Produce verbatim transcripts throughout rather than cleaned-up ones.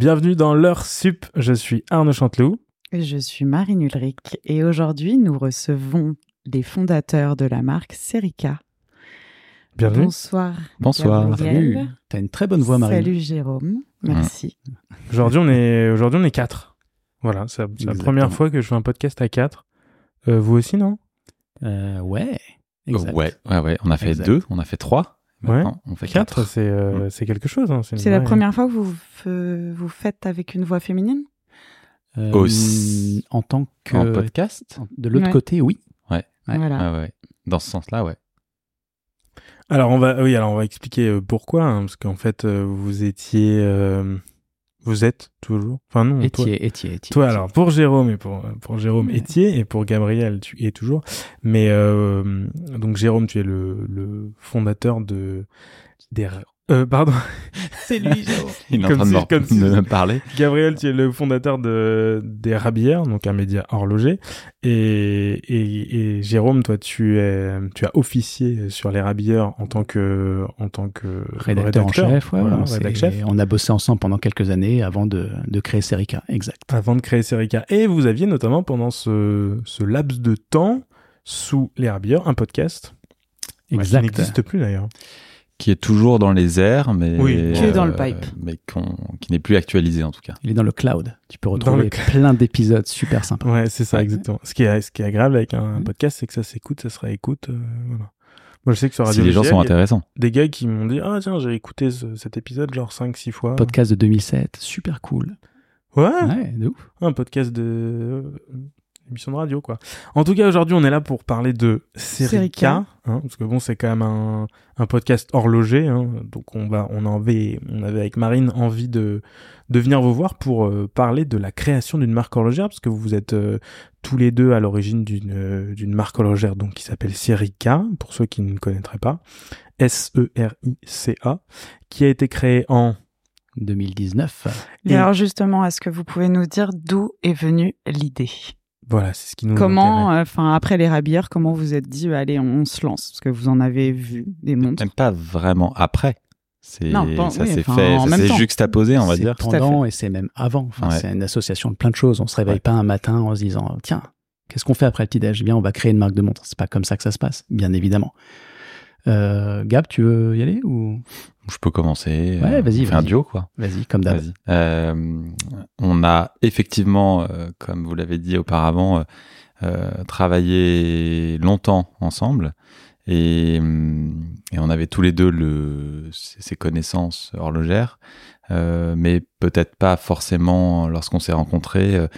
Bienvenue dans l'heure sup, je suis Arnaud Chanteloup. Et je suis Marine Ulrich et aujourd'hui nous recevons les fondateurs de la marque Serica. Bienvenue. Bonsoir. Bonsoir. Gabriel. Salut. T'as une très bonne voix, Marine. Salut Jérôme. Merci. Aujourd'hui on est aujourd'hui on est quatre. Voilà, c'est, c'est la première fois que je fais un podcast à quatre. Euh, vous aussi, non? Euh, ouais. Exact. Ouais, ouais, ouais. On a fait Exact. deux, on a fait trois. Ouais. On fait quatre, quatre. c'est euh, Mmh. c'est quelque chose. Hein. C'est, C'est vraie... la première fois que vous f- vous faites avec une voix féminine? Euh, Aussi. En tant que En podcast. De l'autre Ouais. côté, oui. Ouais. Ouais. Voilà. Ah ouais. Dans ce sens-là, ouais. Alors on va oui, alors on va expliquer euh, pourquoi, hein, parce qu'en fait euh, vous étiez, euh, vous êtes toujours. Enfin non. Toi, Étier, Étier, Étier. toi alors pour Jérôme et pour pour Jérôme Ouais. Étier et pour Gabriel tu es toujours. Mais euh, donc Jérôme, tu es le le fondateur de des euh, pardon. C'est lui, Jérôme. Il est Comme en train si- de, me- comme si- de me parler. Gabriel, tu es le fondateur de des Rabières, donc un média horloger, et, et, et Jérôme, toi, tu es, tu as officié sur les Rabières en tant que, en tant que Rédacteur, en chef, ouais. voilà, on, s'est- rédac chef, on a bossé ensemble pendant quelques années avant de, de créer Serica, exact. avant de créer Serica. Et vous aviez notamment pendant ce, ce laps de temps sous les Rabières un podcast, ouais, Exact. qui n'existe plus d'ailleurs. Qui est toujours dans les airs, mais. Oui. Qui est dans le pipe. Mais qu'on- qui n'est plus actualisé, en tout cas. Il est dans le cloud. Tu peux Dans retrouver le cl- plein d'épisodes super sympas. Ouais, c'est ça, Ouais. exactement. Ce qui est, ce qui est agréable avec un Ouais. podcast, c'est que ça s'écoute, ça se réécoute, euh, voilà. Moi, je sais que sur Si Radio les gens G L, sont il y a intéressants. des gars qui m'ont dit « Ah tiens, j'ai écouté ce- cet épisode genre cinq six fois. » Podcast de deux mille sept, super cool. Ouais, Ouais, de ouf. un podcast de... euh, émission de radio, quoi. En tout cas, aujourd'hui, on est là pour parler de Serica, Serica. hein, parce que bon, c'est quand même un, un podcast horloger, hein, donc on va, on avait, on avait avec Marine envie de, de venir vous voir pour euh, parler de la création d'une marque horlogère, parce que vous êtes euh, tous les deux à l'origine d'une, euh, d'une marque horlogère, donc qui s'appelle Serica, pour ceux qui ne connaîtraient pas, S E R I C A, qui a été créée en... deux mille dix-neuf. Et Et- alors justement, est-ce que vous pouvez nous dire d'où est venue l'idée? Voilà, c'est ce qui nous Comment, intéresse. enfin après les Rabières, comment vous êtes dit, allez, on se lance? Parce que vous en avez vu des montres. Même pas vraiment après. C'est, Non, bon, ça oui, s'est enfin, fait, en ça même s'est temps. juxtaposé, on va C'est dire. à pendant et c'est même avant. Enfin, Ouais. C'est une association de plein de choses. On se réveille Ouais. pas un matin en se disant tiens, qu'est-ce qu'on fait après le petit-déj? Eh bien, on va créer une marque de montres. C'est pas comme ça que ça se passe, bien évidemment. Euh, Gab, tu veux y aller ou Je peux commencer. Ouais, euh, vas-y, on fait un vas-y. duo, quoi. vas-y, comme d'hab. Vas-y. Euh, on a effectivement, euh, comme vous l'avez dit auparavant, euh, euh, travaillé longtemps ensemble et, hum, et on avait tous les deux le, ces ces connaissances horlogères, euh, mais peut-être pas forcément lorsqu'on s'est rencontrés, euh,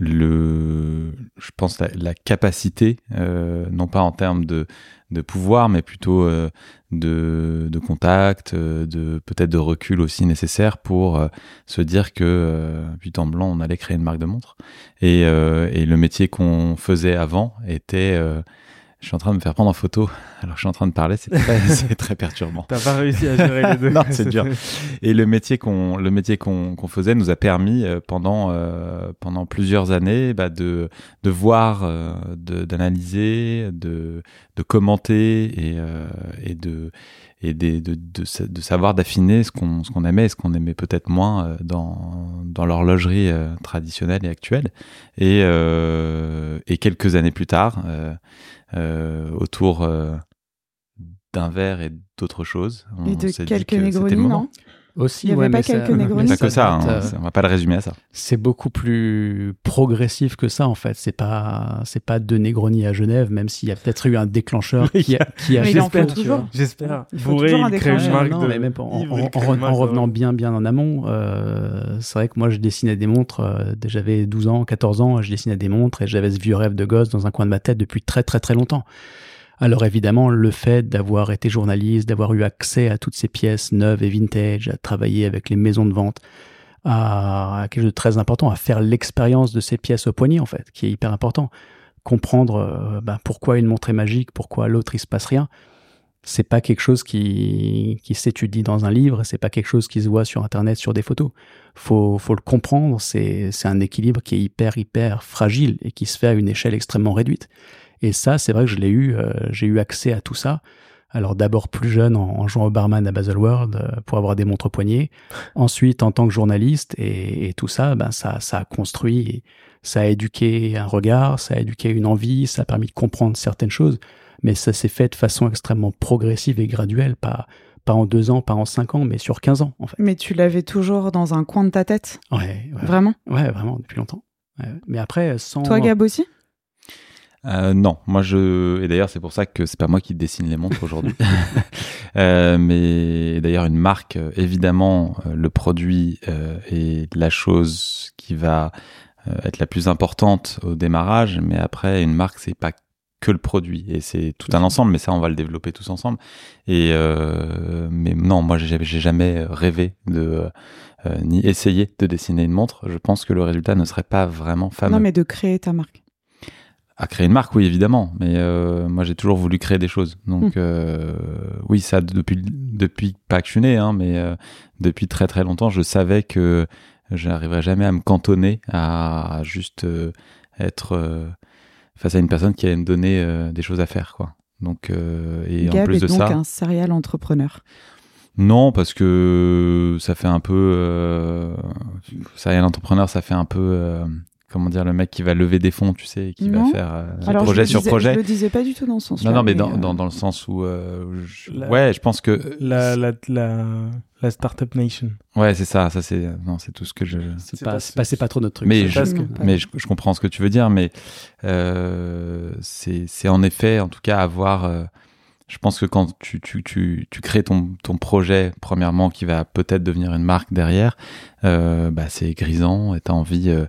le, je pense la, la capacité, euh, non pas en termes de, de pouvoir, mais plutôt euh, de, de contact, euh, de peut-être de recul aussi nécessaire pour euh, se dire que euh, but en blanc on allait créer une marque de montres et, euh, et le métier qu'on faisait avant était euh, je suis en train de me faire prendre en photo alors que je suis en train de parler, c'est très, c'est très perturbant. T'as pas réussi à gérer les deux. Non, c'est dur. Et le métier qu'on le métier qu'on qu'on faisait nous a permis euh, pendant euh, pendant plusieurs années bah, de de voir, euh, de d'analyser, de de commenter et euh, et de et des, de, de de de savoir d'affiner ce qu'on ce qu'on aimait et ce qu'on aimait peut-être moins euh, dans dans l'horlogerie euh, traditionnelle et actuelle. Et euh, et quelques années plus tard, euh, euh, autour euh, d'un verre et d'autres choses, on Et de s'est dit quelques que c'était le Negroni, moment. non? Aussi, Il y avait ouais, pas mais ça- quelques mais Negroni? Pas ça que ça, date, hein, euh, ça- on va pas le résumer à ça. c'est beaucoup plus progressif que ça en fait. C'est pas, c'est pas de Negroni à Genève, même s'il y a peut-être eu un déclencheur qui a, qui a Mais il en fait faut tu toujours. vois. J'espère. Il faut Bourré, toujours un il crée une déclencheur. marque non, de... mais même en, Yves, en- il en crée une re- marque en de- revenant bien bien en amont, euh, c'est vrai que moi je dessinais des montres, euh, j'avais douze ans, quatorze ans, je dessinais des montres et j'avais ce vieux rêve de gosse dans un coin de ma tête depuis très très très longtemps. Alors évidemment, le fait d'avoir été journaliste, d'avoir eu accès à toutes ces pièces neuves et vintage, à travailler avec les maisons de vente, à, à quelque chose de très important, à faire l'expérience de ces pièces au poignet en fait, qui est hyper important. Comprendre euh, ben, pourquoi une montre est magique, pourquoi l'autre il se passe rien. C'est pas quelque chose qui, qui s'étudie dans un livre, c'est pas quelque chose qui se voit sur internet sur des photos. Faut, faut le comprendre, c'est, c'est un équilibre qui est hyper hyper fragile et qui se fait à une échelle extrêmement réduite. Et ça, c'est vrai que je l'ai eu, euh, j'ai eu accès à tout ça Alors d'abord plus jeune en, en jouant au barman à Baselworld euh, pour avoir des montres poignées. Ensuite en tant que journaliste et, et tout ça, ben ça, ça a construit, ça a éduqué un regard, ça a éduqué une envie, ça a permis de comprendre certaines choses. Mais ça s'est fait de façon extrêmement progressive et graduelle, pas pas en deux ans, pas en cinq ans, mais sur quinze ans en fait. Mais tu l'avais toujours dans un coin de ta tête? Ouais. ouais vraiment? Ouais, vraiment depuis longtemps. Ouais. Mais après sans. Toi, Gab aussi? Euh, non, moi je et d'ailleurs c'est pour ça que c'est pas moi qui dessine les montres aujourd'hui. euh, mais d'ailleurs une marque, euh, évidemment, euh, le produit euh, est la chose qui va euh, être la plus importante au démarrage. Mais après une marque c'est pas que le produit et c'est tout un ensemble. Mais ça on va le développer tous ensemble. Et euh, mais non, moi j'ai, j'ai jamais rêvé de euh, ni essayé de dessiner une montre. Je pense que le résultat ne serait pas vraiment fameux. Non, mais de créer ta marque. À créer une marque, oui, évidemment. Mais euh, moi, j'ai toujours voulu créer des choses. Donc, mmh. euh, oui, ça, depuis, depuis pas que je suis né, hein, mais euh, depuis très très longtemps, je savais que je n'arriverais jamais à me cantonner à juste euh, être euh, face à une personne qui allait me donner euh, des choses à faire, quoi. Donc, euh, et Gab en plus est de donc ça, un serial entrepreneur. Non, parce que ça fait un peu euh, serial entrepreneur, ça fait un peu euh, comment dire, le mec qui va lever des fonds, tu sais, qui non. va faire euh, Alors, projet sur disais, projet. Je le disais pas du tout dans ce sens-là. Non, non, mais, mais dans, euh... dans, dans le sens où, euh, je... La... ouais, je pense que la la la, la Startup Nation. Ouais, c'est ça, ça c'est non, c'est tout ce que je. C'est, c'est pas, pas, c'est pas, c'est pas trop notre truc. Mais, ça, je, que... mais je, je comprends ce que tu veux dire, mais euh, c'est, c'est en effet, en tout cas, avoir. Euh, je pense que quand tu, tu, tu, tu crées ton, ton projet, premièrement, qui va peut-être devenir une marque derrière, euh, bah, c'est grisant et t'as envie euh,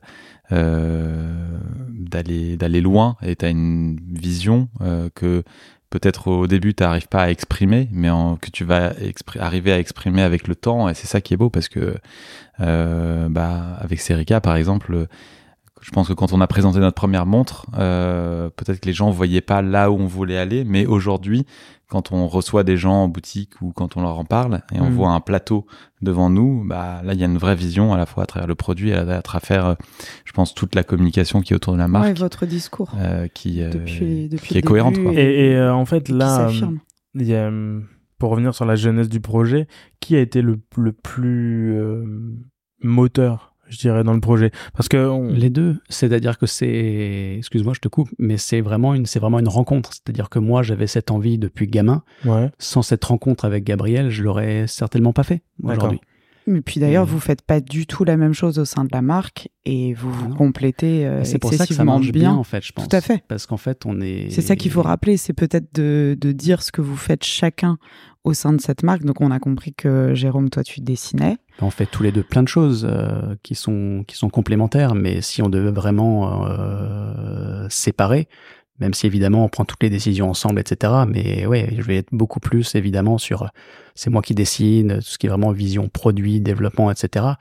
euh, d'aller, d'aller loin et t'as une vision euh, que peut-être au début tu n'arrives pas à exprimer, mais en, que tu vas expri- arriver à exprimer avec le temps, et c'est ça qui est beau parce que euh, bah, avec Serica par exemple, je pense que quand on a présenté notre première montre, euh, peut-être que les gens ne voyaient pas là où on voulait aller, mais aujourd'hui, quand on reçoit des gens en boutique ou quand on leur en parle et on mmh. voit un plateau devant nous, bah, là, il y a une vraie vision à la fois à travers le produit et à travers, je pense, toute la communication qui est autour de la marque. Ouais, votre discours. Euh, qui, euh, depuis, depuis qui est cohérente. Quoi. Et, et euh, en fait, là, il y a, pour revenir sur la jeunesse du projet, qui a été le, le plus euh, moteur, je dirais, dans le projet, parce que on... les deux, c'est-à-dire que c'est, excuse-moi, je te coupe, mais c'est vraiment une, c'est vraiment une rencontre. C'est-à-dire que moi, j'avais cette envie depuis gamin. Ouais. Sans cette rencontre avec Gabriel, je l'aurais certainement pas fait aujourd'hui. Mais puis d'ailleurs, mmh. vous faites pas du tout la même chose au sein de la marque et vous vous complétez euh, c'est excessivement pour ça que ça marche bien. bien en fait, je pense. Tout à fait. Parce qu'en fait, on est. C'est ça qu'il faut rappeler, c'est peut-être de, de dire ce que vous faites chacun au sein de cette marque. Donc on a compris que Jérôme, toi, tu dessinais. On fait tous les deux plein de choses euh, qui sont qui sont complémentaires, mais si on devait vraiment euh, séparer. Même si évidemment on prend toutes les décisions ensemble, et cetera. Mais ouais, je vais être beaucoup plus évidemment sur c'est moi qui dessine, tout ce qui est vraiment vision produit, développement, et cetera.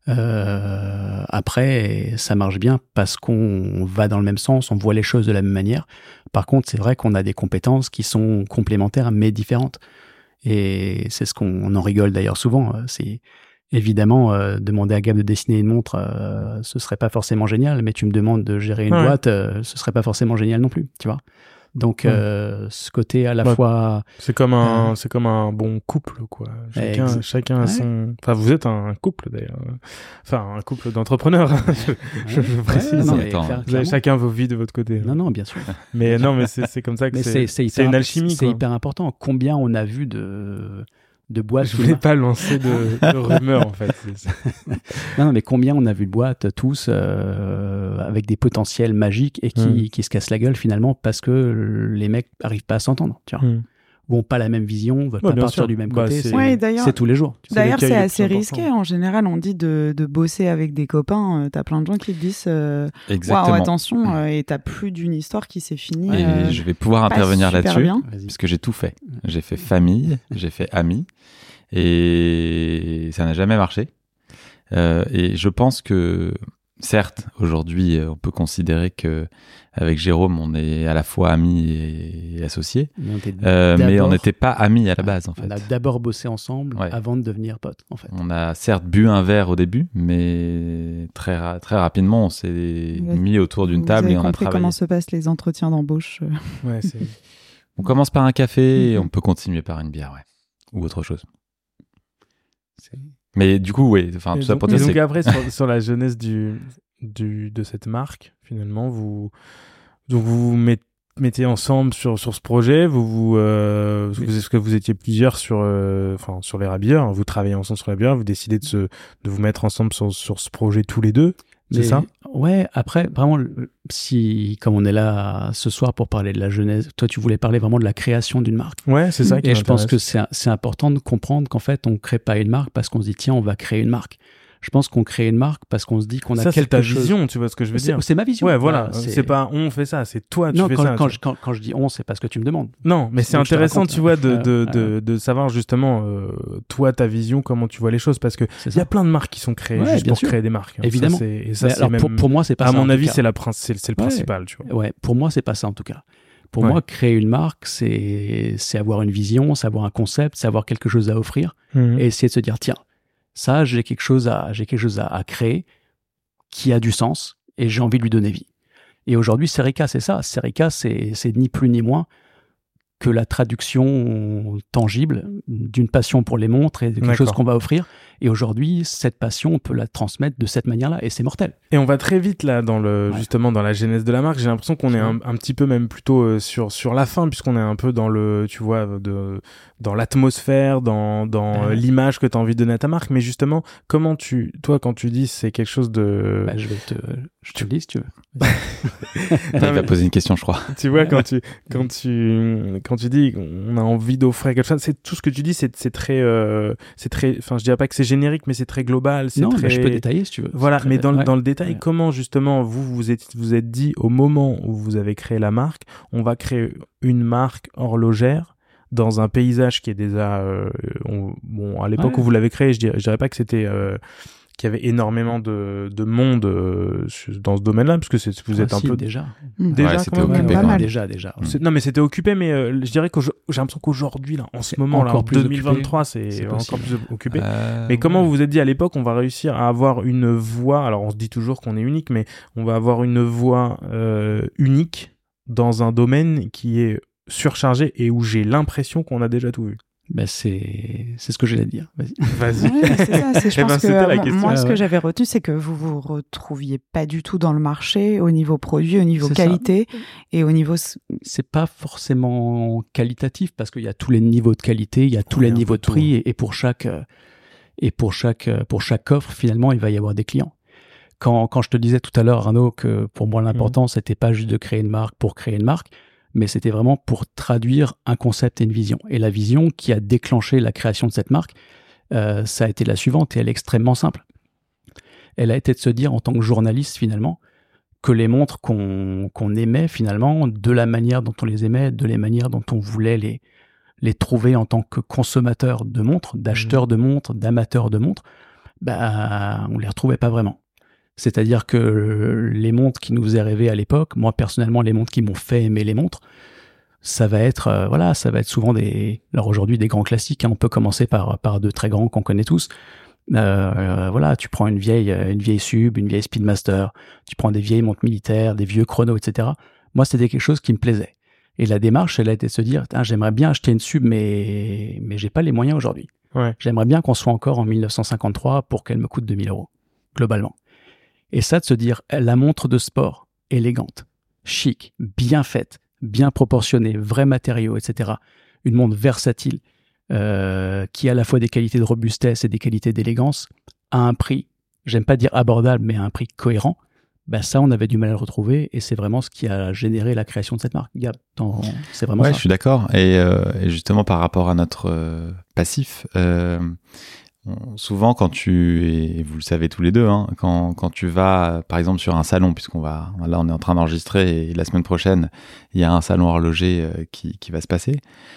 Euh, après, ça marche bien parce qu'on va dans le même sens, on voit les choses de la même manière. Par contre, c'est vrai qu'on a des compétences qui sont complémentaires mais différentes. Et c'est ce qu'on on en rigole d'ailleurs souvent. C'est évidemment, euh, demander à Gab de dessiner une montre, euh, ce serait pas forcément génial, mais tu me demandes de gérer une ouais. boîte, euh, ce serait pas forcément génial non plus, tu vois. Donc, ouais. euh, ce côté à la bah, fois... C'est comme un, euh, c'est comme un bon couple, quoi. Chacun, ex- chacun ouais. a son... Enfin, vous êtes un couple, d'ailleurs. Enfin, un couple d'entrepreneurs. je, je, je précise. Ouais, non, mais clair, vous avez chacun vos vies de votre côté. Non, non, bien sûr. Mais non, mais c'est, c'est comme ça que mais c'est, c'est, c'est, c'est une alchimie, C'est quoi. hyper important. Combien on a vu de... de boîtes. Je voulais pas lancer de, de rumeurs, en fait. C'est, c'est... Non, non, mais combien on a vu de boîtes, tous, euh, avec des potentiels magiques et qui, mmh. qui se cassent la gueule, finalement, parce que les mecs arrivent pas à s'entendre, tu vois. Mmh. Ou ont pas la même vision, veulent ouais, pas partir sûr. du même bah, côté. C'est... C'est, ouais, d'ailleurs, c'est tous les jours. D'ailleurs, c'est, c'est assez risqué. En général, on dit de, de bosser avec des copains. Euh, t'as plein de gens qui te disent euh, Exactement. Wow, attention, euh, et t'as plus d'une histoire qui s'est finie. Et euh, je vais pouvoir intervenir là-dessus, bien. parce que j'ai tout fait. J'ai fait famille, j'ai fait amis. Et ça n'a jamais marché. Euh, et je pense que, certes, aujourd'hui, on peut considérer que avec Jérôme, on est à la fois amis et, et associés, mais on euh, n'était pas amis à la base, en fait. On a d'abord bossé ensemble ouais. avant de devenir potes, en fait. On a certes bu un verre au début, mais très ra- très rapidement, on s'est mis autour d'une Vous table avez et on a compris travaillé. Comment se passent les entretiens d'embauche. Ouais, c'est... On commence par un café et on peut continuer par une bière, ouais. Ou autre chose. C'est... Mais du coup, oui, enfin, tout donc, ça pour dire donc c'est... après, sur, sur la jeunesse du, du, de cette marque, finalement, vous, donc vous vous mettez mettez ensemble sur sur ce projet, vous vous euh, oui. vous est-ce que vous étiez plusieurs sur euh, enfin sur les rabières, vous travaillez ensemble sur les rabières, vous décidez de se de vous mettre ensemble sur sur ce projet tous les deux, c'est Mais, ça? Ouais, après vraiment si comme on est là ce soir pour parler de la genèse, toi tu voulais parler vraiment de la création d'une marque. Ouais, c'est ça qui Et m'intéresse. je pense que c'est c'est important de comprendre qu'en fait on crée pas une marque parce qu'on se dit tiens, on va créer une marque. Je pense qu'on crée une marque parce qu'on se dit qu'on a ça, quelque chose... Ça, c'est ta chose... vision, tu vois ce que je veux c'est, dire. C'est ma vision. Ouais, voilà. voilà c'est... c'est pas on fait ça, c'est toi, tu non, fais quand, ça. Quand tu... je, quand, quand je dis on, c'est parce que tu me demandes. Non, mais c'est, c'est intéressant, tu vois, de, de, euh, de, euh... de savoir justement, euh, toi, ta vision, comment tu vois les choses. Parce que il y a plein de marques qui sont créées ouais, juste pour sûr. créer des marques. Hein. Évidemment. Ça, c'est... Et ça, mais c'est alors, même... pour, pour moi, c'est pas à ça. À mon avis, cas. c'est, la prin... c'est, c'est le ouais. principal, tu vois. Ouais, pour moi, c'est pas ça en tout cas. Pour ouais. moi, créer une marque, c'est, c'est avoir une vision, c'est avoir un concept, c'est avoir quelque chose à offrir mmh. et essayer de se dire, tiens, ça, j'ai quelque chose à, j'ai quelque chose à, à créer qui a du sens et j'ai envie de lui donner vie. Et aujourd'hui, Serica, c'est ça. Serica, c'est, c'est ni plus ni moins que la traduction tangible d'une passion pour les montres et de quelque D'accord. chose qu'on va offrir. Et aujourd'hui, cette passion, on peut la transmettre de cette manière-là et c'est mortel. Et on va très vite là, dans le, ouais. justement dans la genèse de la marque. J'ai l'impression qu'on est un, un petit peu même plutôt euh, sur, sur la fin, puisqu'on est un peu dans le, tu vois, de, dans l'atmosphère, dans, dans ouais. l'image que tu as envie de donner à ta marque. Mais justement, comment tu, toi, quand tu dis c'est quelque chose de... Bah, je vais te, je te le dis si tu veux. Il va poser une question, je crois. Tu vois, quand tu, quand tu, quand tu dis on a envie d'offrir quelque chose, c'est tout ce que tu dis, c'est, c'est très, euh, c'est très, enfin, je dirais pas que c'est générique, mais c'est très global. C'est non, très... mais je peux détailler si tu veux. Voilà, très... mais dans, ouais. dans le détail, ouais. comment justement vous vous êtes, vous êtes dit au moment où vous avez créé la marque, on va créer une marque horlogère dans un paysage qui est déjà, euh, on, bon, à l'époque ouais. où vous l'avez créé, je dirais, je dirais pas que c'était euh, qu'il y avait énormément de, de monde euh, dans ce domaine-là, parce que c'est, vous êtes ah, un si, peu déjà, déjà, ouais, c'était occupé, ouais, ouais, déjà, déjà. Ouais. Non, mais c'était occupé, mais euh, je dirais que j'ai l'impression qu'aujourd'hui, là, en ce c'est moment, là, en deux mille vingt-trois, occupé. c'est, c'est encore plus occupé. Euh, mais comment ouais. vous vous êtes dit à l'époque, on va réussir à avoir une voix, alors on se dit toujours qu'on est unique, mais on va avoir une voix euh, unique dans un domaine qui est surchargé et où j'ai l'impression qu'on a déjà tout vu. Ben c'est c'est ce que j'allais dire. Vas-y. Vas-y. Oui, c'est ça. C'est, je pense ben, que la moi, question. moi, ce ah, que ouais. j'avais retenu, c'est que vous vous retrouviez pas du tout dans le marché au niveau produit, au niveau c'est qualité ça. Et au niveau. C'est pas forcément qualitatif parce qu'il y a tous les niveaux de qualité, il y a tous ouais, les niveaux de prix et, et pour chaque et pour chaque pour chaque offre, finalement, il va y avoir des clients. Quand quand je te disais tout à l'heure, Arnaud, que pour moi l'important, mmh. c'était pas juste de créer une marque pour créer une marque, mais c'était vraiment pour traduire un concept et une vision. Et la vision qui a déclenché la création de cette marque, euh, ça a été la suivante, et elle est extrêmement simple. Elle a été de se dire, en tant que journaliste, finalement, que les montres qu'on, qu'on aimait, finalement, de la manière dont on les aimait, de la manière dont on voulait les, les trouver en tant que consommateur de montres, d'acheteur mmh. de montres, d'amateur de montres, bah, on les retrouvait pas vraiment. C'est-à-dire que les montres qui nous faisaient rêver à l'époque, moi personnellement, les montres qui m'ont fait aimer les montres, ça va être, euh, voilà, ça va être souvent des, alors aujourd'hui des grands classiques. Hein, on peut commencer par par deux très grands qu'on connaît tous. Euh, euh, voilà, tu prends une vieille, une vieille Sub, une vieille Speedmaster, tu prends des vieilles montres militaires, des vieux chronos, et cetera. Moi, c'était quelque chose qui me plaisait. Et la démarche, elle a été de se dire, j'aimerais bien acheter une Sub, mais mais j'ai pas les moyens aujourd'hui. Ouais. J'aimerais bien qu'on soit encore en mille neuf cent cinquante-trois pour qu'elle me coûte deux mille euros globalement. Et ça, de se dire, la montre de sport, élégante, chic, bien faite, bien proportionnée, vrais matériaux, et cetera. Une montre versatile, euh, qui a à la fois des qualités de robustesse et des qualités d'élégance, à un prix, j'aime pas dire abordable, mais à un prix cohérent, ben ça, on avait du mal à le retrouver, et c'est vraiment ce qui a généré la création de cette marque. Gab, dans... c'est vraiment ouais, ça. Je suis d'accord. Et, euh, et justement, par rapport à notre euh, passif, euh, souvent quand tu, et vous le savez tous les deux, hein, quand, quand tu vas par exemple sur un salon, puisqu'on va, là on est en train d'enregistrer et la semaine prochaine il y a un salon horloger euh, qui, qui va se passer,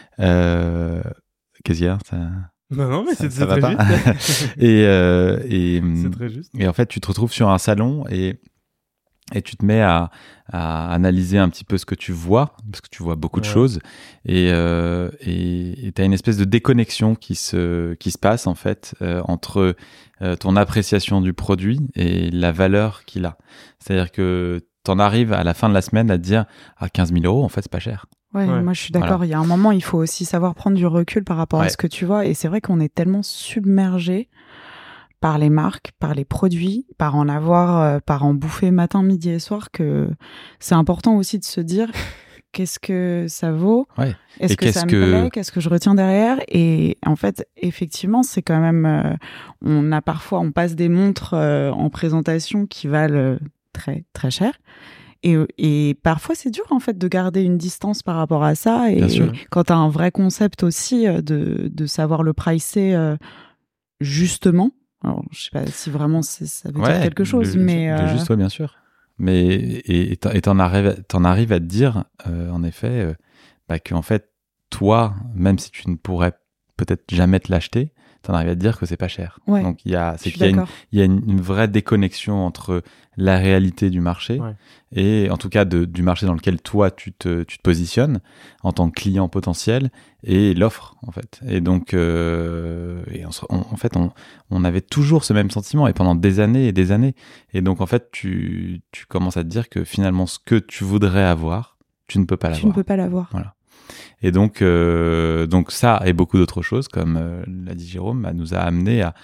euh, qu'est-ce qu'il y a ça... Non, non, mais ça, c'est, ça c'est va très pas. juste. et, euh, et, c'est très juste. Et en fait tu te retrouves sur un salon et et tu te mets à, à analyser un petit peu ce que tu vois, parce que tu vois beaucoup de ouais. choses, et euh, et tu as une espèce de déconnexion qui se, qui se passe en fait euh, entre euh, ton appréciation du produit et la valeur qu'il a. C'est-à-dire que tu en arrives à la fin de la semaine à te dire « Ah, quinze mille euros, en fait, c'est pas cher. Ouais, ouais, moi je suis d'accord. Voilà. Il y a un moment, il faut aussi savoir prendre du recul par rapport ouais. à ce que tu vois. Et c'est vrai qu'on est tellement submergé par les marques, par les produits, par en avoir, euh, par en bouffer matin, midi et soir, que c'est important aussi de se dire qu'est-ce que ça vaut, ouais. est-ce et que ça me que... plaît, qu'est-ce que je retiens derrière. Et en fait, effectivement, c'est quand même, euh, on a parfois, on passe des montres euh, en présentation qui valent très très cher. Et, et parfois, c'est dur, en fait, de garder une distance par rapport à ça. Et, et quand tu as un vrai concept aussi, de, de savoir le pricer euh, justement. Alors, je sais pas si vraiment ça veut ouais, dire quelque chose, le, mais... Le euh... juste, ouais, bien sûr. Mais, et t'en arrives, t'en arrives à te dire, euh, en effet, euh, bah, qu'en fait, toi, même si tu ne pourrais peut-être jamais te l'acheter, t'en arrives à te dire que c'est pas cher. Ouais, donc il y a, c'est qu'il y a, une, il y a une, une vraie déconnexion entre la réalité du marché ouais. et en tout cas de, du marché dans lequel toi tu te, tu te positionnes en tant que client potentiel et l'offre en fait. Et donc euh, et on, on, en fait on, on avait toujours ce même sentiment et pendant des années et des années. Et donc en fait tu, tu commences à te dire que finalement ce que tu voudrais avoir, tu ne peux pas l'avoir. Tu ne peux pas l'avoir. Voilà. Et donc, euh, donc ça et beaucoup d'autres choses, comme euh, l'a dit Jérôme, bah, nous a amené à,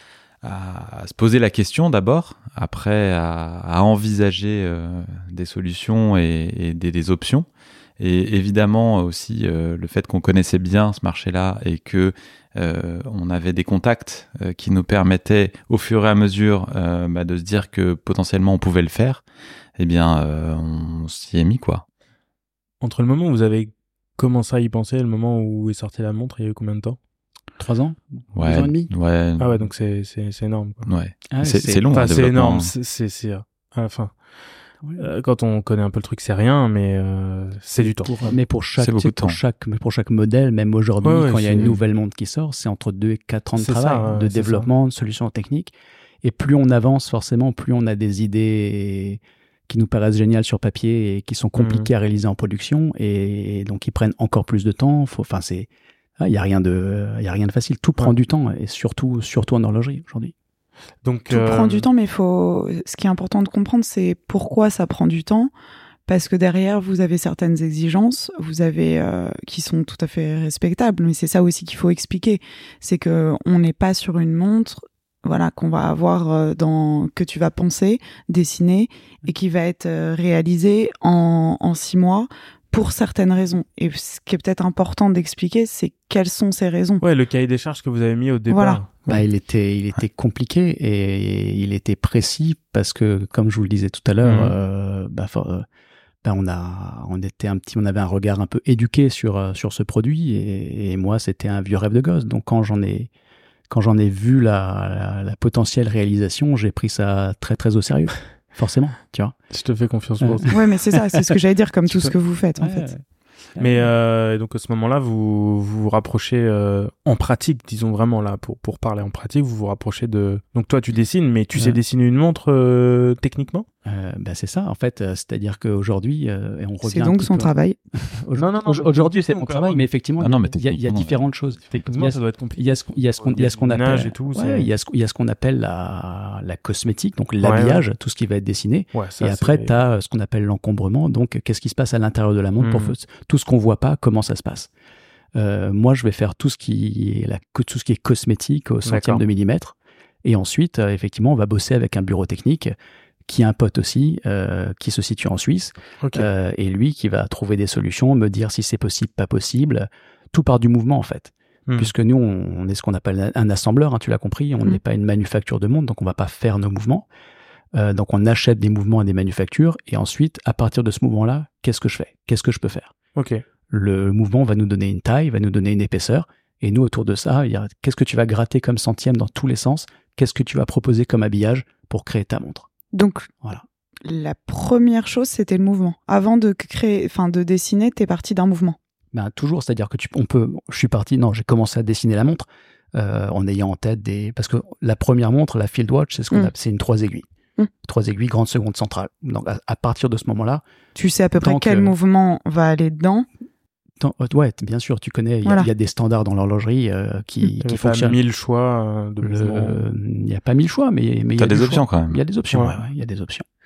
à, à se poser la question d'abord, après à, à envisager euh, des solutions et, et des, des options. Et évidemment aussi euh, le fait qu'on connaissait bien ce marché-là et que euh, on avait des contacts euh, qui nous permettaient au fur et à mesure euh, bah, de se dire que potentiellement on pouvait le faire. Eh bien, euh, on s'y est mis quoi. Entre le moment où vous avez commencé à y penser, et le moment où est sortie la montre, il y a eu combien de temps? Trois ans, ouais, deux ans et demi. Ouais. Ah ouais, donc c'est c'est c'est énorme. Quoi. Ouais. Ah, c'est c'est long. Enfin, c'est énorme. C'est c'est c'est à la fin. Oui. Euh, quand on connaît un peu le truc, c'est rien, mais euh, c'est du temps. Pour, mais pour chaque, pour temps. chaque, mais pour chaque modèle, même aujourd'hui, ouais, ouais, quand il y a une nouvelle montre qui sort, c'est entre deux et quatre ans de travail, ça, ouais, de développement, ça. de solutions techniques. Et plus on avance, forcément, plus on a des idées qui nous paraissent géniales sur papier et qui sont compliquées mmh. à réaliser en production, et, et donc qui prennent encore plus de temps. Faut, enfin, c'est, il y a rien de, il y a rien de facile. Tout ouais. prend du temps, et surtout, surtout en horlogerie aujourd'hui. Donc, tout euh... prend du temps, mais faut... ce qui est important de comprendre, c'est pourquoi ça prend du temps. Parce que derrière, vous avez certaines exigences, vous avez euh, qui sont tout à fait respectables, mais c'est ça aussi qu'il faut expliquer. C'est que on n'est pas sur une montre, voilà, qu'on va avoir euh, dans que tu vas penser, dessiner, et qui va être euh, réalisée en, en six mois. Pour certaines raisons. Et ce qui est peut-être important d'expliquer, c'est quelles sont ces raisons. Ouais, le cahier des charges que vous avez mis au départ. Voilà. Bah, il était, il était compliqué et il était précis parce que, comme je vous le disais tout à l'heure, mmh. euh, bah, euh, bah, on a, on était un petit, on avait un regard un peu éduqué sur euh, sur ce produit et, et moi, c'était un vieux rêve de gosse. Donc quand j'en ai, quand j'en ai vu la, la, la potentielle réalisation, j'ai pris ça très très au sérieux. Forcément, tu vois. Je te fais confiance pour ça. Ouais, mais c'est ça, c'est ce que j'allais dire, comme tout peux... ce que vous faites, en ouais, fait. Ouais. Mais euh, donc à ce moment-là, vous vous, vous rapprochez euh, en pratique, disons vraiment là, pour pour parler en pratique, vous vous rapprochez de. Donc toi, tu dessines, mais tu ouais. sais dessiner une montre euh, techniquement? Euh, bah c'est ça, en fait. Euh, c'est-à-dire qu'aujourd'hui, euh, et on revient. C'est donc son peu... travail. non, non, non. Aujourd'hui, c'est mon travail, mais effectivement, ah non, mais il y a, il y a différentes choses. Techniquement, ça doit être compliqué. Il y a ce, il y a ce qu'on, il y a ce qu'on appelle. Et tout, ouais, il y a ce, il y a ce qu'on appelle la la cosmétique, donc l'habillage, ouais, ouais. tout ce qui va être dessiné. Ouais, ça, et après, tu as ce qu'on appelle l'encombrement. Donc, qu'est-ce qui se passe à l'intérieur de la montre mmh. pour tout ce qu'on voit pas, comment ça se passe. Euh, moi, je vais faire tout ce qui est la, tout ce qui est cosmétique au centième D'accord. de millimètre. Et ensuite, euh, effectivement, on va bosser avec un bureau technique qui a un pote aussi, euh, qui se situe en Suisse, okay. euh, et lui qui va trouver des solutions, me dire si c'est possible, pas possible. Tout part du mouvement, en fait. Hmm. Puisque nous, on, on est ce qu'on appelle un assembleur, hein, tu l'as compris, on n'est hmm. pas une manufacture de montre, donc on va pas faire nos mouvements. Euh, donc on achète des mouvements à des manufactures, et ensuite, à partir de ce mouvement-là, qu'est-ce que je fais ? Qu'est-ce que je peux faire ? Okay. Le mouvement va nous donner une taille, va nous donner une épaisseur, et nous, autour de ça, il y a, qu'est-ce que tu vas gratter comme centième dans tous les sens ? Qu'est-ce que tu vas proposer comme habillage pour créer ta montre ? Donc, voilà. La première chose, c'était le mouvement. Avant de créer, enfin, de dessiner, t'es parti d'un mouvement. Ben, toujours, c'est-à-dire que tu, on peut, je suis parti, non, j'ai commencé à dessiner la montre, euh, en ayant en tête des, parce que la première montre, la Field Watch, c'est ce qu'on mmh. a, c'est une trois aiguilles. Mmh. Trois aiguilles, grande seconde centrale. Donc, à, à partir de ce moment-là. Tu sais à peu près quel que, mouvement va aller dedans. Dans, ouais, bien sûr, tu connais, il voilà. y, y a des standards dans l'horlogerie euh, qui, mmh. qui fonctionnent. Il y a mille choix de mouvements. Il n'y a pas mille choix, mais il y a des options choix. quand même. Il y a des options, ouais, ouais, il y a des options.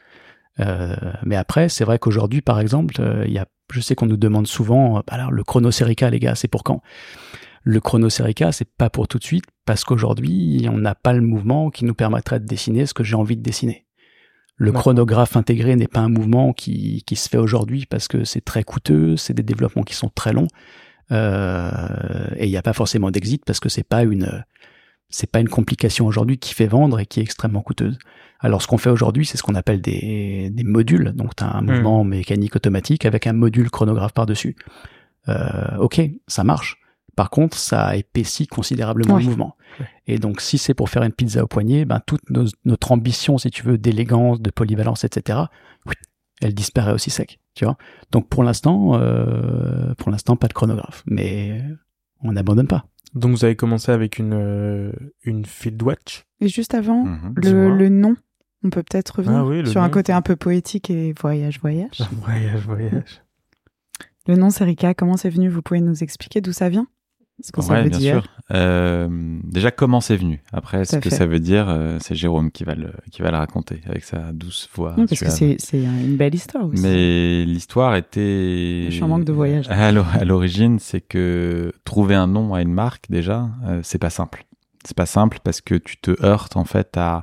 Euh, mais après, c'est vrai qu'aujourd'hui, par exemple, euh, y a, je sais qu'on nous demande souvent, euh, alors le chrono Serica, les gars, c'est pour quand? Le chrono Serica, c'est pas pour tout de suite, parce qu'aujourd'hui, on n'a pas le mouvement qui nous permettrait de dessiner ce que j'ai envie de dessiner. Le D'accord. chronographe intégré n'est pas un mouvement qui, qui se fait aujourd'hui parce que c'est très coûteux, c'est des développements qui sont très longs, euh, et il n'y a pas forcément d'exit parce que c'est pas une, c'est pas une complication aujourd'hui qui fait vendre et qui est extrêmement coûteuse. Alors, ce qu'on fait aujourd'hui, c'est ce qu'on appelle des, des modules. Donc, tu as un mmh. mouvement mécanique automatique avec un module chronographe par-dessus. Euh, ok, ça marche. Par contre, ça épaissit considérablement oui. le mouvement. Oui. Et donc, si c'est pour faire une pizza au poignet, ben, toute nos, notre ambition, si tu veux, d'élégance, de polyvalence, et cetera, oui, elle disparaît aussi sec, tu vois. Donc, pour l'instant, euh, pour l'instant, pas de chronographe. Mais on n'abandonne pas. Donc, vous avez commencé avec une, euh, une field watch. Et juste avant, mmh. le, le nom, on peut peut-être revenir ah oui, sur nom. un côté un peu poétique et voyage, voyage. voyage, voyage. Le nom Serica, comment c'est venu? Vous pouvez nous expliquer d'où ça vient? Ce que ouais, ça veut bien dire. sûr. Euh, déjà, comment c'est venu? Après, ce que fait. ça veut dire, euh, c'est Jérôme qui va le qui va le raconter avec sa douce voix. Non, parce que c'est c'est une belle histoire aussi. Mais l'histoire était. Je suis en manque de voyage. À l'origine, c'est que trouver un nom à une marque déjà, euh, c'est pas simple. C'est pas simple parce que tu te heurtes en fait à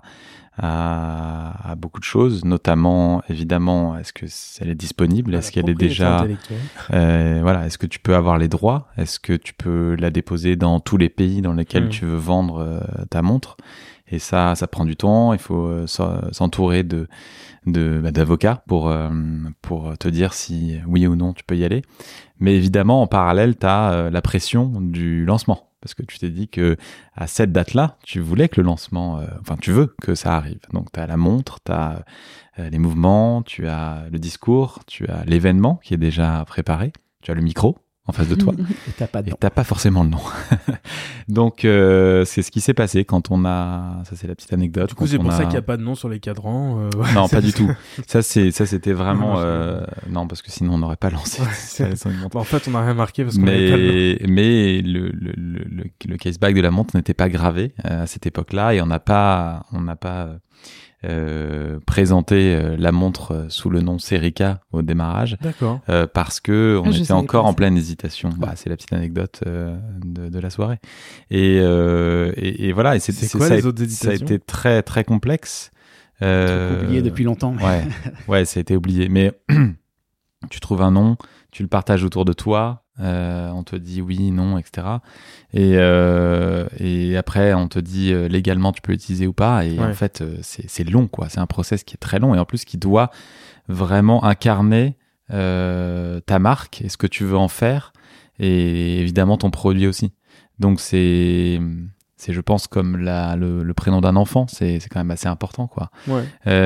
à, à beaucoup de choses, notamment évidemment est-ce que elle est disponible, est-ce qu'elle est déjà euh, voilà, est-ce que tu peux avoir les droits, est-ce que tu peux la déposer dans tous les pays dans lesquels mmh. tu veux vendre euh, ta montre, et ça ça prend du temps, il faut euh, s'entourer de de bah, d'avocats pour euh, pour te dire si oui ou non tu peux y aller, mais évidemment en parallèle tu as euh, la pression du lancement. Parce que tu t'es dit que à cette date-là, tu voulais que le lancement, euh, enfin tu veux que ça arrive. Donc tu as la montre, tu as euh, les mouvements, tu as le discours, tu as l'événement qui est déjà préparé, tu as le micro en face de toi. Et t'as pas de nom. Et t'as pas forcément le nom. Donc euh, c'est ce qui s'est passé quand on a, ça c'est la petite anecdote. Du coup c'est pour a... ça qu'il n'y a pas de nom sur les cadrans. Euh... Non pas du tout. Ça c'est ça c'était vraiment euh... non parce que sinon on n'aurait pas lancé. Ouais, ça, ça bah, en fait on n'a rien marqué parce qu'on mais avait pas le nom. mais le le le le case back de la montre n'était pas gravé euh, à cette époque-là et on n'a pas on n'a pas Euh, présenter euh, la montre sous le nom Serica au démarrage. D'accord. Euh, parce que on ah, était encore en pleine hésitation. Bah, c'est la petite anecdote euh, de, de la soirée. Et, euh, et, et voilà. Et c'est, c'est c'est, quoi ça, les a, autres hésitations? Ça a été très très complexe. Euh, oublié depuis longtemps. Ouais, ouais, ça a été oublié. Mais tu trouves un nom, tu le partages autour de toi. Euh, on te dit oui, non, et cetera. Et, euh, et après, on te dit euh, légalement tu peux l'utiliser ou pas. Et ouais. en fait, euh, c'est, c'est long, quoi. C'est un process qui est très long et en plus qui doit vraiment incarner euh, ta marque et ce que tu veux en faire et évidemment ton produit aussi. Donc c'est, c'est je pense comme la, le, le prénom d'un enfant. C'est, c'est quand même assez important, quoi. Ouais.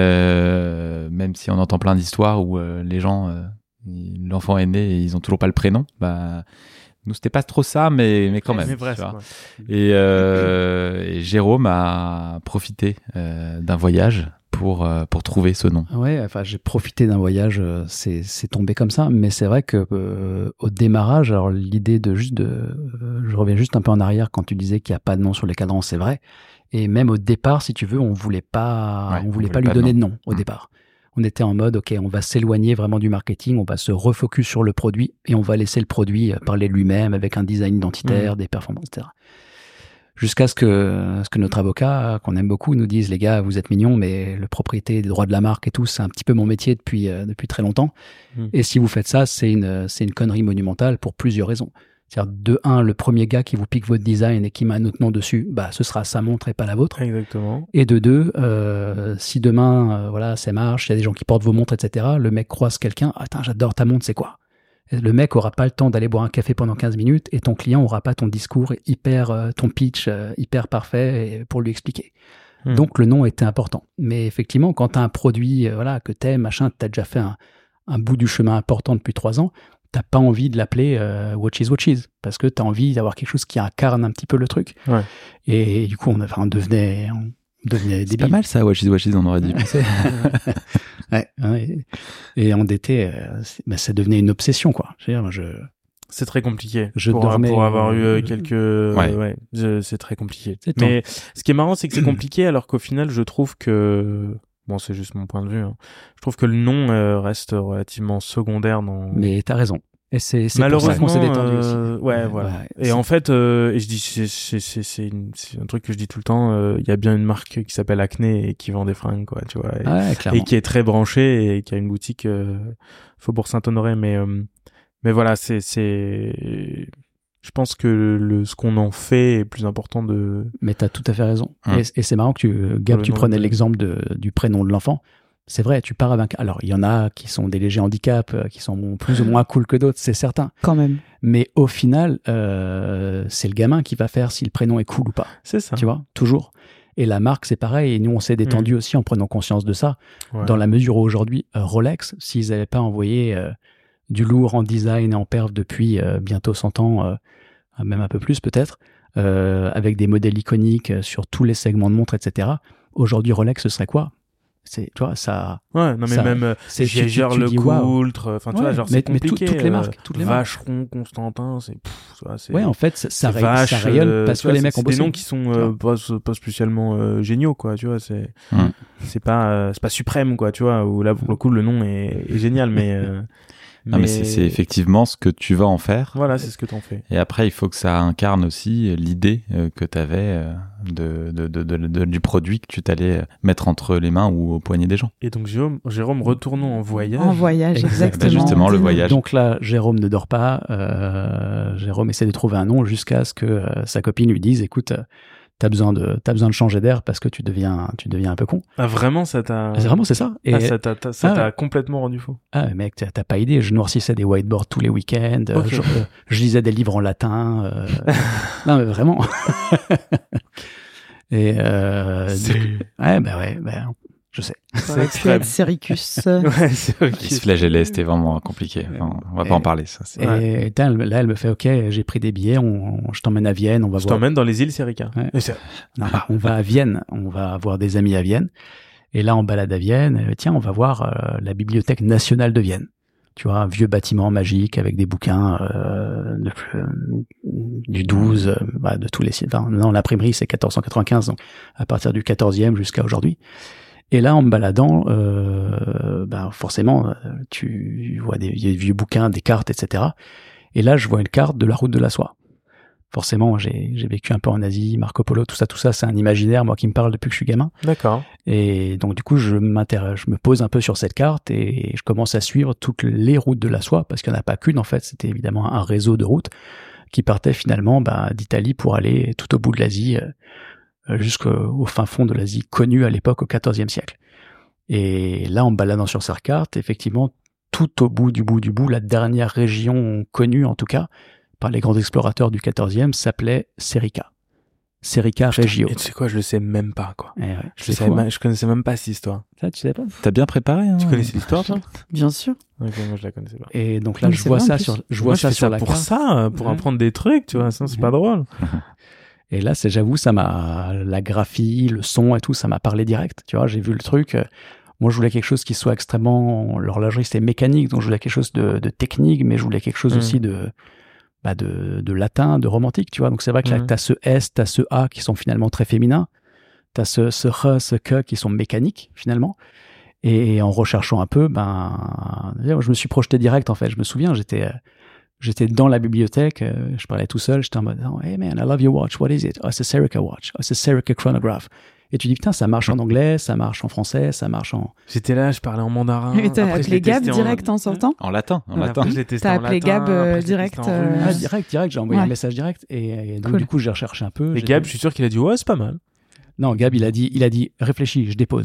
Euh, même si on entend plein d'histoires où euh, les gens euh, l'enfant est né et ils ont toujours pas le prénom, bah nous c'était pas trop ça, mais mais quand même. Mais vrai, tu vois. Et, euh, et Jérôme a profité euh, d'un voyage pour euh, pour trouver ce nom. Ouais, enfin j'ai profité d'un voyage, euh, c'est c'est tombé comme ça, mais c'est vrai que euh, au démarrage, alors l'idée de juste de, euh, je reviens juste un peu en arrière quand tu disais qu'il y a pas de nom sur les cadrans, c'est vrai. Et même au départ, si tu veux, on voulait pas, ouais, on voulait, on voulait pas pas lui donner de nom, nom au mmh. départ. On était en mode, ok, on va s'éloigner vraiment du marketing, on va se refocus sur le produit et on va laisser le produit parler de lui-même avec un design identitaire, mmh. des performances, et cetera. Jusqu'à ce que, ce que notre avocat, qu'on aime beaucoup, nous dise, les gars, vous êtes mignons, mais le propriété des droits de la marque et tout, c'est un petit peu mon métier depuis, euh, depuis très longtemps. Mmh. Et si vous faites ça, c'est une, c'est une connerie monumentale pour plusieurs raisons. C'est-à-dire, de un, le premier gars qui vous pique votre design et qui met un autre nom dessus, bah, ce sera sa montre et pas la vôtre. Exactement. Et de deux, euh, si demain, euh, voilà, ça marche, il y a des gens qui portent vos montres, et cetera, le mec croise quelqu'un, ah, attends, j'adore ta montre, c'est quoi? Et le mec aura pas le temps d'aller boire un café pendant quinze minutes et ton client aura pas ton discours hyper, euh, ton pitch euh, hyper parfait pour lui expliquer. Mmh. Donc, le nom était important. Mais effectivement, quand tu as un produit, euh, voilà, que t'aimes, machin, t'as déjà fait un, un bout du chemin important depuis trois ans, t'as pas envie de l'appeler euh, Watches Watches parce que t'as envie d'avoir quelque chose qui incarne un petit peu le truc. Ouais. Et, et du coup, on, enfin, on devenait, on devenait débile. C'est pas mal ça, Watches Watches, on aurait dû penser. ouais, ouais. Et endetté, euh, bah, ça devenait une obsession, quoi. Je veux dire, je... C'est très compliqué. Je pour, dormais, pour avoir eu euh, quelques, ouais, ouais je, c'est très compliqué. C'est Mais ce qui est marrant, c'est que c'est compliqué, alors qu'au final, je trouve que bon, c'est juste mon point de vue. Hein. Je trouve que le nom euh, reste relativement secondaire dans. Mais t'as raison. Et c'est, c'est malheureusement pour ça qu'on s'est détendu euh, aussi. Ouais, ouais voilà. ouais, et c'est... en fait, euh, et je dis, c'est, c'est, c'est, c'est, une, c'est un truc que je dis tout le temps. Il euh, y a bien une marque qui s'appelle Acné et qui vend des fringues, quoi, tu vois. Et, ouais, clairement. et qui est très branchée et qui a une boutique euh, Faubourg Saint-Honoré. Mais, euh, mais voilà, c'est, c'est. Je pense que le, ce qu'on en fait est plus important de. Mais t'as tout à fait raison. Hum. Et, et c'est marrant que tu, Gab, tu prenais de... l'exemple de, du prénom de l'enfant. C'est vrai, tu pars avec un... Alors, il y en a qui sont des légers handicaps, euh, qui sont plus ou moins cool que d'autres, c'est certain. Quand même. Mais au final, euh, c'est le gamin qui va faire si le prénom est cool ou pas. C'est ça. Tu vois, toujours. Et la marque, c'est pareil. Et nous, on s'est détendu mmh. aussi en prenant conscience de ça. Ouais. Dans la mesure où aujourd'hui, euh, Rolex, s'ils n'avaient pas envoyé euh, du lourd en design et en perf depuis euh, bientôt cent ans, euh, même un peu plus peut-être, euh, avec des modèles iconiques sur tous les segments de montres, et cetera. Aujourd'hui, Rolex, ce serait quoi ? C'est, tu vois, ça. Ouais, non, mais ça, même, c'est Jaeger, le Coultre, enfin, tu ouais, vois, genre, mais, c'est compliqué. Mais tout, toutes les marques, toutes les marques. Vacheron, Constantin, c'est, pff, tu vois, c'est. Ouais, en fait, ça, ça, ray- vache, ça rayonne parce que vois, les mecs ont bossé. C'est des noms qui sont, euh, pas, pas spécialement, euh, géniaux, quoi, tu vois, c'est, mmh. c'est pas, euh, c'est pas suprême, quoi, tu vois, où là, pour le coup, le nom est, est génial, mais, euh, Non, mais, mais c'est, c'est effectivement ce que tu vas en faire. Voilà, c'est ce que t'en fais. Et après, il faut que ça incarne aussi l'idée euh, que t'avais euh, de, de, de, de, de, du produit que tu t'allais mettre entre les mains ou au poignet des gens. Et donc, Jérôme, Jérôme retournons en voyage. En voyage, exactement. Ben justement, le voyage. Donc là, Jérôme ne dort pas. Euh, Jérôme essaie de trouver un nom jusqu'à ce que euh, sa copine lui dise, écoute, euh, t'as besoin de t'as besoin de changer d'air parce que tu deviens tu deviens un peu con. Ah vraiment ça t'a c'est vraiment c'est ça. Et ah, ça t'a, t'a ça ah, t'a complètement rendu fou. Ah mec t'as, t'as pas idée, je noircissais des whiteboards tous les week-ends, okay. je, euh, je lisais des livres en latin. Euh... non mais vraiment. Et euh, c'est... Du... ouais bah ouais bah je sais. Ça aurait pu être Syricus. Ouais, Syricus. Il se flagellait, c'était vraiment compliqué. Enfin, on va et, pas en parler, ça. C'est... Et ouais. Là, elle me fait, ok, j'ai pris des billets, on, on, je t'emmène à Vienne, on va je voir. Je t'emmène dans les îles Sérica. Ouais. Non, on va à Vienne, on va voir des amis à Vienne. Et là, on balade à Vienne, euh, tiens, on va voir euh, la Bibliothèque nationale de Vienne. Tu vois, un vieux bâtiment magique avec des bouquins euh, de, euh, du douze, euh, bah, de tous les sites. Enfin, non, l'imprimerie, c'est quatorze cent quatre-vingt-quinze, donc à partir du quatorzième jusqu'à aujourd'hui. Et là, en me baladant, euh, ben forcément, tu vois des, des vieux bouquins, des cartes, et cetera. Et là, je vois une carte de la route de la soie. Forcément, j'ai, j'ai vécu un peu en Asie, Marco Polo, tout ça, tout ça, c'est un imaginaire, moi, qui me parle depuis que je suis gamin. D'accord. Et donc, du coup, je m'intéresse, je me pose un peu sur cette carte et je commence à suivre toutes les routes de la soie, parce qu'il n'y en a pas qu'une, en fait, c'était évidemment un réseau de routes qui partait finalement ben, d'Italie pour aller tout au bout de l'Asie, euh, jusqu'au fin fond de l'Asie, connue à l'époque au quatorzième siècle. Et là, en me baladant sur cette carte, effectivement, tout au bout du bout du bout, la dernière région connue, en tout cas, par les grands explorateurs du quatorzième, s'appelait Serica. Serica Reggio. Et tu sais quoi, je le sais même pas, quoi. Eh ouais, je, savais même, je connaissais même pas cette histoire. Ça, tu sais pas? T'as bien préparé, hein? Tu connaissais l'histoire, toi? Bien sûr. Ok, moi, je la connaissais pas. Et donc là, je vois ça sur, je vois moi, ça je sur ça la pour carte. ça, pour ouais. apprendre des trucs, tu vois, sinon, c'est ouais. pas drôle. Et là, c'est, j'avoue, ça m'a, la graphie, le son et tout, ça m'a parlé direct. Tu vois, j'ai vu le truc. Moi, je voulais quelque chose qui soit extrêmement, l'horlogerie, c'était mécanique, donc je voulais quelque chose de, de technique, mais je voulais quelque chose mmh. aussi de, bah, de, de latin, de romantique, tu vois. Donc, c'est vrai que mmh. là, t'as ce S, t'as ce A qui sont finalement très féminins. T'as ce, ce R, ce Q qui sont mécaniques, finalement. Et en recherchant un peu, ben, je me suis projeté direct, en fait. Je me souviens, j'étais, J'étais dans la bibliothèque, euh, je parlais tout seul, j'étais en mode oh, « Hey man, I love your watch, what is it? Oh, it's a Serica watch, oh, it's a Serica chronograph. » Et tu dis « Putain, ça marche en anglais, ça marche en français, ça marche en... » J'étais là, je parlais en mandarin. Et t'as appelé Gab direct en, en sortant? En latin, en latin. T'as appelé Gab euh, direct euh... ah, Direct, direct, j'ai envoyé ouais. un message direct. Et, et donc cool. du coup, j'ai recherché un peu. Et Gab, dit... je suis sûr qu'il a dit « Ouais, c'est pas mal. » Non, Gab, il a dit, il a dit « Réfléchis, je dépose. »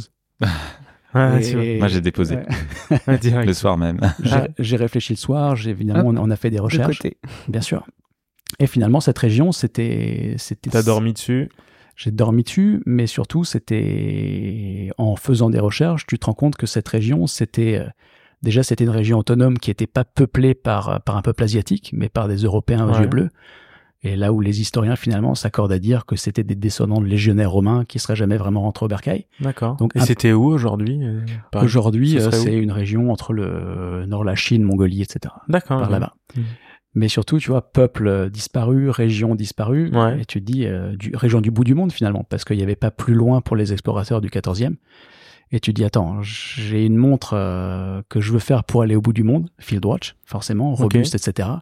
Ah, et... Moi, j'ai déposé ouais. le soir même. J'ai, j'ai réfléchi le soir. J'ai, évidemment, on, on a fait des recherches. De bien sûr. Et finalement, cette région, c'était, c'était. T'as dormi dessus. J'ai dormi dessus, mais surtout, c'était en faisant des recherches, tu te rends compte que cette région, c'était déjà, c'était une région autonome qui n'était pas peuplée par par un peuple asiatique, mais par des Européens aux ouais. yeux bleus. Et là où les historiens, finalement, s'accordent à dire que c'était des descendants de légionnaires romains qui seraient jamais vraiment rentrés au bercail. D'accord. Donc, et un... c'était où aujourd'hui? euh, Aujourd'hui, euh, c'est où une région entre le nord, la Chine, Mongolie, et cetera. D'accord. Par ouais. là-bas. Mmh. Mais surtout, tu vois, peuple disparu, région disparue, ouais. et tu te dis, euh, du, région du bout du monde, finalement, parce qu'il n'y avait pas plus loin pour les explorateurs du quatorzième. et tu dis attends, j'ai une montre euh, que je veux faire pour aller au bout du monde, Field Watch, forcément, robuste, okay. et cetera.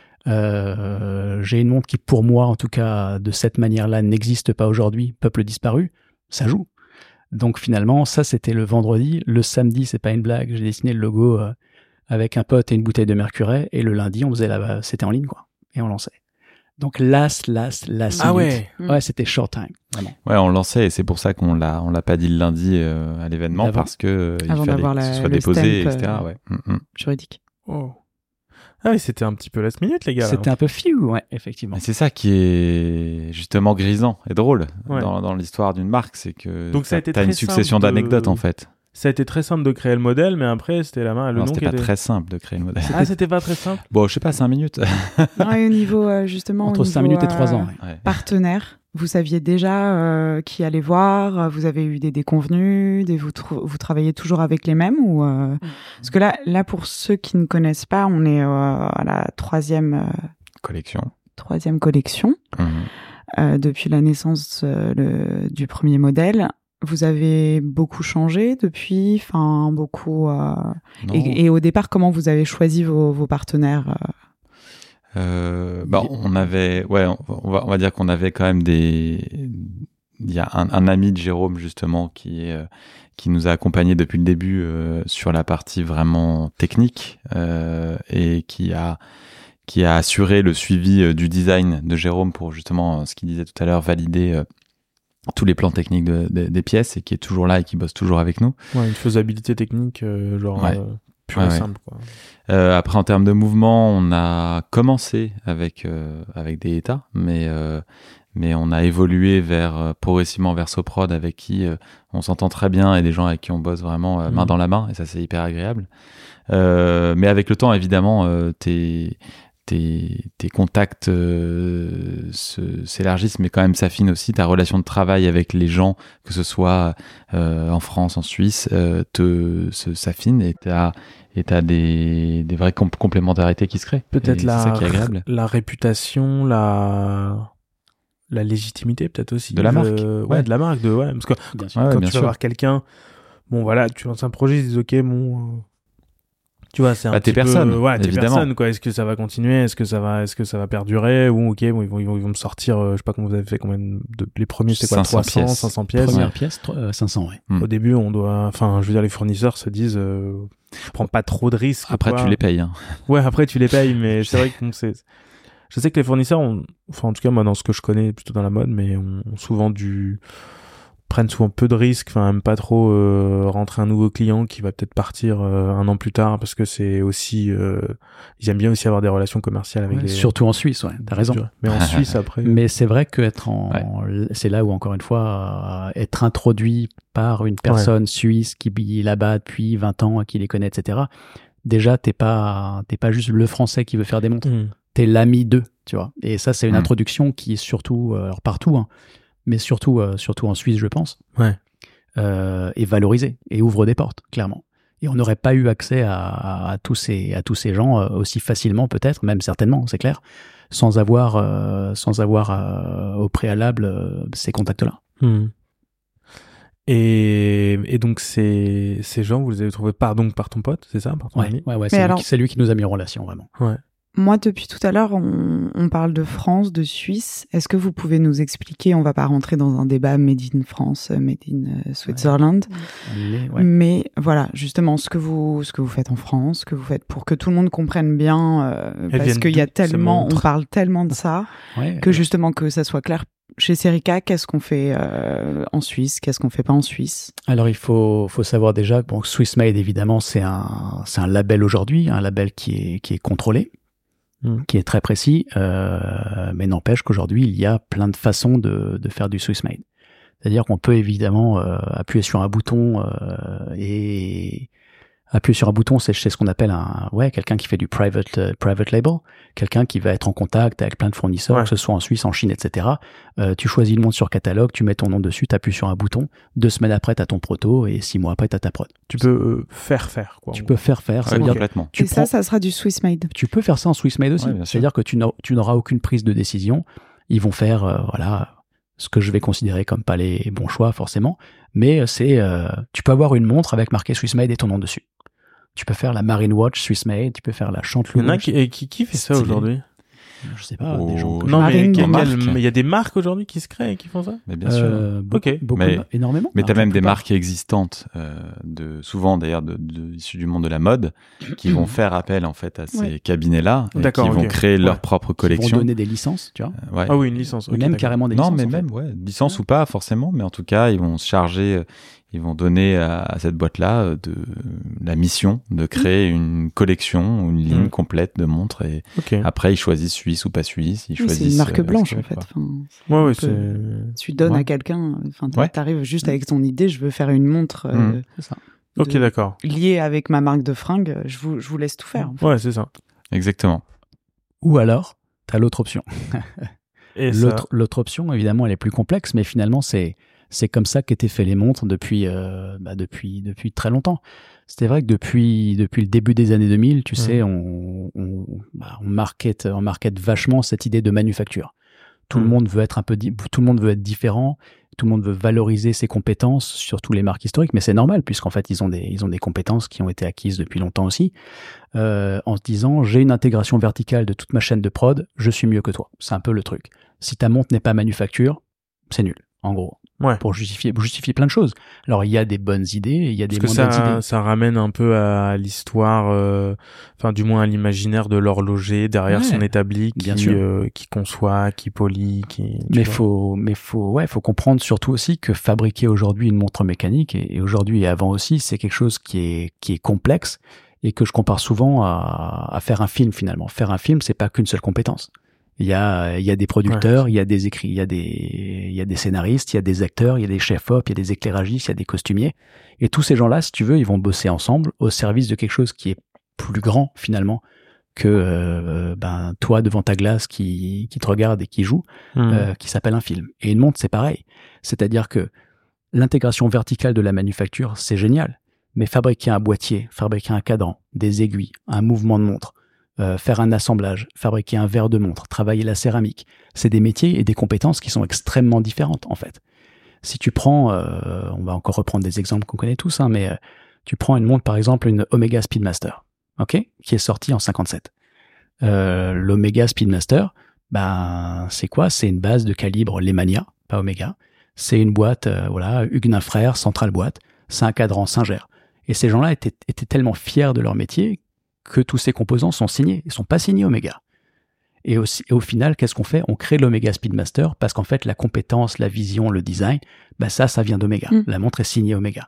Euh, j'ai une montre qui, pour moi, en tout cas, de cette manière-là, n'existe pas aujourd'hui, peuple disparu, ça joue. Donc finalement, ça c'était le vendredi. Le samedi, c'est pas une blague, j'ai dessiné le logo euh, avec un pote et une bouteille de Mercury, et le lundi, on faisait la, c'était en ligne, quoi, et on lançait. Donc last, last, last ah minute. ouais, ouais, c'était short time, vraiment. Ouais, on lançait et c'est pour ça qu'on l'a, on l'a pas dit le lundi euh, à l'événement Avant. parce que euh, il Avant fallait que la, ce soit déposé, stamp, et cetera. Euh, ouais. Mm-hmm. Juridique. Oh. Ah oui, c'était un petit peu last minute, les gars. C'était là. un peu few, ouais, effectivement. Mais c'est ça qui est justement grisant et drôle ouais. dans, dans l'histoire d'une marque, c'est que Donc ça a été t'as une succession de... d'anecdotes en fait. Ça a été très simple de créer le modèle, mais après, c'était la main, le non, nom c'était qui pas était... très simple de créer le modèle. Ah, c'était pas très simple. Bon, je sais pas, cinq minutes. Ouais, au niveau, euh, justement... Entre cinq minutes et trois ans. Euh, ouais. Partenaire, vous saviez déjà euh, qui allait voir, vous avez eu des déconvenus, des, vous, tr- vous travaillez toujours avec les mêmes ou euh... mmh. Parce que là, là, pour ceux qui ne connaissent pas, on est euh, à la troisième... Euh... Collection. Troisième collection. Mmh. Euh, depuis la naissance euh, le, du premier modèle. Vous avez beaucoup changé depuis, enfin beaucoup. Euh... Et, et au départ, comment vous avez choisi vos, vos partenaires euh... Euh, bah, on avait, ouais, on va, on va dire qu'on avait quand même des. Il y a un, un ami de Jérôme justement qui est, euh, qui nous a accompagnés depuis le début euh, sur la partie vraiment technique euh, et qui a qui a assuré le suivi euh, du design de Jérôme pour justement ce qu'il disait tout à l'heure, valider. Euh, tous les plans techniques de, de, des pièces et qui est toujours là et qui bosse toujours avec nous. Ouais, une faisabilité technique euh, genre ouais. euh, pure ouais, et simple. Quoi. Euh, après, en termes de mouvement, on a commencé avec euh, avec des états, mais euh, mais on a évolué vers euh, progressivement vers Soprod avec qui euh, on s'entend très bien et des gens avec qui on bosse vraiment euh, main mmh. dans la main et ça c'est hyper agréable. Euh, mais avec le temps, évidemment, euh, t'es Tes, tes contacts euh, se, s'élargissent, mais quand même s'affinent aussi. Ta relation de travail avec les gens, que ce soit euh, en France, en Suisse, euh, te, se, s'affine et t'as, et t'as des, des vraies comp- complémentarités qui se créent. Peut-être et la, c'est ça qui est agréable. la réputation, la, la légitimité peut-être aussi. De la marque. Euh, ouais, ouais, de la marque. De, ouais, parce que bien sûr. quand ouais, tu bien vas sûr. voir quelqu'un, bon voilà, tu lances un projet, ils disent ok, bon... Euh... Tu vois, c'est un bah, petit tes personnes, peu, ouais, tes évidemment. personnes, quoi. Est-ce que ça va continuer? Est-ce que ça va, est-ce que ça va perdurer? Ou, ok, bon, ils vont, ils vont, ils vont me sortir, euh, je sais pas comment vous avez fait, combien de, les premiers, c'était quoi, trois cents, cinq cents pièces? Première ouais. pièce, euh, cinq cents, ouais. Mm. Au début, on doit, enfin, je veux dire, les fournisseurs se disent, euh, je prends pas trop de risques. Après, quoi. tu les payes, hein. Ouais, après, tu les payes, mais c'est vrai que, bon, c'est, je sais que les fournisseurs ont, enfin, en tout cas, moi, dans ce que je connais, plutôt dans la mode, mais ont, ont souvent du, prennent souvent peu de risques, enfin même pas trop euh, rentrer un nouveau client qui va peut-être partir euh, un an plus tard parce que c'est aussi euh, ils aiment bien aussi avoir des relations commerciales avec ouais, les surtout en Suisse, ouais, t'as raison. Mais en Suisse après. Mais c'est vrai que être en, ouais. c'est là où encore une fois euh, être introduit par une personne ouais. suisse qui est là-bas depuis vingt ans, qui les connaît, et cetera. Déjà t'es pas t'es pas juste le Français qui veut faire des montres, mmh. t'es l'ami d'eux, tu vois. Et ça c'est une mmh. introduction qui est surtout euh, alors partout. Hein, mais surtout, euh, surtout en Suisse, je pense, ouais. euh, est valorisé et ouvre des portes, clairement. Et on n'aurait pas eu accès à, à, à, tous, ces, à tous ces gens euh, aussi facilement, peut-être, même certainement, c'est clair, sans avoir, euh, sans avoir euh, au préalable euh, ces contacts-là. Mmh. Et, et donc, ces, ces gens, vous les avez trouvés par, donc, par ton pote, c'est ça, par ton ouais, ami ouais, ouais, c'est, alors... lui qui, c'est lui qui nous a mis en relation, vraiment. Ouais. Moi, depuis tout à l'heure, on, on parle de France, de Suisse. Est-ce que vous pouvez nous expliquer, on va pas rentrer dans un débat made in France, made in uh, Switzerland, ouais. Ouais. mais voilà, justement, ce que vous, ce que vous faites en France, ce que vous faites pour que tout le monde comprenne bien, euh, parce qu'il y a tellement, on parle tellement de ça, ouais, que ouais. justement que ça soit clair. Chez Serica, qu'est-ce qu'on fait euh, en Suisse, qu'est-ce qu'on fait pas en Suisse? Alors il faut faut savoir déjà que bon, Swiss Made évidemment c'est un c'est un label aujourd'hui, un label qui est qui est contrôlé. Mmh. Qui est très précis, euh, mais n'empêche qu'aujourd'hui, il y a plein de façons de, de faire du Swiss Made. C'est-à-dire qu'on peut évidemment euh, appuyer sur un bouton euh, et appuyer sur un bouton, c'est, c'est ce qu'on appelle un ouais quelqu'un qui fait du private uh, private label, quelqu'un qui va être en contact avec plein de fournisseurs, ouais. que ce soit en Suisse, en Chine, et cetera. Euh, tu choisis le montre sur catalogue, tu mets ton nom dessus, tu appuies sur un bouton, deux semaines après t'as ton proto et six mois après t'as ta prod. Tu peux euh, faire faire quoi. Tu peux faire faire. Ça ouais, veut dire complètement. Tu et prends, ça, ça sera du Swiss Made. Tu peux faire ça en Swiss Made aussi. Ouais, C'est-à-dire que tu, n'auras, tu n'auras aucune prise de décision. Ils vont faire euh, voilà ce que je vais considérer comme pas les bons choix forcément, mais c'est euh, tu peux avoir une montre avec marqué Swiss Made et ton nom dessus. Tu peux faire la Marine Watch Swiss Made, tu peux faire la Chanteloup. Il y en a qui, qui, qui fait ça aujourd'hui? Je sais pas, oh. des gens. Non, mais il y, y a des marques aujourd'hui qui se créent et qui font ça? Mais bien sûr. Euh, beaucoup, ok. Beaucoup, mais, énormément. Mais t'as même des marques existantes, euh, de, souvent d'ailleurs, de, de, issues du monde de la mode, qui vont faire appel, en fait, à ces ouais. cabinets-là, et qui vont okay. créer ouais. leur propre collection. Ils vont donner des licences, tu vois. Euh, ouais. Ah oui, une licence. Okay, même carrément des licences. Non, mais même, fait. ouais, licence ouais. ou pas, forcément, mais en tout cas, ils vont se charger, ils vont donner à, à cette boîte-là de la mission de créer mmh. une collection, une ligne mmh. complète de montres, et okay. après, ils choisissent Suisse ou pas Suisse, ils oui, choisissent. C'est une marque blanche, en fait. Enfin, ouais, ouais, c'est... Tu donnes ouais. à quelqu'un, enfin, ouais. t'arrives juste avec ton idée, je veux faire une montre. Euh, mmh. C'est ça. Ok, d'accord. Liée avec ma marque de fringues, je vous, je vous laisse tout faire. En fait. Ouais, c'est ça. Exactement. Ou alors, t'as l'autre option. Et l'autre, ça... l'autre option, évidemment, elle est plus complexe, mais finalement, c'est, c'est comme ça qu'étaient fait les montres depuis, euh, bah, depuis, depuis très longtemps. C'était vrai que depuis, depuis le début des années deux mille, tu mmh. sais, on, on, bah, on market, on market vachement cette idée de manufacture. Tout mmh. le monde veut être un peu, di- tout le monde veut être différent. Tout le monde veut valoriser ses compétences, surtout les marques historiques, mais c'est normal puisqu'en fait ils ont des ils ont des compétences qui ont été acquises depuis longtemps aussi. Euh, en se disant j'ai une intégration verticale de toute ma chaîne de prod, je suis mieux que toi. C'est un peu le truc. Si ta montre n'est pas manufacture, c'est nul. En gros. Ouais. Pour justifier, pour justifier plein de choses. Alors, il y a des bonnes idées, il y a des Parce moins que ça, bonnes idées. ça ramène un peu à l'histoire, euh, enfin, du moins à l'imaginaire de l'horloger derrière ouais, son établi, qui, euh, qui conçoit, qui polie, qui. Mais vois. faut, mais faut, ouais, faut comprendre surtout aussi que fabriquer aujourd'hui une montre mécanique, et, et aujourd'hui et avant aussi, c'est quelque chose qui est, qui est complexe et que je compare souvent à, à faire un film finalement. Faire un film, c'est pas qu'une seule compétence. Il y a, il y a des producteurs, ouais. il y a des écrits, il y a des, il y a des scénaristes, il y a des acteurs, il y a des chefs-op, il y a des éclairagistes, il y a des costumiers. Et tous ces gens-là, si tu veux, ils vont bosser ensemble au service de quelque chose qui est plus grand, finalement, que, euh, ben, toi devant ta glace qui, qui te regarde et qui joue, mmh. euh, qui s'appelle un film. Et une montre, c'est pareil. C'est-à-dire que l'intégration verticale de la manufacture, c'est génial. Mais fabriquer un boîtier, fabriquer un cadran, des aiguilles, un mouvement de montre, Euh, faire un assemblage, fabriquer un verre de montre, travailler la céramique. C'est des métiers et des compétences qui sont extrêmement différentes, en fait. Si tu prends, euh, on va encore reprendre des exemples qu'on connaît tous, hein, mais euh, tu prends une montre, par exemple, une Omega Speedmaster, ok, qui est sortie en cinquante-sept. Euh, L'Omega Speedmaster, ben, c'est quoi? C'est une base de calibre Lemania, pas Omega. C'est une boîte, euh, voilà, Huguenin Frères, centrale boîte. C'est un cadran Singer. Et ces gens-là étaient, étaient tellement fiers de leur métier que tous ces composants sont signés. Ils sont pas signés Omega. Et, aussi, et au final, qu'est-ce qu'on fait? On crée l'Omega Speedmaster parce qu'en fait, la compétence, la vision, le design, bah ça, ça vient d'Omega. Mm. La montre est signée Omega.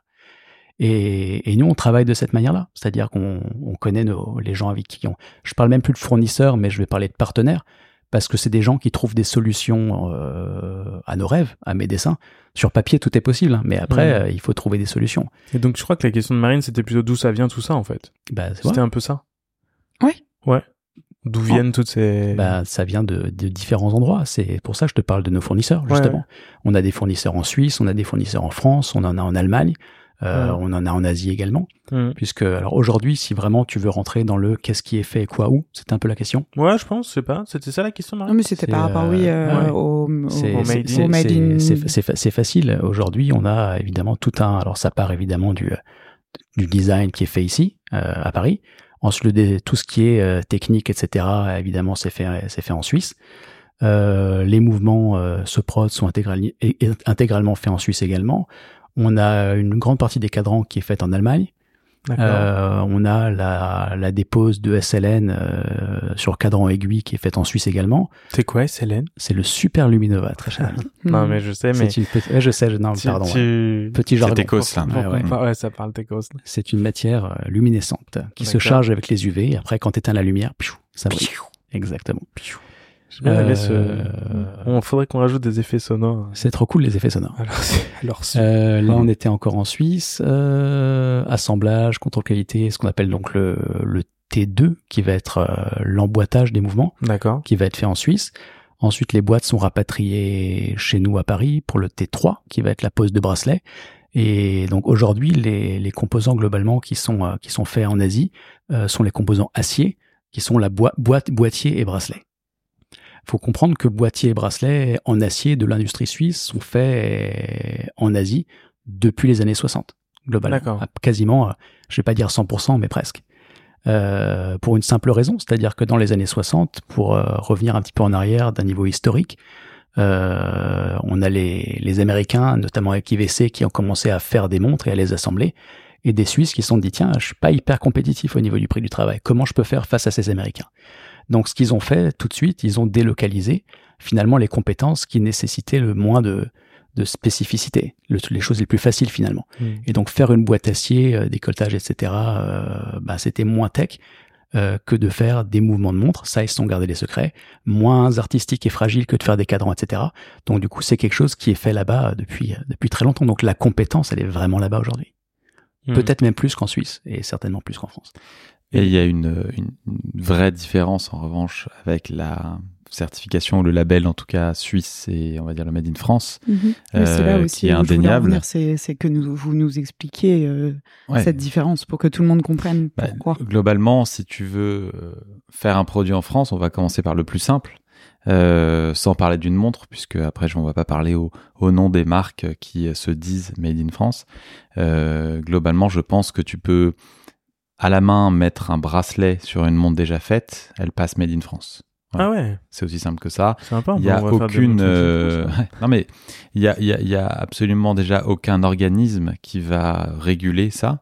Et, et nous, on travaille de cette manière-là. C'est-à-dire qu'on on connaît nos, les gens avec qui on... Je parle même plus de fournisseurs, mais je vais parler de partenaires parce que c'est des gens qui trouvent des solutions euh, à nos rêves, à mes dessins. Sur papier, tout est possible, mais après, mmh. euh, il faut trouver des solutions. Et donc, je crois que la question de Marine, c'était plutôt d'où ça vient tout ça, en fait. Bah, c'était ouais. un peu ça. Ouais. Ouais. D'où oh. viennent toutes ces... Bah, ça vient de, de différents endroits. C'est pour ça que je te parle de nos fournisseurs, justement. Ouais. On a des fournisseurs en Suisse, on a des fournisseurs en France, on en a en Allemagne. Euh, mmh. On en a en Asie également, mmh. puisque alors aujourd'hui, si vraiment tu veux rentrer dans le qu'est-ce qui est fait et quoi où, c'est un peu la question. Ouais, je pense, c'est pas, c'était ça la question, Marie. Non, mais c'était c'est, par rapport, euh, oui, euh, ouais. au, au, c'est, au made, c'est, au made in. C'est, c'est, c'est, c'est facile. Aujourd'hui, on a évidemment tout un. Alors ça part évidemment du du design qui est fait ici euh, à Paris. Ensuite, le, tout ce qui est euh, technique, et cetera. Évidemment, c'est fait, c'est fait en Suisse. Euh, les mouvements euh, Soprod sont intégral, intégralement faits en Suisse également. On a une grande partie des cadrans qui est faite en Allemagne. Euh, on a la, la dépose de S L N euh, sur cadran aiguille qui est faite en Suisse également. C'est quoi S L N? C'est le Super Luminova, très cher ami. Non mais je sais, mais c'est une petite... ouais, je sais, je... non tu, pardon. Tu... Ouais. Petit jargon. C'est Tecos là. Ouais, ouais. ouais, ça parle Tecos. C'est une matière luminescente qui D'accord. se charge avec les U V. Et après, quand tu éteins la lumière, piou, ça brille. Exactement. Piou. Euh, ce... On faudrait qu'on rajoute des effets sonores. C'est trop cool les effets sonores. Alors, c'est... Alors, euh, là, on était encore en Suisse. Euh, assemblage, contrôle qualité, ce qu'on appelle donc le, le T deux, qui va être euh, l'emboîtage des mouvements, D'accord. qui va être fait en Suisse. Ensuite, les boîtes sont rapatriées chez nous à Paris pour le T trois, qui va être la pose de bracelet. Et donc aujourd'hui, les, les composants globalement qui sont euh, qui sont faits en Asie euh, sont les composants acier, qui sont la boi- boîte, boîtier et bracelet. faut comprendre que boîtiers et bracelets en acier de l'industrie suisse sont faits en Asie depuis les années soixante, globalement. D'accord. Quasiment, je vais pas dire cent pour cent, mais presque. Euh, pour une simple raison, c'est-à-dire que dans les années soixante, pour euh, revenir un petit peu en arrière d'un niveau historique, euh, on a les, les Américains, notamment avec I V C, qui ont commencé à faire des montres et à les assembler, et des Suisses qui se sont dit, tiens, je suis pas hyper compétitif au niveau du prix du travail, comment je peux faire face à ces Américains? Donc ce qu'ils ont fait tout de suite, ils ont délocalisé finalement les compétences qui nécessitaient le moins de, de spécificité, le, les choses les plus faciles finalement. Mmh. Et donc faire une boîte acier, euh, décolletage, et cetera, euh, bah, c'était moins tech euh, que de faire des mouvements de montre, ça ils se sont gardés les secrets, moins artistique et fragile que de faire des cadrans, et cetera. Donc du coup c'est quelque chose qui est fait là-bas depuis, depuis très longtemps, donc la compétence elle est vraiment là-bas aujourd'hui. Mmh. Peut-être même plus qu'en Suisse, et certainement plus qu'en France. Et il y a une, une, une vraie différence en revanche avec la certification, le label en tout cas suisse et on va dire le Made in France, mmh. euh, c'est là aussi qui est indéniable. C'est, c'est que nous, vous nous expliquiez euh, ouais. cette différence pour que tout le monde comprenne bah, pourquoi. Globalement, si tu veux faire un produit en France, on va commencer par le plus simple, euh, sans parler d'une montre, puisque après on ne va pas parler au, au nom des marques qui se disent Made in France. Euh, globalement, je pense que tu peux à la main mettre un bracelet sur une montre déjà faite, elle passe Made in France. Voilà. Ah ouais. C'est aussi simple que ça. C'est sympa. Il y a aucune. Euh... non mais il y a, il y a, il y a absolument déjà aucun organisme qui va réguler ça.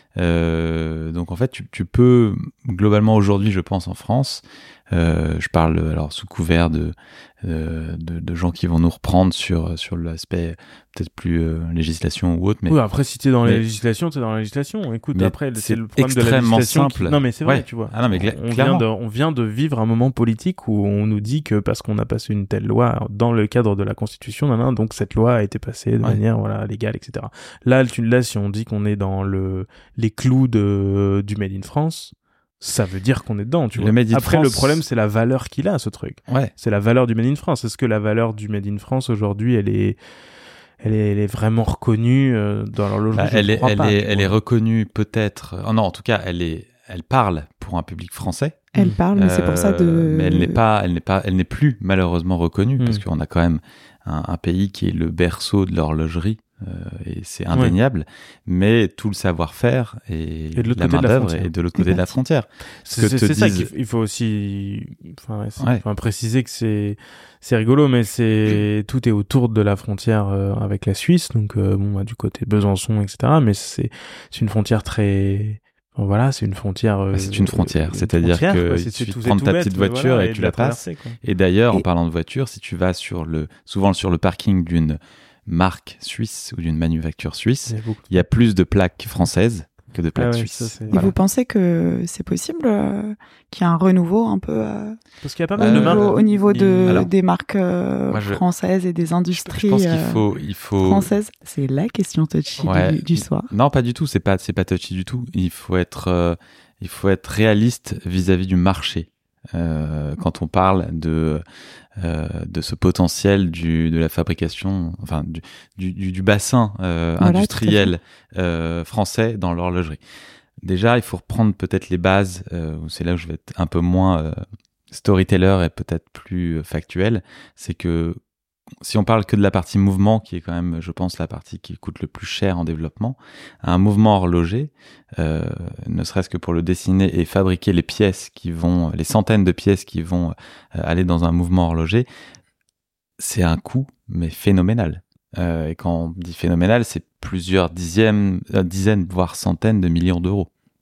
Euh, donc en fait, tu, tu peux globalement aujourd'hui, je pense en France, euh, je parle alors sous couvert de, euh, de de gens qui vont nous reprendre sur sur l'aspect peut-être plus euh, législation ou autre. Mais oui, après si t'es dans mais... la législation, t'es dans la législation. Écoute, après c'est, c'est le problème extrêmement de la législation simple. Qui... Non mais c'est vrai, ouais. tu vois. Ah non mais cla- on vient de on vient de vivre un moment politique où on nous dit que parce qu'on a passé une telle loi dans le cadre de la Constitution, nan, nan, donc cette loi a été passée de ouais. manière voilà légale, et cetera. Là, tu là si on dit qu'on est dans le les clous de du Made in France. Ça veut dire qu'on est dedans, tu le vois. Made in Après, France... le problème, c'est la valeur qu'il a, ce truc. Ouais. C'est la valeur du Made in France. Est-ce que la valeur du Made in France, aujourd'hui, elle est, elle est, elle est vraiment reconnue euh, dans l'horlogerie? bah, Elle, est, elle, pas, est, elle est reconnue peut-être... Oh non, en tout cas, elle, est, elle parle pour un public français. Elle parle, mais euh, c'est pour ça de... Mais elle n'est pas, elle n'est pas, elle n'est plus malheureusement reconnue, mmh. parce qu'on a quand même un, un pays qui est le berceau de l'horlogerie. Euh, et c'est indéniable, ouais. mais tout le savoir-faire et, et de la main-d'œuvre est de l'autre côté de la frontière. C'est, c'est, c'est ça qu'il faut aussi enfin, ouais. enfin, préciser que c'est, c'est rigolo, mais c'est tout est autour de la frontière euh, avec la Suisse, donc euh, bon, bah, du côté Besançon, et cetera. Mais c'est, c'est une frontière très... Voilà, c'est une frontière. Euh, bah, c'est une frontière, une c'est-à-dire frontière, que quoi, il suffit de prendre ta bête, petite voiture voilà, et, et tu la passes. Et d'ailleurs, et... en parlant de voiture, si tu vas sur le, souvent sur le parking d'une marque suisse ou d'une manufacture suisse, il y a plus de plaques françaises que de plaques ah ouais, suisses. Ça, et voilà. Vous pensez que c'est possible euh, qu'il y ait un renouveau un peu euh, parce qu'il y a pas mal de marques au niveau de, Alors, des marques euh, je, françaises et des industries je pense qu'il faut, il faut... françaises? C'est la question touchy ouais, du, du soir. Non, pas du tout. C'est pas, c'est pas touchy du tout. Il faut être, euh, il faut être réaliste vis-à-vis du marché. Euh, quand on parle de euh, de ce potentiel du de la fabrication, enfin du du, du, du bassin euh, voilà, industriel euh, français dans l'horlogerie. Déjà, il faut reprendre peut-être les bases. Euh, c'est là où je vais être un peu moins euh, storyteller et peut-être plus factuel. C'est que si on parle que de la partie mouvement, qui est quand même, je pense, la partie qui coûte le plus cher en développement, un mouvement horloger, euh, ne serait-ce que pour le dessiner et fabriquer les pièces qui vont, les centaines de pièces qui vont euh, aller dans un mouvement horloger, c'est un coût, mais phénoménal. Euh, et quand on dit phénoménal, c'est plusieurs dixièmes, euh, dizaines, voire centaines de millions d'euros. D'accord ?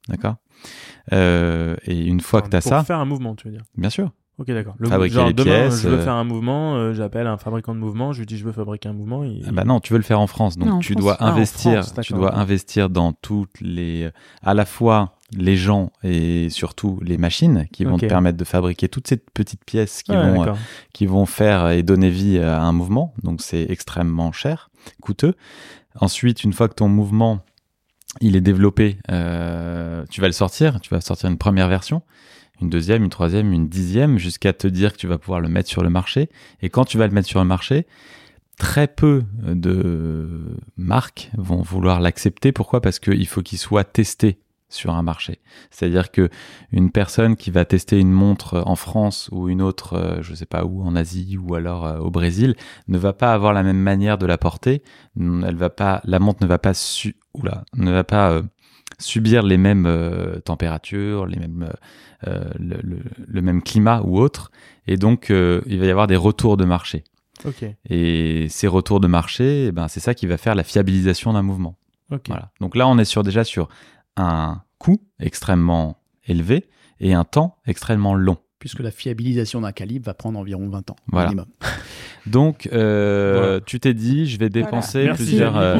euh, Et une fois enfin, que tu as ça... Pour faire un mouvement, tu veux dire ? Bien sûr. Ok, d'accord. Le, fabriquer genre, les demain, pièces. Je veux euh... faire un mouvement, euh, j'appelle un fabricant de mouvement, je lui dis je veux fabriquer un mouvement. Et... Ah bah non, tu veux le faire en France, donc non, tu France. dois Ah, investir, France, tu dois investir dans toutes les, à la fois les gens et surtout les machines qui vont okay. te permettre de fabriquer toutes ces petites pièces qui ouais, vont, euh, qui vont faire et donner vie à un mouvement. Donc c'est extrêmement cher, coûteux. Ensuite, une fois que ton mouvement il est développé, euh, tu vas le sortir, tu vas sortir une première version, une deuxième, une troisième, une dixième, jusqu'à te dire que tu vas pouvoir le mettre sur le marché. Et quand tu vas le mettre sur le marché, très peu de marques vont vouloir l'accepter. Pourquoi ? Parce qu'il faut qu'il soit testé sur un marché. C'est-à-dire que une personne qui va tester une montre en France ou une autre, euh, je sais pas où, en Asie ou alors euh, au Brésil, ne va pas avoir la même manière de la porter. Elle va pas, la montre ne va pas su, oula, ne va pas euh, subir les mêmes euh, températures, les mêmes, euh, le, le, le même climat ou autre. Et donc, euh, il va y avoir des retours de marché. Okay. Et ces retours de marché, eh ben, c'est ça qui va faire la fiabilisation d'un mouvement. Okay. Voilà. Donc là, on est sur, déjà sur un coût extrêmement élevé et un temps extrêmement long. Puisque la fiabilisation d'un calibre va prendre environ vingt ans voilà. minimum. Donc, euh, voilà. tu t'es dit, je vais dépenser voilà. plusieurs... Euh,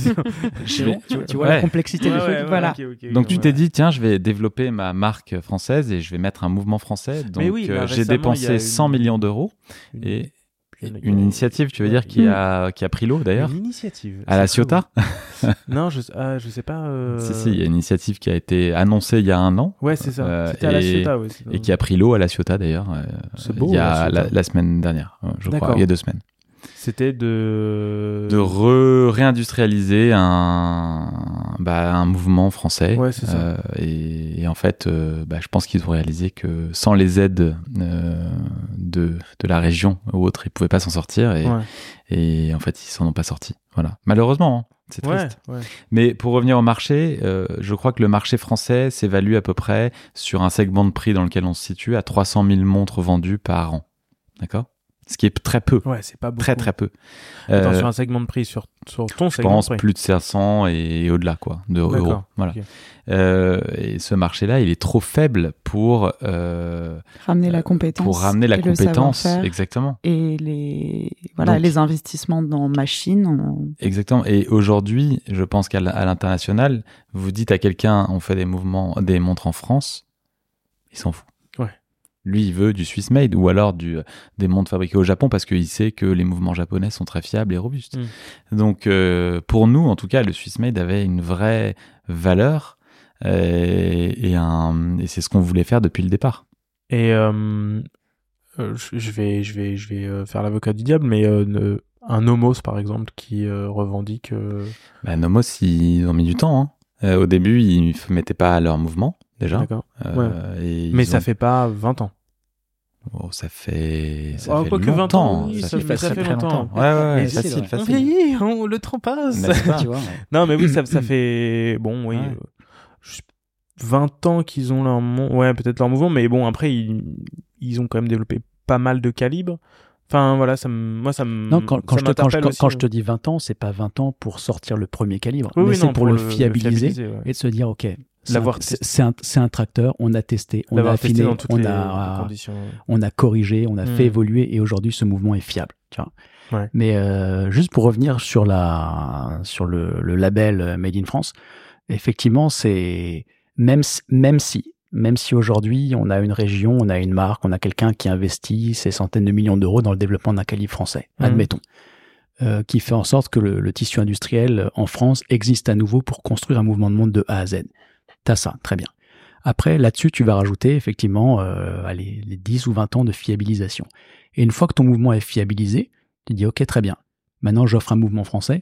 je vais, tu, tu vois ouais. la complexité ouais, du ouais, truc. Ouais, voilà. Okay, okay, donc, okay, tu ouais. t'es dit, tiens, je vais développer ma marque française et je vais mettre un mouvement français. Donc, Mais oui, bah, euh, j'ai dépensé une... cent millions d'euros une... et... Une, une initiative, tu veux ouais, dire, qui, mmh. a, qui a pris l'eau, d'ailleurs? Une initiative. À la Ciotat? Non, je, ah, je sais pas. Euh... Si, si, il y a une initiative qui a été annoncée il y a un an. Ouais, c'est ça. Euh, C'était et, à la Ciotat, ouais. Et qui a pris l'eau à la Ciotat, d'ailleurs. Euh, c'est beau, il y a la, la, la semaine dernière, je D'accord. crois, il y a deux semaines. C'était de... De re- réindustrialiser un, bah, un mouvement français. Ouais, c'est ça. Euh, et, et en fait, euh, bah, je pense qu'ils ont réalisé que sans les aides euh, de, de la région ou autre, ils ne pouvaient pas s'en sortir. Et, ouais. et en fait, ils s'en ont pas sortis. Voilà. Malheureusement, hein, c'est triste. Ouais, ouais. Mais pour revenir au marché, euh, je crois que le marché français s'évalue à peu près sur un segment de prix dans lequel on se situe à trois cent mille montres vendues par an. D'accord ? Ce qui est très peu. Ouais, c'est pas beaucoup. Très, très peu. Attends, euh, sur un segment de prix, sur, sur ton je segment pense de prix. plus de cinq cents et, et au-delà, quoi, de D'accord. euros. Voilà. Okay. Euh, et ce marché-là, il est trop faible pour euh, ramener la compétence. Pour ramener la compétence, exactement. Et les voilà Donc, les investissements dans machines. On... Exactement. Et aujourd'hui, je pense qu'à l'international, vous dites à quelqu'un, on fait des mouvements, des montres en France, il s'en fout. Lui, il veut du Swiss made ou alors du, des montres fabriquées au Japon parce qu'il sait que les mouvements japonais sont très fiables et robustes. Mmh. Donc, euh, pour nous, en tout cas, le Swiss made avait une vraie valeur et, et, un, et c'est ce qu'on voulait faire depuis le départ. Et euh, je vais, je vais, je vais faire l'avocat du diable, mais euh, un Nomos, par exemple, qui euh, revendique... Euh... Bah, Nomos, ils ont mis du temps. Hein. Euh, au début, ils ne mettaient pas à leur mouvement. Déjà. D'accord. Euh, ouais. Et mais ça ont... fait pas vingt ans. Oh, ça fait, ça oh, fait quoi longtemps. Que vingt ans, oui, ça, ça, fait, ça fait très longtemps. longtemps. Ouais, ouais, ouais facile, facile, ouais. facile. On vieillit, on, le temps passe. Pas, tu vois, ouais. Non, mais oui, ça, ça fait, bon, oui, ouais. euh, vingt ans qu'ils ont leur, mon... ouais, peut-être leur mouvement, mais bon, après, ils, ils ont quand même développé pas mal de calibres. Enfin, voilà, ça me, moi, ça me, non, quand, quand, ça je, te, quand, je, aussi, quand ouais. je te dis vingt ans, c'est pas vingt ans pour sortir le premier calibre, oui, mais oui, c'est non, pour, pour le, le fiabiliser, le fiabiliser ouais. et de se dire, ok, c'est un, c'est, un, c'est un tracteur, on a testé, on a affiné, on a, on a corrigé, on a mmh. fait évoluer et aujourd'hui ce mouvement est fiable. Tu vois. Ouais. Mais euh, juste pour revenir sur, la, sur le, le label Made in France, effectivement, c'est même, même si, même si aujourd'hui on a une région, on a une marque, on a quelqu'un qui investit ces centaines de millions d'euros dans le développement d'un calibre français, mmh. admettons. Euh, qui fait en sorte que le, le tissu industriel en France existe à nouveau pour construire un mouvement de montre de A à Z. T'as ça, très bien. Après, là-dessus, tu vas rajouter effectivement euh, allez, les dix ou vingt ans de fiabilisation. Et une fois que ton mouvement est fiabilisé, tu dis ok, très bien. Maintenant, j'offre un mouvement français,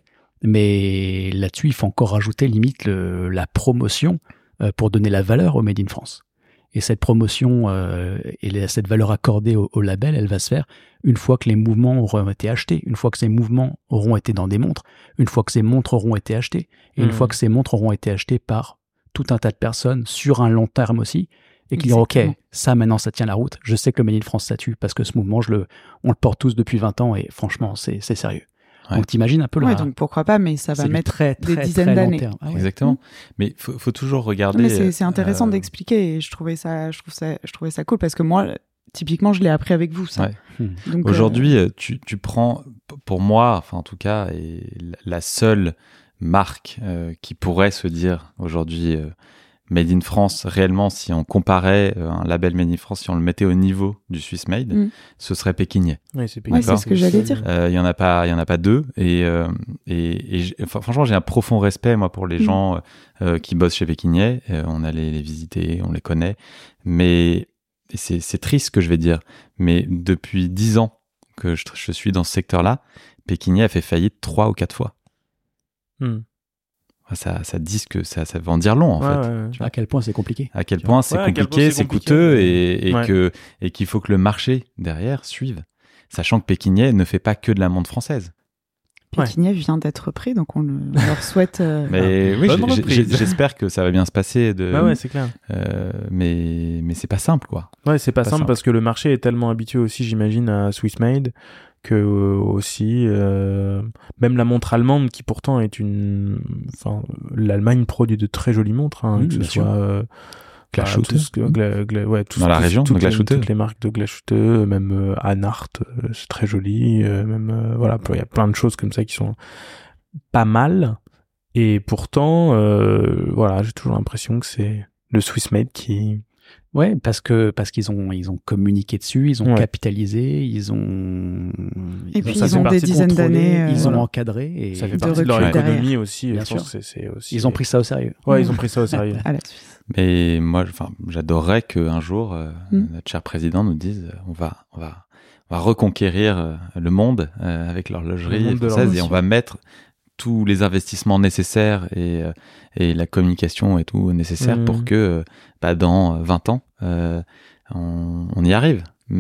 mais là-dessus, il faut encore rajouter limite le, la promotion euh, pour donner la valeur au Made in France. Et cette promotion euh, et cette valeur accordée au, au label, elle va se faire une fois que les mouvements auront été achetés, une fois que ces mouvements auront été dans des montres, une fois que ces montres auront été achetées, et mmh. une fois que ces montres auront été achetées par tout un tas de personnes sur un long terme aussi, et qui diront ok, ça maintenant ça tient la route, je sais que le Made in France ça tue, parce que ce mouvement, je le, on le porte tous depuis vingt ans, et franchement, c'est, c'est sérieux. Ouais. Donc t'imagines un peu ouais, là. Donc pourquoi pas, mais ça va mettre très, très, des dizaines très d'années. Ah ouais. Exactement. Mmh. Mais faut, faut toujours regarder. Mais c'est, c'est intéressant euh... d'expliquer. Et je trouvais ça, je trouve ça, je trouvais ça cool parce que moi, typiquement, je l'ai appris avec vous. Ça. Ouais. Donc, aujourd'hui, euh... tu, tu prends, pour moi, enfin en tout cas, et la seule marque euh, qui pourrait se dire aujourd'hui euh, Made in France, réellement, si on comparait euh, un label Made in France, si on le mettait au niveau du Swiss Made, mmh. ce serait pékinais. Oui, c'est pékinais. Ouais, c'est ce que j'allais dire. Il euh, y en a pas, il y en a pas deux. Et, euh, et, et enfin, franchement, j'ai un profond respect moi pour les mmh. gens euh, qui bossent chez Pékinais. Euh, on allait les visiter, on les connaît. Mais c'est, c'est triste ce que je vais dire. Mais depuis dix ans que je, je suis dans ce secteur-là, Pékinais a fait faillite trois ou quatre fois. Mmh. ça, ça dit que ça, ça veut en dire long, en ouais, fait. Ouais, ouais. À quel point c'est compliqué. À quel point c'est ouais, compliqué, point c'est, c'est compliqué. coûteux et, et, ouais. que, et qu'il faut que le marché derrière suive. Sachant que Pékinier ne fait pas que de la montre française. Pékinier ouais. vient d'être pris, donc on, le, on leur souhaite. Euh... Mais oui, j'ai, j'ai, j'espère que ça va bien se passer. De, bah ouais, c'est clair. Euh, mais mais c'est pas simple, quoi. Ouais, c'est pas, pas simple, simple parce que le marché est tellement habitué aussi, j'imagine, à Swissmade que euh, aussi euh, même la montre allemande qui pourtant est une, enfin, l'Allemagne produit de très jolies montres, hein, mmh, que ce soit. Euh, Glashütte. Bah, gla, gla, ouais, tout, dans tout, la région, toutes, de les, toutes les marques de Glashütte, même euh, Anhart, euh, c'est très joli, euh, même euh, voilà, il y a plein de choses comme ça qui sont pas mal, et pourtant, euh, voilà, j'ai toujours l'impression que c'est le Swissmade qui... Ouais, parce que parce qu'ils ont ils ont communiqué dessus, ils ont ouais. capitalisé, ils ont et puis ils ont des dizaines d'années, euh, ils voilà. ont encadré et ça fait partie de, de leur économie derrière. Aussi. Bien je sûr. pense que c'est, c'est aussi. Ils ont pris ça au sérieux. Ouais, ils ont pris ça au sérieux. À la Suisse. Mais moi, enfin, j'adorerais qu'un jour euh, mm. notre cher président nous dise, on va on va on va reconquérir euh, le monde euh, avec l'horlogerie française et on va mettre tous les investissements nécessaires et, euh, et la communication et tout nécessaire mmh. pour que bah, dans vingt ans, euh, on, on y arrive.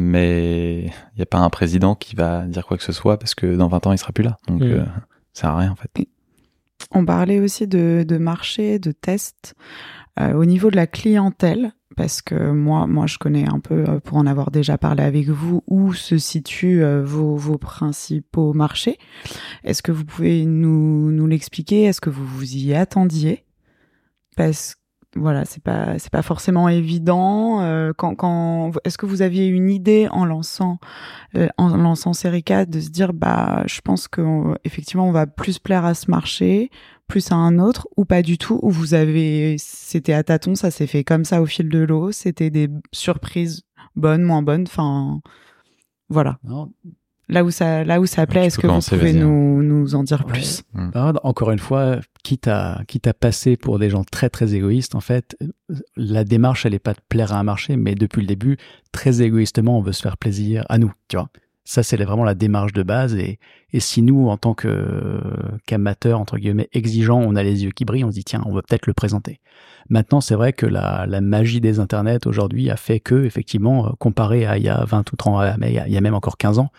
Mais il n'y a pas un président qui va dire quoi que ce soit parce que dans vingt ans, il ne sera plus là. Donc, mmh. euh, ça sert à rien en fait. On parlait aussi de, de marché, de tests. Euh, au niveau de la clientèle, parce que moi, moi, je connais un peu, euh, pour en avoir déjà parlé avec vous, où se situent euh, vos, vos principaux marchés. Est-ce que vous pouvez nous, nous l'expliquer ? Est-ce que vous vous y attendiez ? Parce que voilà, c'est pas, c'est pas forcément évident. Euh, quand, quand, est-ce que vous aviez une idée en lançant, euh, en lançant Serica de se dire, bah, je pense que effectivement, on va plus plaire à ce marché, plus à un autre, ou pas du tout, où vous avez, c'était à tâtons, ça s'est fait comme ça au fil de l'eau, c'était des surprises bonnes, moins bonnes, enfin, voilà. Non. Là où ça, là où ça plaît, ouais, est-ce que vous pouvez nous, nous en dire ouais. plus ? Mmh. Alors, encore une fois, quitte à, quitte à passer pour des gens très très égoïstes, en fait, la démarche, elle est pas de plaire à un marché, mais depuis le début, très égoïstement, on veut se faire plaisir à nous, tu vois. Ça, c'est vraiment la démarche de base. Et, et si nous, en tant que, qu'amateurs, entre guillemets, exigeants, on a les yeux qui brillent, on se dit, tiens, on va peut-être le présenter. Maintenant, c'est vrai que la, la magie des internets aujourd'hui a fait que, effectivement, comparé à il y a vingt ou trente, il y a, il y a même encore quinze ans,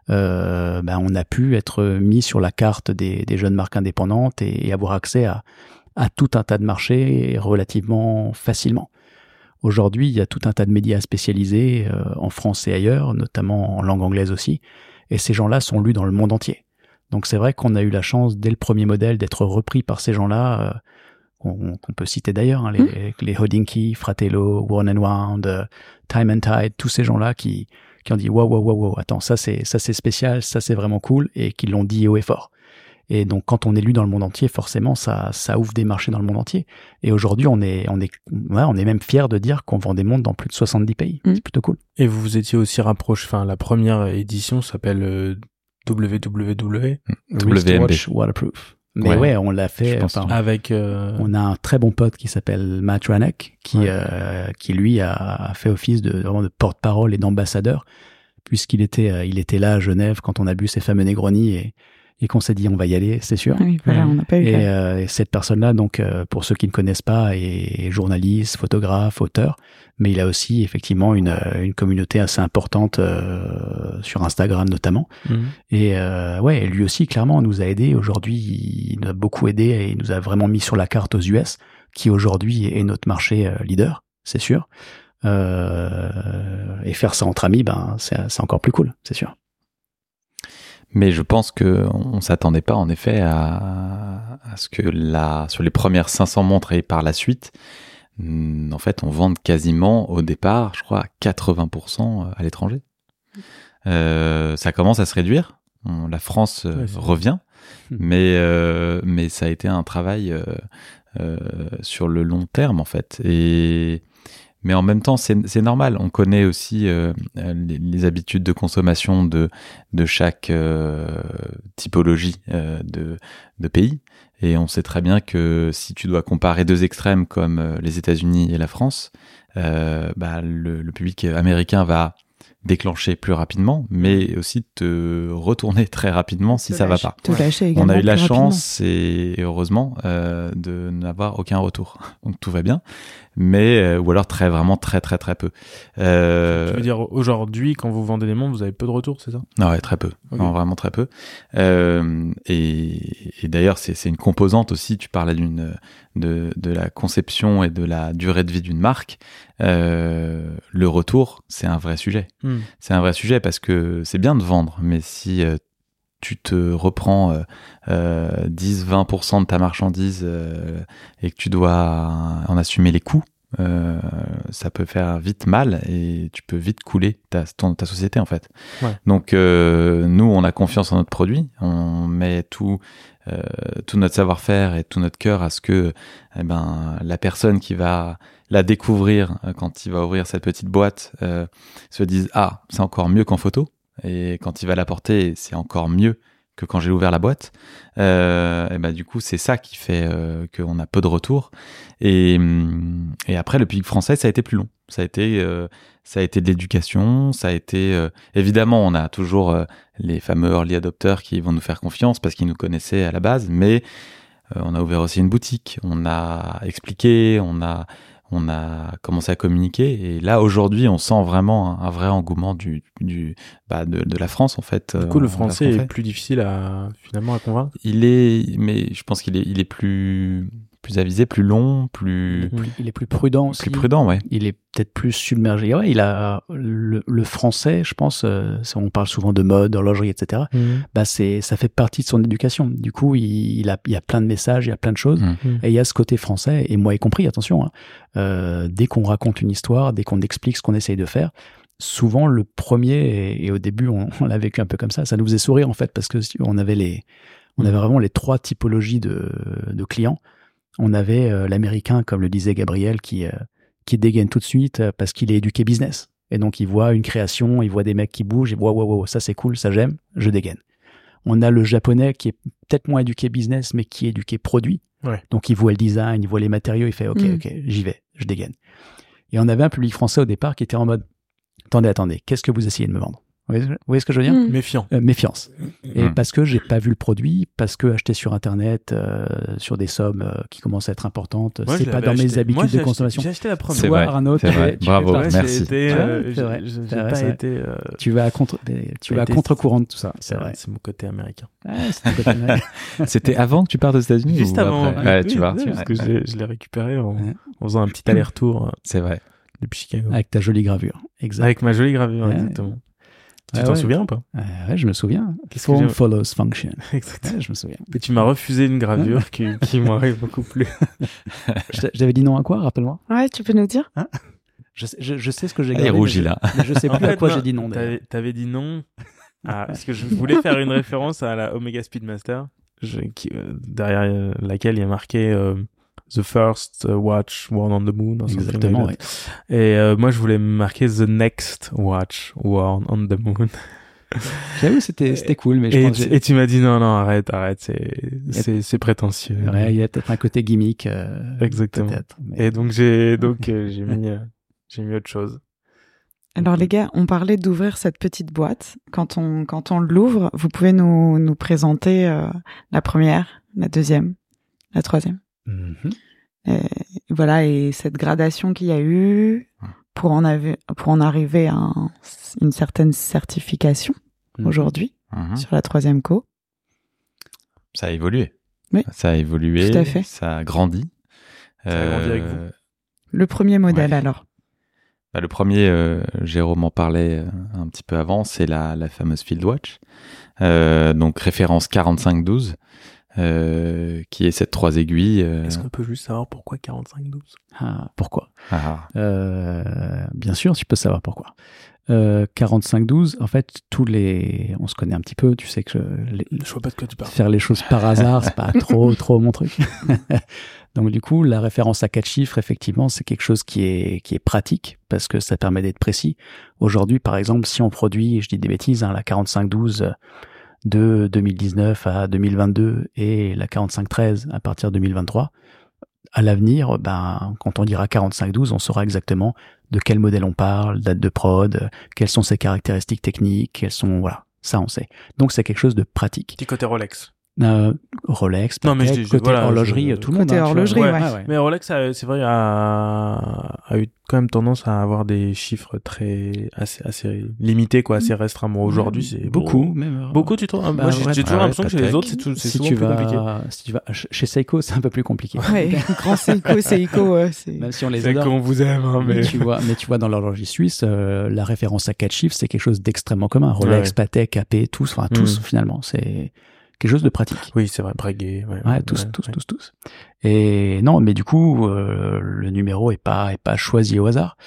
euh, ben, on a pu être mis sur la carte des, des jeunes marques indépendantes et, et avoir accès à, à tout un tas de marchés relativement facilement. Aujourd'hui, il y a tout un tas de médias spécialisés euh, en France et ailleurs, notamment en langue anglaise aussi, et ces gens-là sont lus dans le monde entier. Donc c'est vrai qu'on a eu la chance, dès le premier modèle, d'être repris par ces gens-là, euh, qu'on, qu'on peut citer d'ailleurs, hein, les, mmh. les Hodinkee, Fratello, Worn and Wound, uh, Time and Tide, tous ces gens-là qui, qui ont dit « wow, wow, wow, wow, attends, ça c'est, ça c'est spécial, ça c'est vraiment cool », et qui l'ont dit haut et fort. Et donc, quand on est lu dans le monde entier, forcément, ça, ça ouvre des marchés dans le monde entier. Et aujourd'hui, on est, on est, ouais, on est même fiers de dire qu'on vend des montres dans plus de soixante-dix pays. Mmh. C'est plutôt cool. Et vous vous étiez aussi rapproché, enfin, la première édition s'appelle euh, W W W. Wristwatch Waterproof. Mais ouais, ouais, on l'a fait enfin, avec. Euh... On a un très bon pote qui s'appelle Matt Ranek, qui, ouais. euh, qui lui a fait office de, vraiment de porte-parole et d'ambassadeur, puisqu'il était, euh, il était là à Genève quand on a bu ces fameux Negroni et et qu'on s'est dit on va y aller, c'est sûr. Oui, voilà, on n'a pas eu et, euh, et cette personne-là, donc euh, pour ceux qui ne connaissent pas, est journaliste, photographe, auteur, mais il a aussi effectivement une, une communauté assez importante euh, sur Instagram notamment. Mmh. Et euh, ouais, lui aussi clairement nous a aidé. Aujourd'hui, il nous a beaucoup aidé et il nous a vraiment mis sur la carte aux U S, qui aujourd'hui est notre marché leader, c'est sûr. Euh, et faire ça entre amis, ben c'est, c'est encore plus cool, c'est sûr. Mais je pense que on s'attendait pas en effet à, à ce que la, sur les premières cinq cents montres et par la suite, en fait, on vende quasiment au départ, je crois, à quatre-vingts pour cent à l'étranger. Euh, ça commence à se réduire. On, la France euh, ouais, revient, mais euh, mais ça a été un travail euh, euh, sur le long terme en fait. Et mais en même temps, c'est, c'est normal. On connaît aussi euh, les, les habitudes de consommation de, de chaque euh, typologie euh, de, de pays. Et on sait très bien que si tu dois comparer deux extrêmes comme euh, les États-Unis et la France, euh, bah, le, le public américain va déclencher plus rapidement, mais aussi de te retourner très rapidement si te ça lâche, va pas. Te lâcher également. On a eu la plus chance et, et heureusement euh, de n'avoir aucun retour, donc tout va bien. Mais euh, ou alors très vraiment très très très peu. Euh... Tu veux dire aujourd'hui quand vous vendez des montres, vous avez peu de retours, c'est ça? Non, ouais, très peu. Okay. Non, vraiment très peu. Euh, et, et d'ailleurs, c'est, c'est une composante aussi. Tu parlais d'une de de la conception et de la durée de vie d'une marque. Euh, le retour, c'est un vrai sujet. Mm. C'est un vrai sujet parce que c'est bien de vendre, mais si euh, tu te reprends euh, euh, dix à vingt pour cent de ta marchandise euh, et que tu dois en assumer les coûts, euh, ça peut faire vite mal et tu peux vite couler ta, ton, ta société en fait. Ouais. Donc euh, nous, on a confiance en notre produit, on met tout, euh, tout notre savoir-faire et tout notre cœur à ce que eh ben, la personne qui va la découvrir quand il va ouvrir cette petite boîte euh, se dise « Ah, c'est encore mieux qu'en photo ». Et quand il va l'apporter, c'est encore mieux que quand j'ai ouvert la boîte. Euh, et bah du coup, c'est ça qui fait euh, qu'on a peu de retours. Et, et après, le public français, ça a été plus long. Ça a été, euh, ça a été de l'éducation. Ça a été euh, évidemment, on a toujours euh, les fameux early adopters qui vont nous faire confiance parce qu'ils nous connaissaient à la base. Mais euh, on a ouvert aussi une boutique. On a expliqué. On a On a commencé à communiquer et là aujourd'hui on sent vraiment un, un vrai engouement du, du bah de, de la France en fait. Du coup euh, le français est plus difficile à finalement à convaincre. Il est, mais je pense qu'il est, il est plus plus avisé, plus long, plus, plus il est plus prudent aussi. Plus prudent, ouais. Il est peut-être plus submergé. Ouais, il a le, le français, je pense. Euh, on parle souvent de mode, d'horlogerie, et cetera. Mmh. Bah c'est, ça fait partie de son éducation. Du coup, il, il a, il y a plein de messages, il y a plein de choses, mmh. et il y a ce côté français. Et moi y compris, attention. Hein, euh, dès qu'on raconte une histoire, dès qu'on explique ce qu'on essaye de faire, souvent le premier et, et au début on, on l'a vécu un peu comme ça. Ça nous faisait sourire en fait parce que on avait les, on avait vraiment les trois typologies de, de clients. On avait euh, l'américain, comme le disait Gabriel, qui euh, qui dégaine tout de suite euh, parce qu'il est éduqué business. Et donc, il voit une création, il voit des mecs qui bougent, il voit, wow, wow, wow, ça c'est cool, ça j'aime, je dégaine. On a le japonais qui est peut-être moins éduqué business, mais qui est éduqué produit. Ouais. Donc, il voit le design, il voit les matériaux, il fait, OK, mm. OK, j'y vais, je dégaine. Et on avait un public français au départ qui était en mode, attendez, attendez, qu'est-ce que vous essayez de me vendre? Vous voyez ce que je veux dire? Mmh. Méfiant. Euh, méfiance. Et mmh. parce que j'ai pas vu le produit, parce que acheter sur Internet, euh, sur des sommes euh, qui commencent à être importantes, moi, c'est pas dans acheté. mes habitudes moi, de consommation. J'ai acheté la première. C'est vrai. Un autre, c'est vrai. Bravo, vrai, merci. Été, euh, ouais, c'est vrai. J'ai, j'ai vrai, pas vrai. été. Euh, tu vas à contre, tu vas à contre-courant de tout ça. C'est, c'est vrai. C'est mon côté américain. Ah, c'est mon côté américain. C'était avant que tu partes aux États-Unis? Juste avant. Après ouais, oui, tu vois. Oui, parce que ouais. je l'ai récupéré en, ouais. en faisant un petit aller-retour. C'est vrai. Depuis Chicago. Avec ta jolie gravure. Exact. Avec ma jolie gravure, exactement. Tu ah t'en ouais. souviens ou pas? euh, Ouais, je me souviens. Qu'est-ce Form que follows function. Exactement. Ouais, je me souviens. Et tu m'as refusé une gravure qui, qui m'aurait beaucoup plu. J'avais dit non à quoi, rappelle-moi? Ouais, tu peux nous dire? Hein je, sais, je, je sais ce que j'ai gagné. Il est rougi là. Mais je sais plus en à quoi fait, j'ai dit non. T'avais, t'avais dit non à, parce que je voulais faire une référence à la Omega Speedmaster, je, qui, euh, derrière euh, laquelle il y a marqué euh, The First Watch Worn on the Moon. Exactement, oui. Et euh, moi, je voulais marquer The Next Watch Worn on the Moon. J'avoue, c'était, c'était cool, mais je et, pense tu, et tu m'as dit non, non, arrête, arrête, c'est, c'est, c'est prétentieux. Ouais, il y a peut-être un côté gimmick. Euh, Exactement. Peut-être, mais... Et donc, j'ai, donc, euh, j'ai mis, euh, j'ai mis autre chose. Alors les gars, on parlait d'ouvrir cette petite boîte. Quand on, quand on l'ouvre, vous pouvez nous, nous présenter euh, la première, la deuxième, la troisième. Mm-hmm. Et voilà, et cette gradation qu'il y a eu pour en, ave- pour en arriver à un, une certaine certification mm-hmm. aujourd'hui mm-hmm. sur la troisième co. Ça a évolué. Oui. Ça a évolué. Tout à fait. Ça a grandi. Ça a grandi euh... avec vous. Le premier modèle ouais. alors. Bah, le premier, euh, Jérôme en parlait un petit peu avant, c'est la, la fameuse Fieldwatch, euh, donc référence quarante-cinq douze. Euh, qui est cette trois aiguilles. Euh... Est-ce qu'on peut juste savoir pourquoi quarante-cinq douze? Ah, pourquoi ah. Euh, Bien sûr, tu peux savoir pourquoi. Euh, quarante-cinq douze, en fait, tous les, on se connaît un petit peu. Tu sais que les... je vois pas de quoi tu parles. Faire les choses par hasard, c'est pas trop, trop mon truc. Donc du coup, la référence à quatre chiffres, effectivement, c'est quelque chose qui est qui est pratique parce que ça permet d'être précis. Aujourd'hui, par exemple, si on produit, je dis des bêtises, hein, la quarante-cinq douze de deux mille dix-neuf à deux mille vingt-deux et la quarante-cinq treize à partir de deux mille vingt-trois, à l'avenir, ben, quand on dira quarante-cinq douze, on saura exactement de quel modèle on parle, date de prod, quelles sont ses caractéristiques techniques, quelles sont, voilà, ça on sait. Donc c'est quelque chose de pratique. Petit côté Rolex. Euh, Rolex, non, mais je, côté voilà, horlogerie, je, tout le monde. Côté hein, horlogerie, ouais. ouais. Ah, ouais. Mais Rolex, a, c'est vrai, a, a eu quand même tendance à avoir des chiffres très assez, assez limités, quoi, assez restreints. Bon, aujourd'hui, c'est beaucoup, bon. même. Beaucoup, tu trouves? Bah, Moi, j'ai, ouais, j'ai toujours ouais, l'impression que chez les autres, c'est, tout, c'est si souvent tu plus vas, compliqué. Si tu vas chez Seiko, c'est un peu plus compliqué. Ouais, grand Seiko, Seiko, euh, c'est. Même si on les C'est adore. qu'on vous aime, hein, mais. mais tu vois, mais tu vois, dans l'horlogerie suisse, euh, la référence à quatre chiffres, c'est quelque chose d'extrêmement commun. Rolex, ouais. Patek, A P, tous, enfin tous Mm. finalement, c'est quelque chose de pratique. Oui, c'est vrai, Breguet. Ouais, Ouais, tous, ouais, tous, ouais. tous, tous. Et non, mais du coup, euh, le numéro est pas est pas choisi au hasard.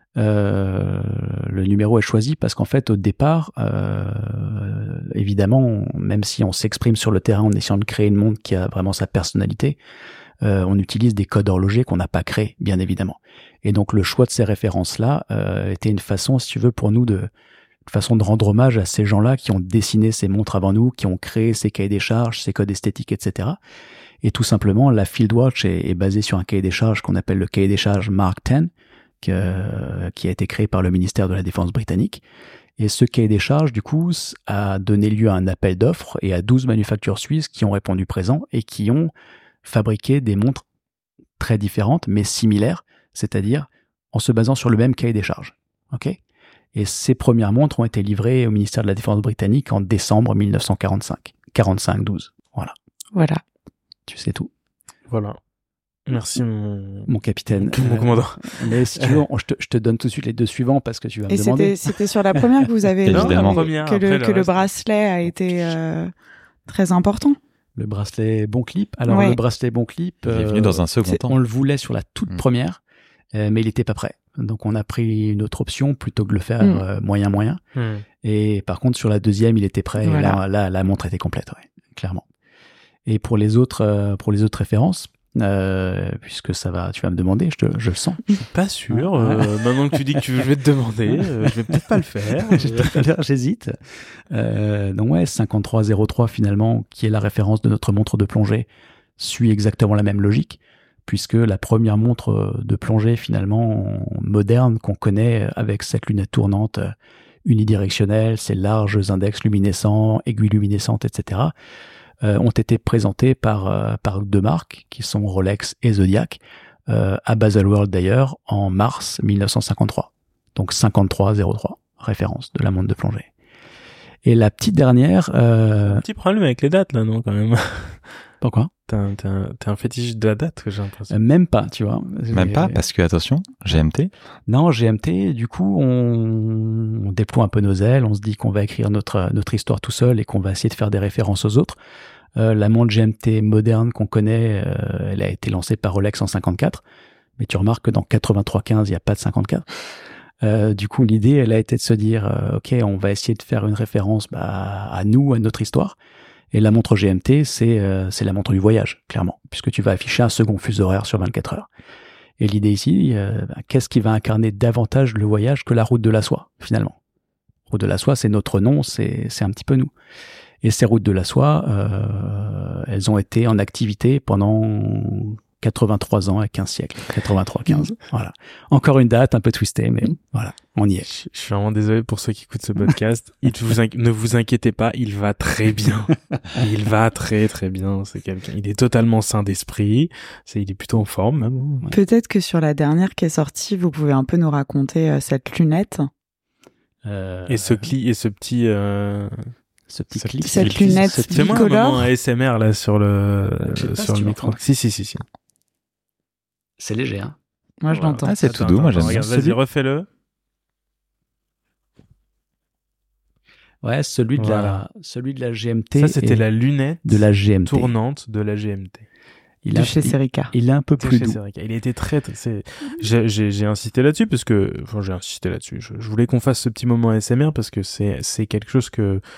Euh, le numéro est choisi parce qu'en fait, au départ, euh, évidemment, même si on s'exprime sur le terrain en essayant de créer une montre qui a vraiment sa personnalité, euh, on utilise des codes horlogers qu'on n'a pas créés, bien évidemment. Et donc, le choix de ces références-là euh, était une façon, si tu veux, pour nous de une façon de rendre hommage à ces gens-là qui ont dessiné ces montres avant nous, qui ont créé ces cahiers des charges, ces codes esthétiques, et cetera. Et tout simplement, la Field Watch est, est basée sur un cahier des charges qu'on appelle le cahier des charges Mark dix, que, qui a été créé par le ministère de la Défense britannique. Et ce cahier des charges, du coup, a donné lieu à un appel d'offres et à douze manufactures suisses qui ont répondu présent et qui ont fabriqué des montres très différentes, mais similaires, c'est-à-dire en se basant sur le même cahier des charges. Ok ? Et ces premières montres ont été livrées au ministère de la Défense britannique en décembre mille neuf cent quarante-cinq. quarante-cinq douze. Voilà. Voilà. Tu sais tout. Voilà. Merci, mon, mon capitaine. Mon euh, commandant. Mais si tu veux, on, je, te, je te donne tout de suite les deux suivants parce que tu vas Et me demander. c'était, c'était sur la première que vous avez Évidemment. que, Première, que, après, le, le que le reste. bracelet a été euh, très important. Le bracelet bon clip. Alors, Ouais. le bracelet bon clip. Il est venu euh, dans un second c'est- temps. On le voulait sur la toute Mm. première, euh, mais il n'était pas prêt. Donc, on a pris une autre option plutôt que de le faire Mm. euh, moyen-moyen. Hmm. Et par contre, sur la deuxième, il était prêt. Voilà. Et là, là, la montre était complète, ouais, clairement. Et pour les autres, euh, pour les autres références, euh, puisque ça va, tu vas me demander, je, te, je le sens. Pas sûr. Euh, maintenant que tu dis que tu, je vais te demander, euh, je vais peut-être pas le faire. J'hésite. J'hésite. Euh, donc ouais, cinquante-trois zéro trois finalement, qui est la référence de notre montre de plongée, suit exactement la même logique, puisque la première montre de plongée finalement moderne qu'on connaît avec cette lunette tournante euh, unidirectionnelle, ces larges index luminescents, aiguilles luminescentes, et cetera, euh, ont été présentées par, euh, par deux marques qui sont Rolex et Zodiac, euh, à Baselworld d'ailleurs, en mars mille neuf cent cinquante-trois. Donc cinquante-trois zéro trois, référence de la montre de plongée. Et la petite dernière... Euh... Un petit problème avec les dates, là, non, quand même. Pourquoi ? T'es un, t'es un, t'es un fétiche de la date, j'ai l'impression. euh, Même pas, tu vois. Même pas, parce que, attention, G M T. Non, G M T, du coup, on, on déploie un peu nos ailes, on se dit qu'on va écrire notre, notre histoire tout seul et qu'on va essayer de faire des références aux autres. Euh, la montre G M T moderne qu'on connaît, euh, elle a été lancée par Rolex en cinquante-quatre, mais tu remarques que dans quatre-vingt-trois quinze, il n'y a pas de cinquante-quatre. Euh, du coup, l'idée, elle a été de se dire, euh, ok, on va essayer de faire une référence bah, à nous, à notre histoire. Et la montre G M T, c'est euh, c'est la montre du voyage, clairement, puisque tu vas afficher un second fuseau horaire sur vingt-quatre heures. Et l'idée ici, euh, bah, qu'est-ce qui va incarner davantage le voyage que la route de la soie, finalement ? Route de la soie, c'est notre nom, c'est c'est un petit peu nous. Et ces routes de la soie, euh, elles ont été en activité pendant quatre-vingt-trois ans et quinze siècles. quatre-vingt-trois quinze, voilà. Encore une date un peu twistée, mais voilà, on y est. Je, je suis vraiment désolé pour ceux qui écoutent ce podcast. Il vous inqui- ne vous inquiétez pas, il va très bien. Il va très très bien. C'est quelqu'un. Il est totalement sain d'esprit. C'est, il est plutôt en forme même. Peut-être que sur la dernière qui est sortie, vous pouvez un peu nous raconter euh, cette lunette. Euh, Et ce cli et ce petit. Euh... ce petit ce clic. petit- Cette ce petit- lunette ce- Fais-moi un bicolore. moment A S M R là sur le Je sais pas sur si le tu micro. l'entends. Si si si si. C'est léger, hein. Moi, je Voilà. l'entends. Ah, c'est Attends, tout doux, moi, attends, j'aime bien. regarde, vas-y, Celui- refais-le. Ouais, celui de Voilà. la, celui de la G M T. Ça c'était et la lunette de la G M T. tournante de la G M T. Il De a, chez il, Serica. il est un peu C'est plus chez doux. Serica. Il a été très, très c'est, j'ai, j'ai, j'ai insisté là-dessus parce que, enfin, j'ai insisté là-dessus. Je, je voulais qu'on fasse ce petit moment A S M R parce que c'est, c'est quelque chose que,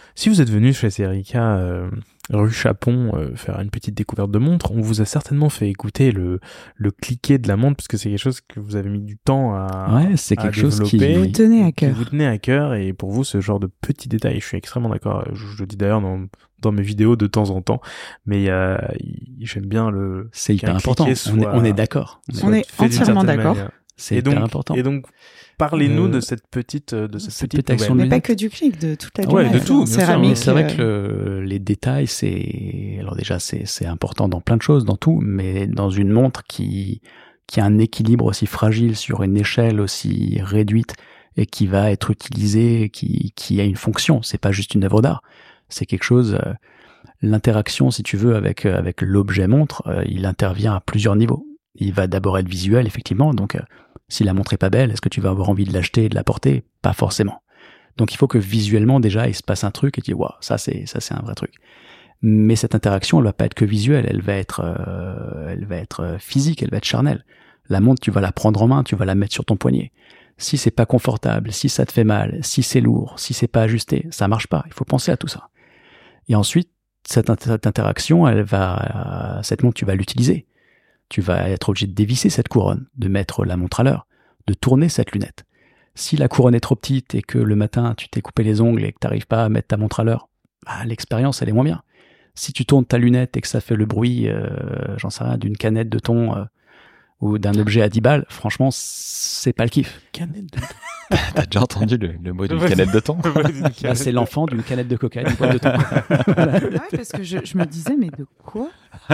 Si vous êtes venu chez Erica euh, rue Chapon euh, faire une petite découverte de montre, on vous a certainement fait écouter le le cliquet de la montre parce que c'est quelque chose que vous avez mis du temps à ouais, c'est à quelque chose qui vous tenez à cœur. Qui vous tenez à cœur et pour vous ce genre de petits détails, je suis extrêmement d'accord. Je, je le dis d'ailleurs dans dans mes vidéos de temps en temps, mais euh, j'aime bien le. C'est hyper important. Soit, on est on est d'accord. On est entièrement d'accord. Manière. C'est et hyper donc, important. Et donc parlez-nous euh, de cette petite de cette, cette petite, petite action. Mais pas que du clic, de toute la ouais, lunette, de tout. en céramique. Mais c'est vrai que le, les détails, c'est alors déjà c'est c'est important dans plein de choses, dans tout, mais dans une montre qui qui a un équilibre aussi fragile sur une échelle aussi réduite et qui va être utilisée, qui qui a une fonction. C'est pas juste une œuvre d'art. C'est quelque chose. Euh, l'interaction, si tu veux, avec avec l'objet montre, euh, il intervient à plusieurs niveaux. Il va d'abord être visuel, effectivement. Donc, euh, si la montre est pas belle, est-ce que tu vas avoir envie de l'acheter et de la porter ? Pas forcément. Donc, il faut que visuellement, déjà, il se passe un truc et tu dis, waouh, ça c'est ça c'est un vrai truc. Mais cette interaction, elle va pas être que visuelle, elle va être euh, elle va être physique, elle va être charnelle. La montre, tu vas la prendre en main, tu vas la mettre sur ton poignet. Si c'est pas confortable, si ça te fait mal, si c'est lourd, si c'est pas ajusté, ça marche pas. Il faut penser à tout ça. Et ensuite, cette, inter- cette interaction, elle va, euh, cette montre, tu vas l'utiliser. Tu vas être obligé de dévisser cette couronne, de mettre la montre à l'heure, de tourner cette lunette. Si la couronne est trop petite et que le matin, tu t'es coupé les ongles et que tu n'arrives pas à mettre ta montre à l'heure, bah, l'expérience, elle est moins bien. Si tu tournes ta lunette et que ça fait le bruit, euh, j'en sais rien, d'une canette de thon euh, ou d'un objet à dix balles, franchement, c'est pas le kiff. Canette de thon. T'as déjà entendu le, le mot d'une canette de thon? Là, c'est l'enfant d'une canette de coca, d'une boîte de thon. Voilà. Ouais, parce que je, je me disais, mais de quoi?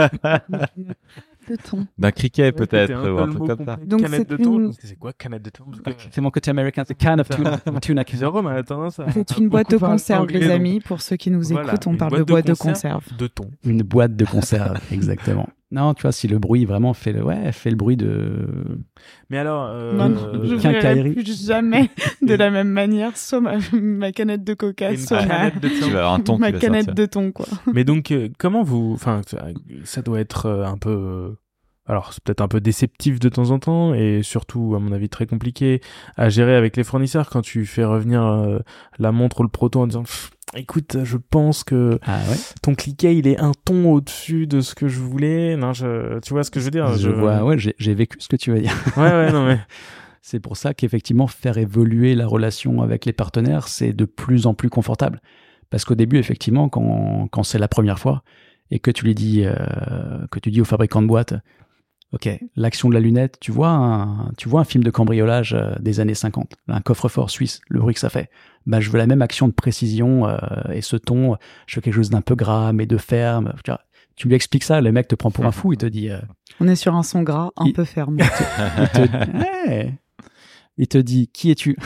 De thon. D'un criquet, peut-être, un ou un truc comme ça. Donc, canette c'est de thon. une- C'est quoi canette de thon? C'est mon côté américain, c'est can of tuna. tuna. Jérôme a tendance à. C'est une boîte de beaucoup parler conserve, anglais, les donc. amis. Pour ceux qui nous Voilà, écoutent, on une parle boîte de de boîte de conserve. conserve. De thon. Une boîte de conserve, exactement. Non, tu vois, si le bruit vraiment fait le, ouais, fait le bruit de. Mais alors. Euh, Non, euh, je euh, ne quincaillerie. plus jamais de la même manière, soit ma, ma canette de coca, Une soit ma, canette de Tu thon. vas avoir un ton ma qui va canette sortir. de thon, quoi. Mais donc, euh, comment vous. Enfin, ça, ça doit être euh, un peu. euh, Alors, c'est peut-être un peu déceptif de temps en temps et surtout, à mon avis, très compliqué à gérer avec les fournisseurs quand tu fais revenir euh, la montre ou le proto en disant Pff, écoute, je pense que Ah ouais. ton cliquet, il est un ton au-dessus de ce que je voulais. Non, je, tu vois ce que je veux dire? Je vois, ouais, j'ai, j'ai vécu ce que tu veux dire. Ouais, ouais, non, mais. C'est pour ça qu'effectivement, faire évoluer la relation avec les partenaires, c'est de plus en plus confortable. Parce qu'au début, effectivement, quand, quand c'est la première fois et que tu lui dis, euh, que tu dis au fabricant de boîte, ok, l'action de la lunette, tu vois un, tu vois un film de cambriolage euh, des années cinquante, un coffre-fort suisse, le bruit que ça fait. Bah, je veux la même action de précision euh, et ce ton, je veux quelque chose d'un peu gras mais de ferme. Tu vois, tu lui expliques ça, le mec te prend pour un fou, il te dit... Euh, On est sur un son gras, un Il- peu ferme. il, te, ouais. Il te dit, qui es-tu?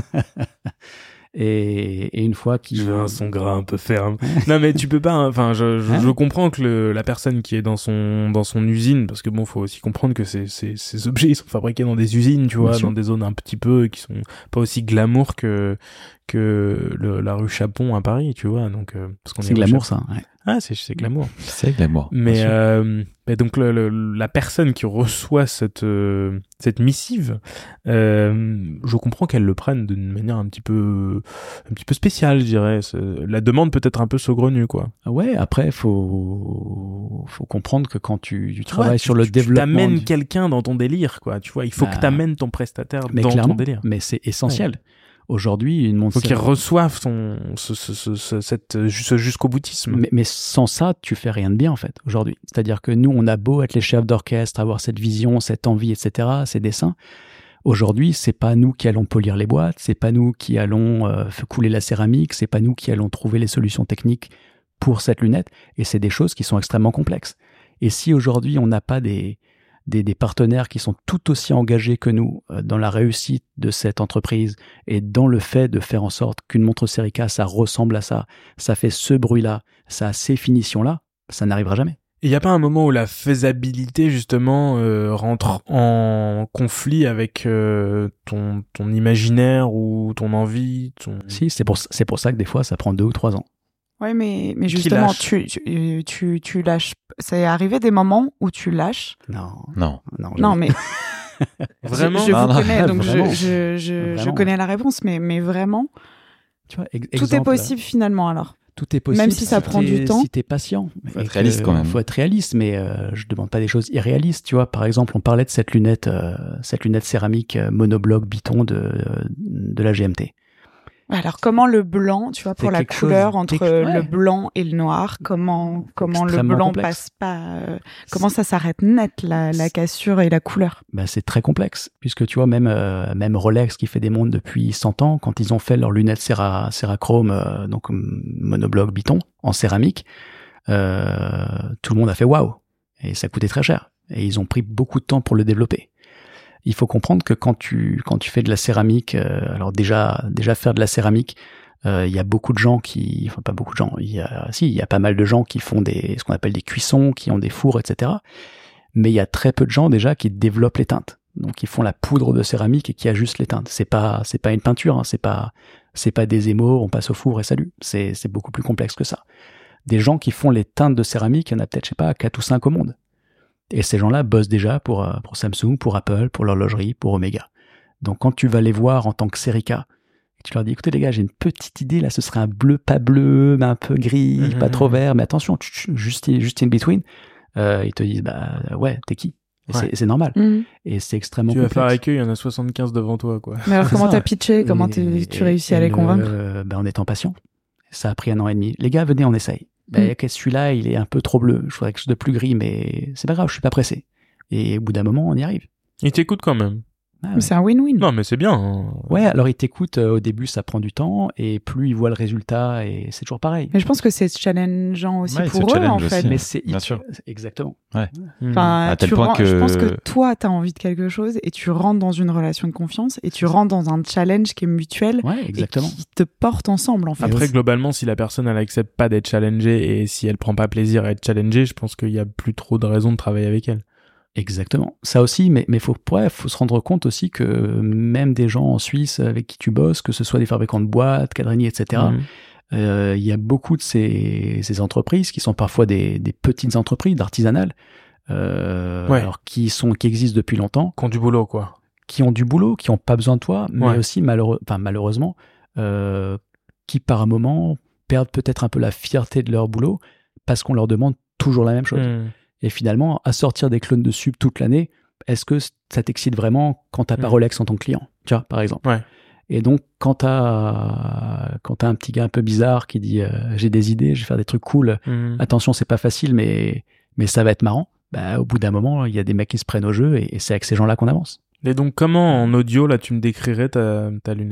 et, et une fois qu'il... Je veux un son gras un peu ferme. Non, mais tu peux pas. Enfin, je, je, Hein je comprends que le, la personne qui est dans son dans son usine, parce que bon, faut aussi comprendre que ces ces ces objets ils sont fabriqués dans des usines, tu vois, Bien sûr. dans des zones un petit peu qui sont pas aussi glamour que que le, la rue Chapon à Paris, tu vois. Donc euh, parce qu'on C'est est rue glamour, Chapon. ça. Ouais. Ah, c'est c'est glamour. C'est glamour. bien Mais, sûr. euh, mais donc le, le- la personne qui reçoit cette euh, cette missive, euh, je comprends qu'elle le prenne d'une manière un petit peu un petit peu spéciale, je dirais. C'est- La demande peut être un peu saugrenue, quoi. Ah ouais, après, faut, faut comprendre que quand tu, tu travailles Ouais, sur tu- le tu- développement... Tu t'amènes du- quelqu'un dans ton délire, quoi. Tu vois, il faut Bah, que tu amènes ton prestataire mais dans clairement, ton délire. mais c'est essentiel. Aujourd'hui, une montre... Faut qu'il reçoive son ce, ce, ce, ce- cette ce jusqu'au boutisme. Mais, mais sans ça, tu fais rien de bien, en fait, aujourd'hui. C'est-à-dire que nous, on a beau être les chefs d'orchestre, avoir cette vision, cette envie, et cetera, ces dessins. Aujourd'hui, c'est pas nous qui allons polir les boîtes, c'est pas nous qui allons euh, faire couler la céramique, c'est pas nous qui allons trouver les solutions techniques pour cette lunette. Et c'est des choses qui sont extrêmement complexes. Et si aujourd'hui, on n'a pas des, des, des partenaires qui sont tout aussi engagés que nous euh, dans la réussite de cette entreprise et dans le fait de faire en sorte qu'une montre Serica, ça ressemble à ça, ça fait ce bruit-là, ça a ces finitions-là, ça n'arrivera jamais. Il n'y a pas un moment où la faisabilité, justement, euh, rentre en conflit avec euh, ton, ton imaginaire ou ton envie ton... Si, c'est pour, c'est pour ça que des fois, ça prend deux ou trois ans. Ouais, mais, mais Qui justement, lâche tu, tu, tu, tu lâches. C'est arrivé des moments où tu lâches. Non, Non. non, Non, mais Vraiment je, je Non, vous non, connais, donc je, vraiment. je, je, je Vraiment. connais la réponse, mais, mais vraiment, tu vois, ex- tout est exemple, possible finalement alors. Tout est possible. Même si ça prend du temps. Si t'es patient. Faut être réaliste quand même. Faut être réaliste, mais euh, je demande pas des choses irréalistes. Tu vois, par exemple, on parlait de cette lunette, euh, cette lunette céramique euh, monobloc Biton de euh, de la G M T. Alors comment le blanc, tu vois, pour la couleur chose, entre ouais. le blanc et le noir, comment comment le blanc complexe. passe pas, euh, comment ça s'arrête net la, la cassure et la couleur. Ben c'est très complexe puisque tu vois même euh, même Rolex qui fait des montres depuis cent ans, quand ils ont fait leurs lunettes Cera, Cérachrome euh, donc monobloc Biton en céramique, euh, tout le monde a fait waouh et ça coûtait très cher et ils ont pris beaucoup de temps pour le développer. Il faut comprendre que quand tu quand tu fais de la céramique, euh, alors déjà déjà faire de la céramique, il euh, y a beaucoup de gens qui, enfin pas beaucoup de gens, il y a si il y a pas mal de gens qui font des ce qu'on appelle des cuissons, qui ont des fours, et cetera. Mais il y a très peu de gens déjà qui développent les teintes. Donc ils font la poudre de céramique et qui ajustent les teintes. C'est pas c'est pas une peinture, hein, c'est pas c'est pas des émaux, on passe au four et salut. C'est c'est beaucoup plus complexe que ça. Des gens qui font les teintes de céramique, il y en a peut-être je sais pas quatre ou cinq au monde. Et ces gens-là bossent déjà pour, pour Samsung, pour Apple, pour l'horlogerie, pour Omega. Donc quand tu vas les voir en tant que Serica, tu leur dis, écoutez les gars, j'ai une petite idée, là ce serait un bleu pas bleu, mais un peu gris, mmh. pas trop vert, mais attention, juste, juste in between, euh, ils te disent, bah ouais, t'es qui ? Et ouais. c'est, c'est normal. Mmh. Et c'est extrêmement tu complexe. Tu vas faire avec eux, il y en a soixante-quinze devant toi, quoi. Mais alors comment t'as pitché ? Comment et, tu réussis à les le, convaincre ? euh, bah, En étant patient. Ça a pris un an et demi. Les gars, venez, on essaye. Ben, mmh. celui-là, il est un peu trop bleu. Je voudrais quelque chose de plus gris, mais c'est pas grave, je suis pas pressé. Et au bout d'un moment, on y arrive. Il t'écoute quand même. Ah, ouais. C'est un win-win. Non, mais c'est bien. Hein. Ouais, alors il t'écoute. Euh, au début, ça prend du temps, et plus il voit le résultat, et c'est toujours pareil. Mais je pense que c'est challengeant aussi ouais, pour eux, en fait. Aussi, mais c'est bien sûr. Exactement. Ouais. Enfin, à tel tu point rends, que je pense que toi, t'as envie de quelque chose, et tu rentres dans une relation de confiance, et tu rentres dans un challenge qui est mutuel, ouais, exactement. et qui te porte ensemble, en fait. Après, globalement, si la personne elle accepte pas d'être challengée et si elle prend pas plaisir à être challengée, je pense qu'il y a plus trop de raisons de travailler avec elle. Exactement. Ça aussi, mais mais faut ouais, faut se rendre compte aussi que même des gens en Suisse avec qui tu bosses, que ce soit des fabricants de boîtes, quadriniers, et cetera. Il mmh. euh, y a beaucoup de ces ces entreprises qui sont parfois des des petites entreprises d'artisanales, euh, ouais. alors qui sont qui existent depuis longtemps, qui ont du boulot quoi, qui ont du boulot, qui ont pas besoin de toi, mais ouais. aussi malheureux, enfin malheureusement, euh, qui par moment perdent peut-être un peu la fierté de leur boulot parce qu'on leur demande toujours la même chose. Mmh. Et finalement, à sortir des clones de sub toute l'année, est-ce que ça t'excite vraiment quand t'as mmh. pas Rolex en tant que client, tu vois, par exemple. Ouais. Et donc, quand t'as, quand t'as un petit gars un peu bizarre qui dit euh, j'ai des idées, je vais faire des trucs cool, mmh. attention, c'est pas facile, mais, mais ça va être marrant, bah, au bout d'un moment, il y a des mecs qui se prennent au jeu et, et c'est avec ces gens-là qu'on avance. Et donc, comment en audio, là, tu me décrirais ta, ta lunette ?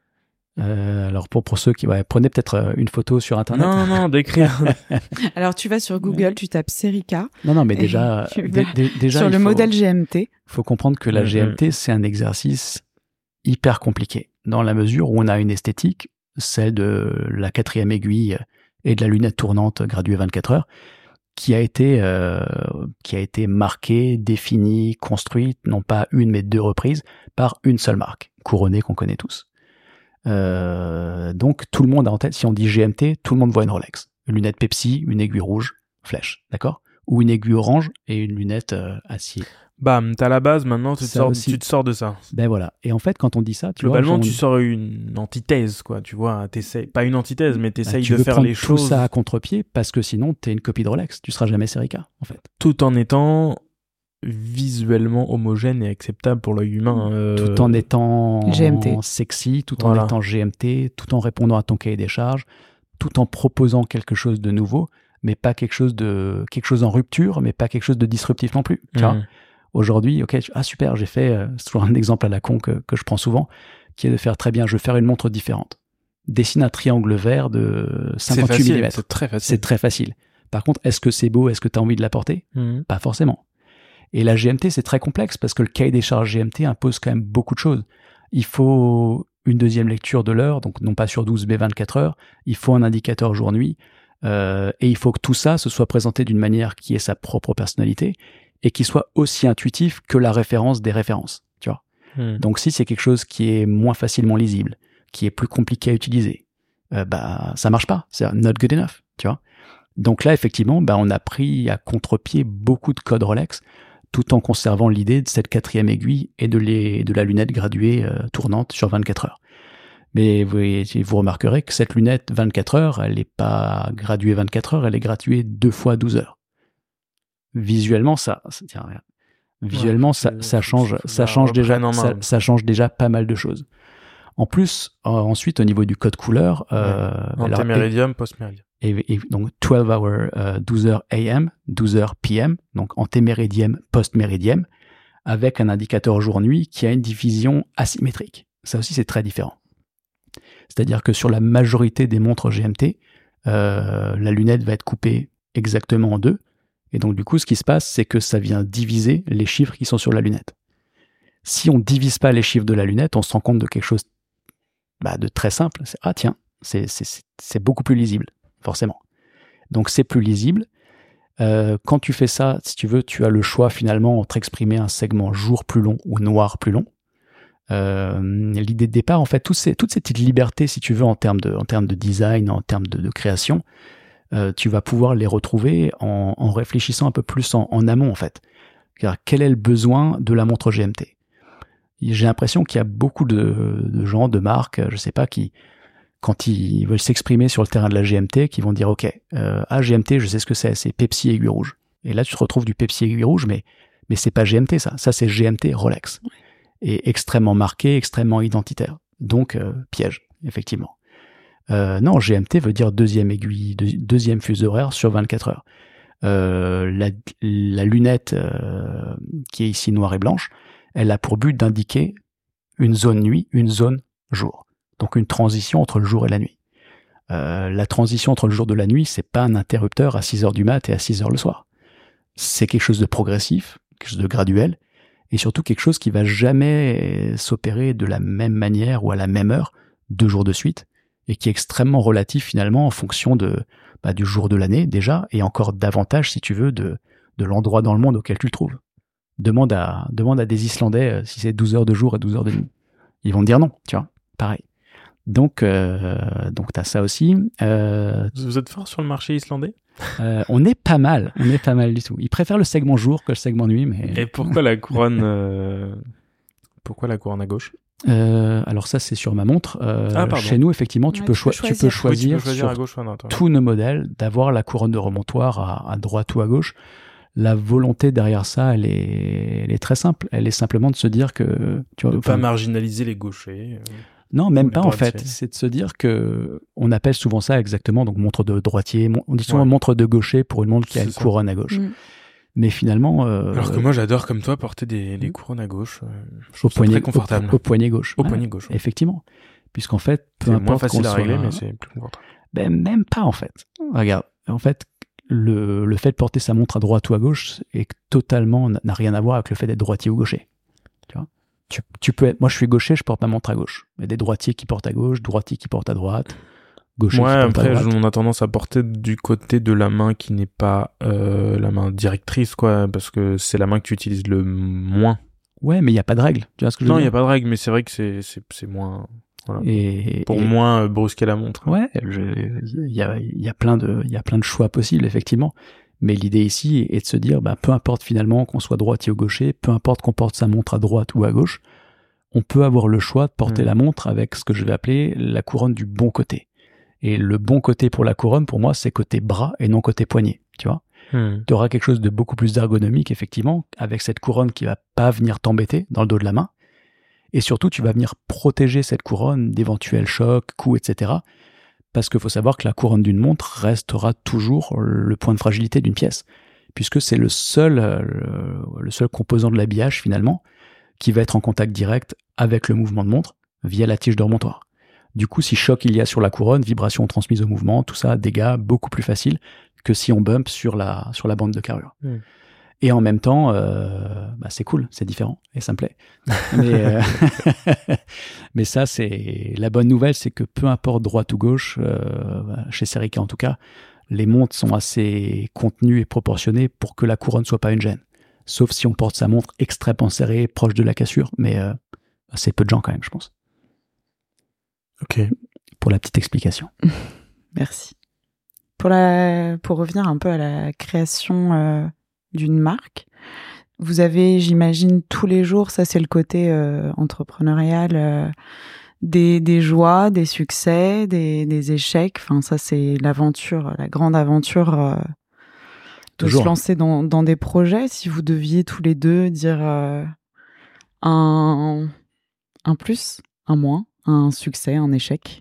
Euh, alors pour pour ceux qui ouais, prenez peut-être une photo sur internet. Non non, décrire. Alors tu vas sur Google, tu tapes Serica. Non non, mais déjà d- d- déjà sur le faut, modèle G M T. Faut comprendre que la mm-hmm. G M T c'est un exercice hyper compliqué dans la mesure où on a une esthétique, celle de la quatrième aiguille et de la lunette tournante graduée vingt-quatre heures, qui a été euh, qui a été marquée, définie, construite non pas une mais deux reprises par une seule marque, Couronnée qu'on connaît tous. Euh, donc tout le monde a en tête, si on dit G M T, tout le monde voit une Rolex, une lunette Pepsi, une aiguille rouge, flèche, d'accord, ou une aiguille orange et une lunette euh, acier. Bam, t'as la base, maintenant tu te, sors, tu te sors de ça. Ben voilà, et en fait quand on dit ça, tu globalement vois, tu sors une antithèse, quoi, tu vois, t'essayes, pas une antithèse, mais t'essayes bah, de faire les choses. Tu veux tout ça à contre-pied parce que sinon t'es une copie de Rolex, tu seras jamais Serica, en fait. Tout en étant visuellement homogène et acceptable pour l'œil humain. Euh... Tout en étant G M T. Sexy, tout voilà. en étant G M T, tout en répondant à ton cahier des charges, tout en proposant quelque chose de nouveau, mais pas quelque chose de quelque chose en rupture, mais pas quelque chose de disruptif non plus. Tu mmh. vois. Aujourd'hui, ok, ah super, j'ai fait, euh, c'est toujours un exemple à la con que, que je prends souvent, qui est de faire très bien, je vais faire une montre différente. Dessine un triangle vert de cinquante-huit millimètres. C'est très facile. C'est très facile. Par contre, est-ce que c'est beau, est-ce que tu as envie de la porter ? mmh. Pas forcément. Et la G M T, c'est très complexe parce que le cahier des charges G M T impose quand même beaucoup de choses. Il faut une deuxième lecture de l'heure, donc non pas sur douze mais vingt-quatre heures. Il faut un indicateur jour-nuit. Euh, et il faut que tout ça se soit présenté d'une manière qui ait sa propre personnalité et qui soit aussi intuitif que la référence des références. Tu vois. Mmh. Donc si c'est quelque chose qui est moins facilement lisible, qui est plus compliqué à utiliser, euh, bah ça marche pas. C'est not good enough. Tu vois. Donc là, effectivement, bah on a pris à contre-pied beaucoup de codes Rolex, tout en conservant l'idée de cette quatrième aiguille et de, les, de la lunette graduée euh, tournante sur vingt-quatre heures. Mais vous, vous remarquerez que cette lunette vingt-quatre heures, elle n'est pas graduée vingt-quatre heures, elle est graduée deux fois douze heures. Visuellement, ça, ça tiens, regarde. Visuellement, ouais, ça, ça change, ça change déjà, ça, ça change déjà pas mal de choses. En plus, euh, ensuite, au niveau du code couleur, euh, ouais. Antéméridium, postméridium. Et, et donc douze heures, euh, douze heures A M, douze heures P M, donc antéméridiem, postméridiem, avec un indicateur jour-nuit qui a une division asymétrique. Ça aussi, c'est très différent. C'est-à-dire que sur la majorité des montres G M T, euh, la lunette va être coupée exactement en deux. Et donc, du coup, ce qui se passe, c'est que ça vient diviser les chiffres qui sont sur la lunette. Si on ne divise pas les chiffres de la lunette, on se rend compte de quelque chose bah, de très simple. C'est, ah tiens, c'est, c'est, c'est beaucoup plus lisible, forcément. Donc, c'est plus lisible. Euh, quand tu fais ça, si tu veux, tu as le choix finalement entre exprimer un segment jour plus long ou noir plus long. Euh, l'idée de départ, en fait, toutes ces, toutes ces petites libertés, si tu veux, en termes de, en termes de design, en termes de, de création, euh, tu vas pouvoir les retrouver en, en réfléchissant un peu plus en, en amont, en fait. Car quel est le besoin de la montre G M T ? J'ai l'impression qu'il y a beaucoup de, de gens, de marques, je sais pas, qui, quand ils veulent s'exprimer sur le terrain de la G M T, qui vont dire, OK, euh, ah, G M T, je sais ce que c'est, c'est Pepsi aiguille rouge. Et là, tu te retrouves du Pepsi aiguille rouge, mais, mais c'est pas G M T, ça. Ça, c'est G M T Rolex. Et extrêmement marqué, extrêmement identitaire. Donc, euh, piège, effectivement. Euh, non, G M T veut dire deuxième aiguille, deux, deuxième fuseau horaire sur vingt-quatre heures. Euh, la, la lunette, euh, qui est ici noire et blanche, elle a pour but d'indiquer une zone nuit, une zone jour. Donc, une transition entre le jour et la nuit. Euh, la transition entre le jour et la nuit, c'est pas un interrupteur à six heures du mat et à six heures le soir. C'est quelque chose de progressif, quelque chose de graduel, et surtout quelque chose qui va jamais s'opérer de la même manière ou à la même heure, deux jours de suite, et qui est extrêmement relatif finalement en fonction de, bah, du jour de l'année déjà, et encore davantage, si tu veux, de, de l'endroit dans le monde auquel tu le trouves. Demande à, demande à des Islandais euh, si c'est douze heures de jour et douze heures de nuit. Ils vont te dire non, tu vois, pareil. Donc, euh, donc t'as ça aussi. Euh, Vous êtes fort sur le marché islandais ? euh, On est pas mal, on est pas mal du tout. Ils préfèrent le segment jour que le segment nuit, mais. Et pourquoi la couronne euh... Pourquoi la couronne à gauche ? Euh, alors ça, c'est sur ma montre. Euh, ah, chez nous, effectivement, tu, ouais, peux, tu, cho- peux tu peux choisir, oui, tu peux choisir sur à gauche ou à droite, ouais. tous nos modèles d'avoir la couronne de remontoir à, à droite ou à gauche. La volonté derrière ça, elle est, elle est très simple. Elle est simplement de se dire que... Tu vois, de pas marginaliser les gauchers. Euh, non, même pas en fait. C'est de se dire que on appelle souvent ça exactement donc montre de droitier. On dit souvent ouais. montre de gaucher pour une montre qui a une ça. couronne à gauche. Mmh. Mais finalement... Euh, Alors que moi, j'adore, comme toi, porter des, des couronnes à gauche. Euh, je trouve au poignet, ça très confortable. Au, au poignet gauche. Au ouais, poignet gauche. Ouais. Effectivement. Puisqu'en fait, peu c'est importe moins facile à régler, soit... mais c'est plus confortable. Ben, même pas, en fait. Regarde, en fait, le, le fait de porter sa montre à droite ou à gauche est totalement, n'a rien à voir avec le fait d'être droitier ou gaucher. Tu vois, tu, tu peux être, moi, je suis gaucher, je porte ma montre à gauche. Il y a des droitiers qui portent à gauche, droitiers qui portent à droite. Ouais, après, on a tendance à porter du côté de la main qui n'est pas euh, la main directrice, quoi, parce que c'est la main que tu utilises le moins. Ouais, mais il n'y a pas de règle. Tu vois ce que je veux non, il dire ? n'y a pas de règle, mais c'est vrai que c'est, c'est, c'est moins... Voilà. Et, pour et, moins brusquer la montre. Ouais, il y a, y a plein de, il y a plein de choix possibles, effectivement. Mais l'idée ici est de se dire, bah, peu importe finalement qu'on soit droitier ou gaucher, peu importe qu'on porte sa montre à droite ou à gauche, on peut avoir le choix de porter mmh. la montre avec ce que je vais appeler la couronne du bon côté. Et le bon côté pour la couronne, pour moi, c'est côté bras et non côté poignet, tu vois. Mmh. Tu auras quelque chose de beaucoup plus ergonomique, effectivement, avec cette couronne qui va pas venir t'embêter dans le dos de la main. Et surtout, tu vas venir protéger cette couronne d'éventuels chocs, coups, et cetera. Parce qu'il faut savoir que la couronne d'une montre restera toujours le point de fragilité d'une pièce, puisque c'est le seul, le, le seul composant de l'habillage, finalement, qui va être en contact direct avec le mouvement de montre via la tige de remontoir. Du coup, si choc il y a sur la couronne, vibration transmise au mouvement, tout ça, dégâts beaucoup plus faciles que si on bump sur la, sur la bande de carrure. Mmh. Et en même temps, euh, bah c'est cool, c'est différent et ça me plaît. Mais, euh, mais ça, c'est la bonne nouvelle, c'est que peu importe droite ou gauche, euh, chez Serica en tout cas, les montres sont assez contenues et proportionnées pour que la couronne soit pas une gêne. Sauf si on porte sa montre extrêmement serrée, proche de la cassure, mais euh, c'est peu de gens quand même, je pense. Ok. Pour la petite explication. Merci. Pour la, pour revenir un peu à la création. Euh... d'une marque. Vous avez, j'imagine, tous les jours, ça c'est le côté euh, entrepreneurial, euh, des, des joies, des succès, des, des échecs. Enfin, ça, c'est l'aventure, la grande aventure euh, de Toujours. se lancer dans, dans des projets. Si vous deviez tous les deux dire euh, un, un plus, un moins, un succès, un échec.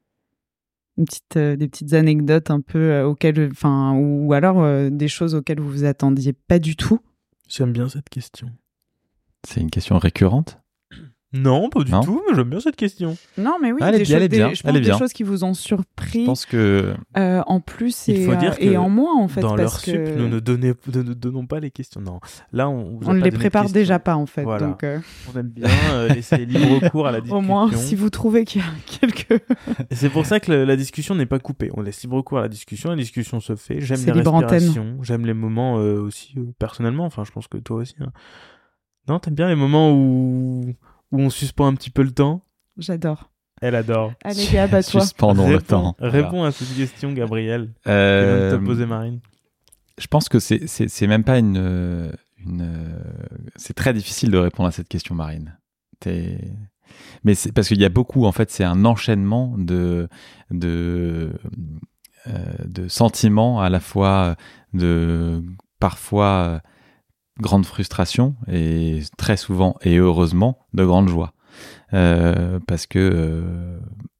Une petite, euh, des petites anecdotes un peu euh, auxquelles, enfin, ou alors euh, des choses auxquelles vous vous attendiez pas du tout. J'aime bien cette question. C'est une question récurrente ? Non, pas du non. tout, mais j'aime bien cette question. Non, mais oui, elle des, est bien, choses, elle est bien, des, je pense elle est des bien. choses qui vous ont surpris. Je pense que... Euh, en plus et, Il faut dire euh, que et en moins, en fait. Dans parce leur sup, que... nous ne, donnez, ne, ne donnons pas les questions. Non, là, on vous a On ne pas les donné prépare de déjà pas, en fait. Voilà. Donc, euh... On aime bien euh, laisser libre cours à la discussion. Au moins, si vous trouvez qu'il y a quelques... Et c'est pour ça que le, la discussion n'est pas coupée. On laisse libre cours à la discussion, la discussion se fait. J'aime c'est les respirations, antenne. J'aime les moments euh, aussi, euh, personnellement. Enfin, je pense que toi aussi. Hein. Non, t'aimes bien les moments où, où on suspend un petit peu le temps ? J'adore. Elle adore. Allez, Gab, à toi. Suspendons réponds, le temps. Réponds Voilà. à cette question, Gabriel. Euh, Que vient de te poser Marine. Je pense que c'est, c'est, c'est même pas une, une. C'est très difficile de répondre à cette question, Marine. T'es... Mais c'est parce qu'il y a beaucoup, en fait, c'est un enchaînement de, de, euh, de sentiments, à la fois de parfois grande frustration et très souvent et heureusement de grande joie. Euh, parce que euh,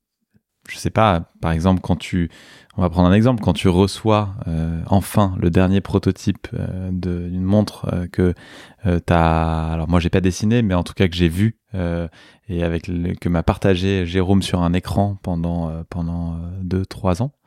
je sais pas, par exemple, quand tu, on va prendre un exemple, quand tu reçois euh, enfin le dernier prototype euh, de, d'une montre euh, que euh, t'as, alors moi j'ai pas dessiné, mais en tout cas que j'ai vu euh, et avec le, que m'a partagé Jérôme sur un écran pendant euh, pendant deux trois ans.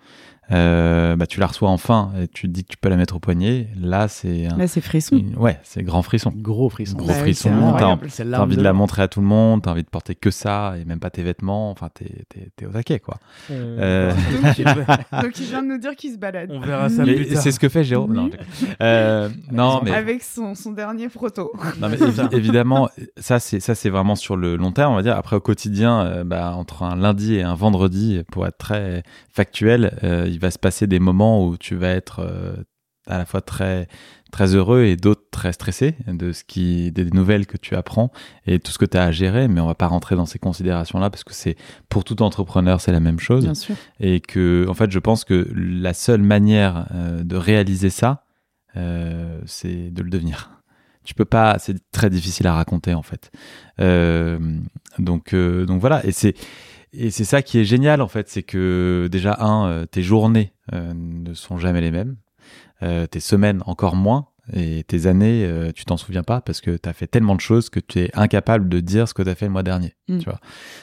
Euh, bah tu la reçois enfin et tu te dis que tu peux la mettre au poignet. Là c'est un, là c'est frisson. Une, ouais, c'est grand frisson. Gros frisson. Gros bah, frisson. T'as, t'as envie de la montrer à tout le monde. T'as envie de porter que ça et même pas tes vêtements. Enfin, t'es t'es, t'es au taquet quoi. Euh... Donc, donc il vient de nous dire qu'il se balade. On verra ça et, plus tard. C'est ce que fait Jérôme. Non, euh, non mais avec son, son dernier proto. Non mais évi- évidemment, ça c'est ça c'est vraiment sur le long terme, on va dire. Après au quotidien, euh, bah, entre un lundi et un vendredi, pour être très factuel, euh, il va se passer des moments où tu vas être euh, à la fois très très heureux et d'autres très stressés de ce qui des nouvelles que tu apprends et tout ce que tu as à gérer. Mais on va pas rentrer dans ces considérations là parce que c'est pour tout entrepreneur c'est la même chose. Bien sûr. Et que en fait je pense que la seule manière euh, de réaliser ça, euh, c'est de le devenir. Tu peux pas, c'est très difficile à raconter en fait. Euh, donc euh, donc voilà, et c'est et c'est ça qui est génial en fait, c'est que déjà un, euh, tes journées euh, ne sont jamais les mêmes, euh, tes semaines encore moins, et tes années, euh, tu t'en souviens pas parce que t'as fait tellement de choses que tu es incapable de dire ce que t'as fait le mois dernier. Mm. Tu vois.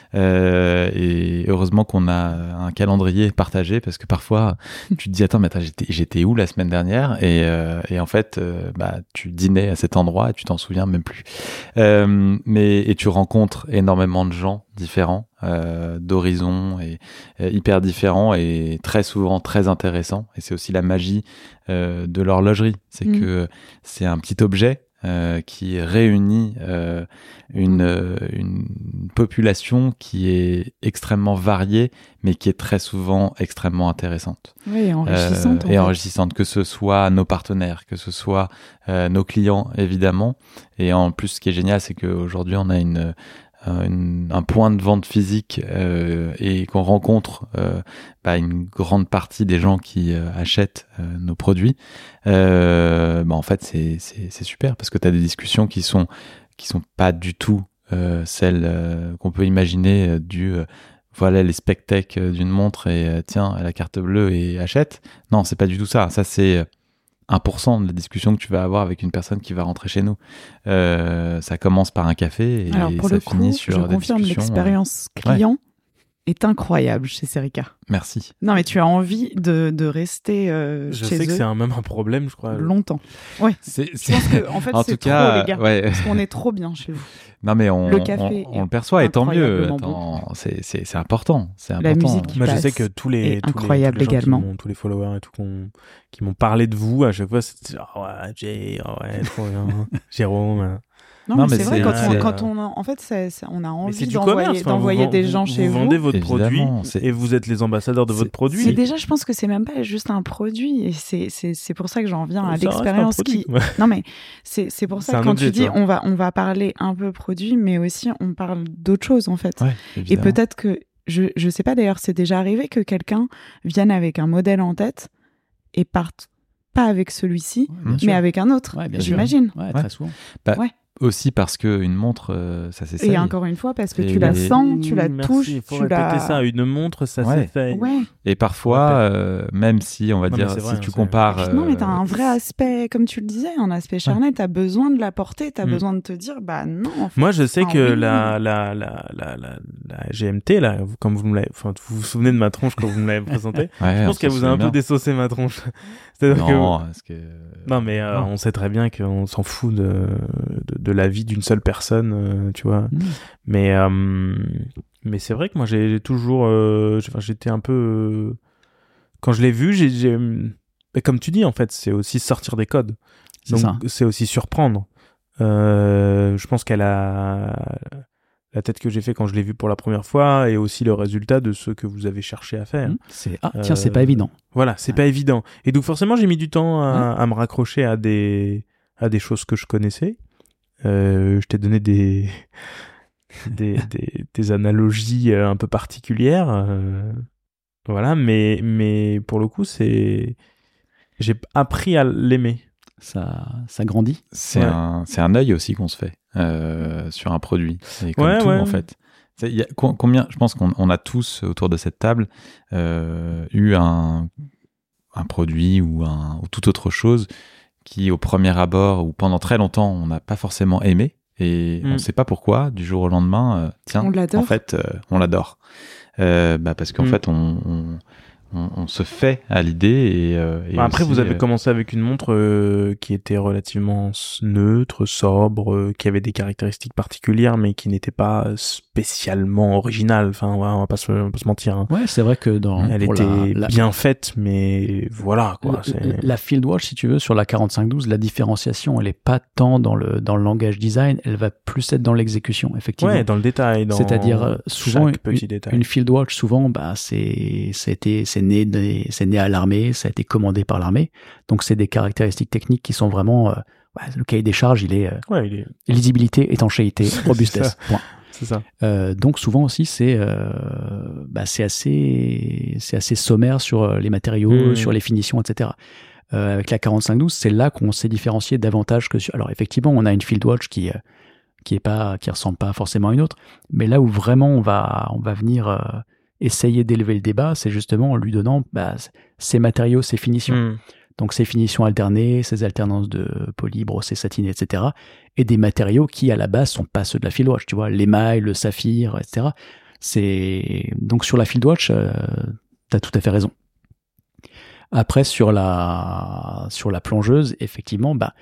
Euh, et heureusement qu'on a un calendrier partagé parce que parfois tu te dis attends mais attends j'étais j'étais où la semaine dernière et euh, et en fait euh, bah tu dînais à cet endroit et tu t'en souviens même plus. Euh, mais et tu rencontres énormément de gens différents, euh, d'horizons et, et hyper différents et très souvent très intéressants. Et c'est aussi la magie euh, de l'horlogerie, c'est Mm. que c'est un petit objet euh, qui réunit euh, une, euh, une population qui est extrêmement variée, mais qui est très souvent extrêmement intéressante. Oui, enrichissante. Euh, en et fait. enrichissante, que ce soit nos partenaires, que ce soit euh, nos clients, évidemment. Et en plus, ce qui est génial, c'est qu'aujourd'hui, on a une Une, un point de vente physique euh, et qu'on rencontre euh, bah, une grande partie des gens qui euh, achètent euh, nos produits, euh, bah, en fait c'est, c'est, c'est super parce que tu as des discussions qui sont qui sont pas du tout euh, celles euh, qu'on peut imaginer euh, du euh, voilà les spec-tech d'une montre et euh, tiens la carte bleue et achète. Non, c'est pas du tout ça. Ça c'est un pour cent de la discussion que tu vas avoir avec une personne qui va rentrer chez nous. Euh, ça commence par un café et Alors, pour ça le finit coup, sur je des confirme, discussions. l'expérience client est incroyable chez Serica. Merci. Non, mais tu as envie de, de rester euh, Je chez sais eux que c'est un, même un problème, je crois. longtemps. Ouais. C'est, Je pense que, en fait, en c'est tout trop, cas, les gars. ouais. Parce qu'on est trop bien chez vous. Non mais on Le café on, on est le perçoit et tant mieux. incroyablement Attends, c'est c'est c'est important, c'est La important. musique qui Moi, je passe sais que tous les, est tous les, incroyable tous les gens également. qui m'ont- tous les followers et tout qu'on- qui m'ont parlé de vous, à chaque fois, c'était genre, ouais, Jay, oh ouais, trop bien. Jérôme. Non, non mais, mais c'est vrai, quand, on, quand on, en fait, c'est, c'est, on a envie d'envoyer, commerce, d'envoyer des gens vous, chez vous. Vous vendez votre produit et vous êtes les ambassadeurs de c'est, votre produit. Mais déjà, je pense que c'est même pas juste un produit. Et c'est, c'est, c'est pour ça que j'en viens à ça l'expérience qui. Non, mais c'est, c'est pour ça c'est que quand objet, tu dis, on va, on va parler un peu produit, mais aussi on parle d'autre chose, en fait. Ouais, et peut-être que, je, je sais pas d'ailleurs, c'est déjà arrivé que quelqu'un vienne avec un modèle en tête et parte pas avec celui-ci, ouais, mais sûr. avec un autre, ouais, j'imagine. Ouais, très souvent. Bah, ouais. Aussi parce qu'une montre, euh, ça s'essaye. Et encore une fois, parce que et tu la sens, tu la Merci, touches. Il faut tu répéter la... ça, une montre, ça ouais. s'essaye. Ouais. Et parfois, euh, même si, on va non, dire, vrai, si tu compares... Euh... Non, mais t'as un vrai aspect, comme tu le disais, un aspect charnel, ouais. t'as besoin de la porter, t'as mm. besoin de te dire, bah non. En fait, moi, je sais enfin, que oui, la, la, la, la, la, la G M T, là, comme vous me l'avez... Enfin, vous vous souvenez de ma tronche quand vous me l'avez présentée. Ouais, je pense qu'elle vous a un bien. peu désossé ma tronche. C'est-à-dire non, que... parce que... Non, mais euh, non. on sait très bien qu'on s'en fout de, de, de la vie d'une seule personne, euh, tu vois. Mmh. Mais, euh, mais c'est vrai que moi, j'ai, j'ai toujours... Euh, j'étais un peu... Euh, quand je l'ai vu, j'ai... j'ai... Comme tu dis, en fait, c'est aussi sortir des codes. C'est Donc, ça. C'est aussi surprendre. Euh, je pense qu'elle a... La tête que j'ai fait quand je l'ai vu pour la première fois et aussi le résultat de ce que vous avez cherché à faire. Mmh, c'est... Ah, tiens, euh, c'est pas évident. Voilà, c'est ouais. pas évident. Et donc forcément, j'ai mis du temps à, ouais. à me raccrocher à des, à des choses que je connaissais. Euh, je t'ai donné des, des, des, des analogies un peu particulières. Euh, voilà, mais, mais pour le coup, c'est... j'ai appris à l'aimer. Ça, ça grandit. C'est, ouais. un, c'est un œil aussi qu'on se fait euh, sur un produit. C'est comme ouais, tout, ouais. en fait. C'est, y a, combien, je pense qu'on on a tous, autour de cette table, euh, eu un, un produit ou, un, ou toute autre chose qui, au premier abord, ou pendant très longtemps, on n'a pas forcément aimé. Et mm. on ne sait pas pourquoi, du jour au lendemain, euh, tiens, en fait, euh, on l'adore. Euh, bah, parce qu'en mm. fait, on... on On, on se fait à l'idée et, euh, et bah après aussi, vous avez euh... commencé avec une montre euh, qui était relativement neutre, sobre, euh, qui avait des caractéristiques particulières mais qui n'était pas spécialement originale. Enfin ouais, on va pas se, on va pas se mentir. Hein. Ouais, c'est vrai que dans elle pour était la, bien la... faite, mais voilà quoi. La, c'est... la Field Watch, si tu veux, sur la quarante-cinq douze, la différenciation, elle est pas tant dans le dans le langage design, elle va plus être dans l'exécution, effectivement. Ouais, dans le détail. Dans C'est-à-dire souvent une, petit détail. une Field Watch, souvent, bah c'est c'était c'est né des, c'est né à l'armée, ça a été commandé par l'armée, donc c'est des caractéristiques techniques qui sont vraiment euh, ouais, le cahier des charges, il est, euh, ouais, il est... lisibilité, étanchéité, robustesse. C'est point. C'est ça. Euh, donc souvent aussi c'est euh, bah, c'est assez c'est assez sommaire sur les matériaux, mmh. sur les finitions, et cetera. Euh, avec la quarante-cinq douze, c'est là qu'on s'est différencié davantage que sur. Alors effectivement, on a une Field Watch qui euh, qui est pas qui ressemble pas forcément à une autre, mais là où vraiment on va on va venir euh, essayer d'élever le débat, c'est justement en lui donnant bah, ces matériaux, ces finitions. Mmh. Donc ces finitions alternées, ces alternances de poly, brossé, satiné, et cetera. Et des matériaux qui, à la base, sont pas ceux de la Field Watch, tu vois, l'émail, le saphir, et cetera. C'est... Donc sur la Field Watch, euh, tu as tout à fait raison. Après, sur la, sur la plongeuse, effectivement, bah,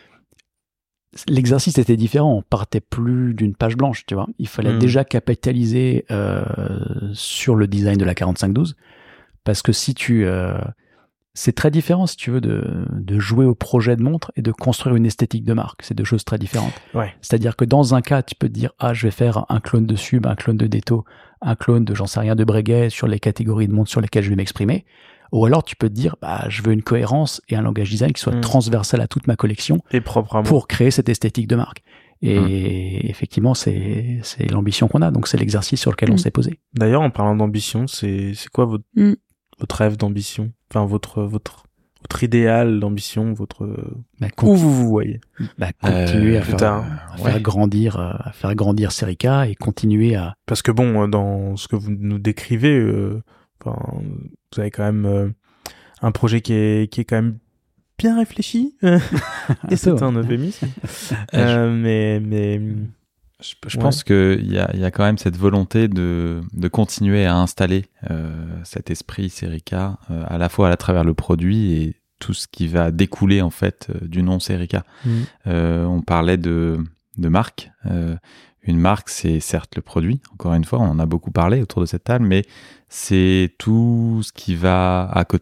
l'exercice était différent. On partait plus d'une page blanche, tu vois. Il fallait mmh. déjà capitaliser euh, sur le design de la quarante-cinq douze. Parce que si tu... Euh, c'est très différent, si tu veux, de, de jouer au projet de montre et de construire une esthétique de marque. C'est deux choses très différentes. Ouais. C'est-à-dire que dans un cas, tu peux te dire, ah, je vais faire un clone de Sub, un clone de Detto, un clone de, j'en sais rien, de Breguet sur les catégories de montres sur lesquelles je vais m'exprimer. Ou alors, tu peux te dire, bah, je veux une cohérence et un langage design qui soit mmh. transversal à toute ma collection. Et propre à moi. Pour créer cette esthétique de marque. Et mmh. effectivement, c'est, c'est l'ambition qu'on a. Donc, c'est l'exercice sur lequel mmh. on s'est posé. D'ailleurs, en parlant d'ambition, c'est, c'est quoi votre, mmh. votre rêve d'ambition? Enfin, votre, votre, votre idéal d'ambition, votre, bah, con... où vous vous voyez? Bah, continuer euh, à, faire, à ouais. faire grandir, à faire grandir Serica et continuer à... Parce que bon, dans ce que vous nous décrivez, euh, enfin, vous avez quand même euh, un projet qui est, qui est quand même bien réfléchi. Et c'est un euphémisme. euh, mais, mais, Je, je ouais. pense qu'il y a, y a quand même cette volonté de, de continuer à installer euh, cet esprit Serica, euh, à la fois à travers le produit et tout ce qui va découler en fait euh, du nom Serica. Mmh. Euh, on parlait de, de marque. Euh, une marque, c'est certes le produit, encore une fois, on en a beaucoup parlé autour de cette table, mais c'est tout ce qui va à côté.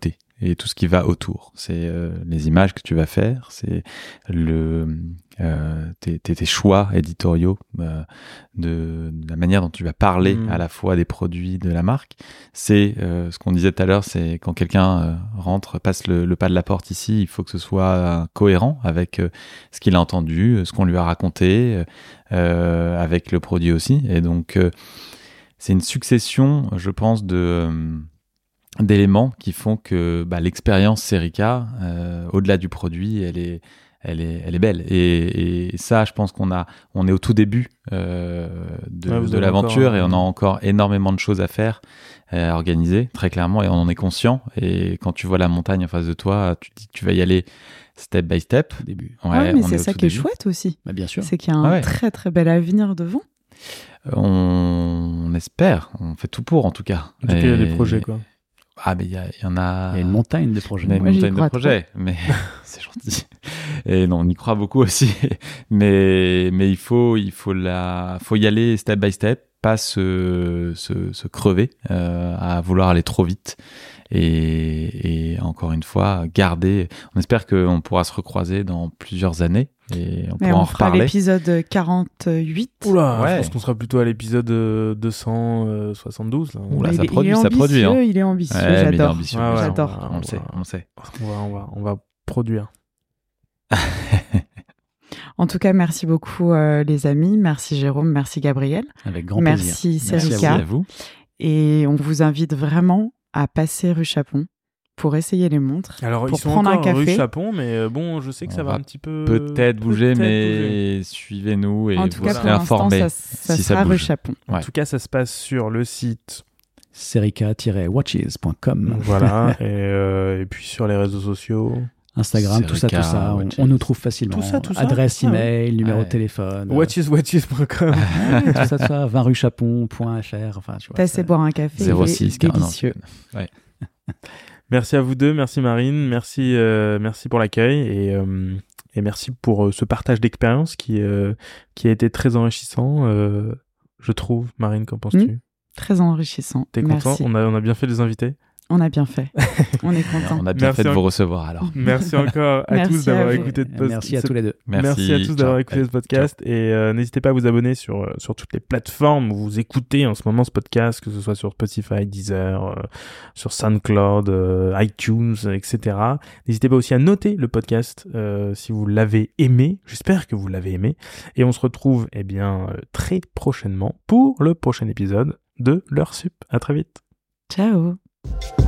et tout ce qui va autour. C'est euh, les images que tu vas faire, c'est le euh, tes, tes, tes choix éditoriaux, euh, de, de la manière dont tu vas parler mmh. à la fois des produits de la marque. C'est euh, ce qu'on disait tout à l'heure, c'est quand quelqu'un euh, rentre, passe le, le pas de la porte ici, il faut que ce soit cohérent avec euh, ce qu'il a entendu, ce qu'on lui a raconté, euh, avec le produit aussi. Et donc euh, c'est une succession, je pense, de euh, d'éléments qui font que bah, l'expérience Serica, euh, au-delà du produit, elle est Elle est, elle est belle. Et, et ça, je pense qu'on a, on est au tout début euh, de, ouais, de l'aventure encore, et on a encore énormément de choses à faire, à organiser, très clairement, et on en est conscient. Et quand tu vois la montagne en face de toi, tu dis que tu vas y aller step by step. Au début. Ouais, ouais mais c'est ça qui est chouette aussi. Bah, bien sûr. C'est qu'il y a un ah ouais. très très bel avenir devant. On, on espère, on fait tout pour en tout cas. En tout cas, il y a des projets quoi. Ah, mais il y, y en a. Il y a une montagne de projets. Il y a une Moi, montagne de projets, trop. Mais c'est gentil. Et non, on y croit beaucoup aussi. Mais, mais il faut, il faut la, faut y aller step by step, pas se, se, se crever, euh, à vouloir aller trop vite. Et, et encore une fois, garder. On espère qu'on pourra se recroiser dans plusieurs années. Et on Mais pourra on en fera reparler. L'épisode quarante-huit. Oula, ouais. je pense qu'on sera plutôt à l'épisode deux cent soixante-douze. Là. Oula, ça il, produit, il ça produit. Hein. Il est ambitieux, ouais, j'adore. Il est ambitieux, ah ouais, j'adore. On, va, on, on, le sait, va, on le sait. On va, on va, on va produire. En tout cas, merci beaucoup euh, les amis. Merci Jérôme, merci Gabriel. Avec grand merci plaisir. Serica. Merci à vous. Et on vous invite vraiment à passer rue Chapon pour essayer les montres. Alors, pour ils sont prendre encore un café. rue Chapon, mais euh, bon, je sais que on ça va, va un petit peu... Peut-être bouger, peut-être mais bouger. Suivez-nous et en tout vous cas, serez pour l'instant, informés ça, ça si sera ça bouge. rue Chapon. En Ouais. tout cas, ça se passe sur le site... serica tiret watches point com. Voilà, et, euh, et puis sur les réseaux sociaux... Instagram, tout ça, tout ça, on, on nous trouve facilement. Tout ça, tout ça. Adresse, email, ah, numéro ouais. de téléphone. watches watches point com. Ouais, tout ça, tout ça. vingt rue Chapon point f r. Enfin, tu vois. Passez boire un café. zéro six il est délicieux. Ouais. Merci à vous deux, merci Marine, merci, euh, merci pour l'accueil et, euh, et merci pour euh, ce partage d'expérience qui, euh, qui a été très enrichissant, euh, je trouve. Marine, qu'en penses-tu? Mmh. Très enrichissant. T'es content? On a, on a bien fait les invités? On a bien fait. On est content. On a bien Merci fait de en... vous recevoir alors. Merci encore à Merci tous d'avoir à écouté ce podcast. Merci à tous les deux. Merci, Merci à tous d'avoir ciao. écouté ce podcast et euh, n'hésitez pas à vous abonner sur euh, sur toutes les plateformes où vous écoutez en ce moment ce podcast, que ce soit sur Spotify, Deezer, euh, sur SoundCloud, euh, iTunes, et cetera. N'hésitez pas aussi à noter le podcast euh, si vous l'avez aimé. J'espère que vous l'avez aimé et on se retrouve eh bien euh, très prochainement pour le prochain épisode de L'Heure Sup. À très vite. Ciao.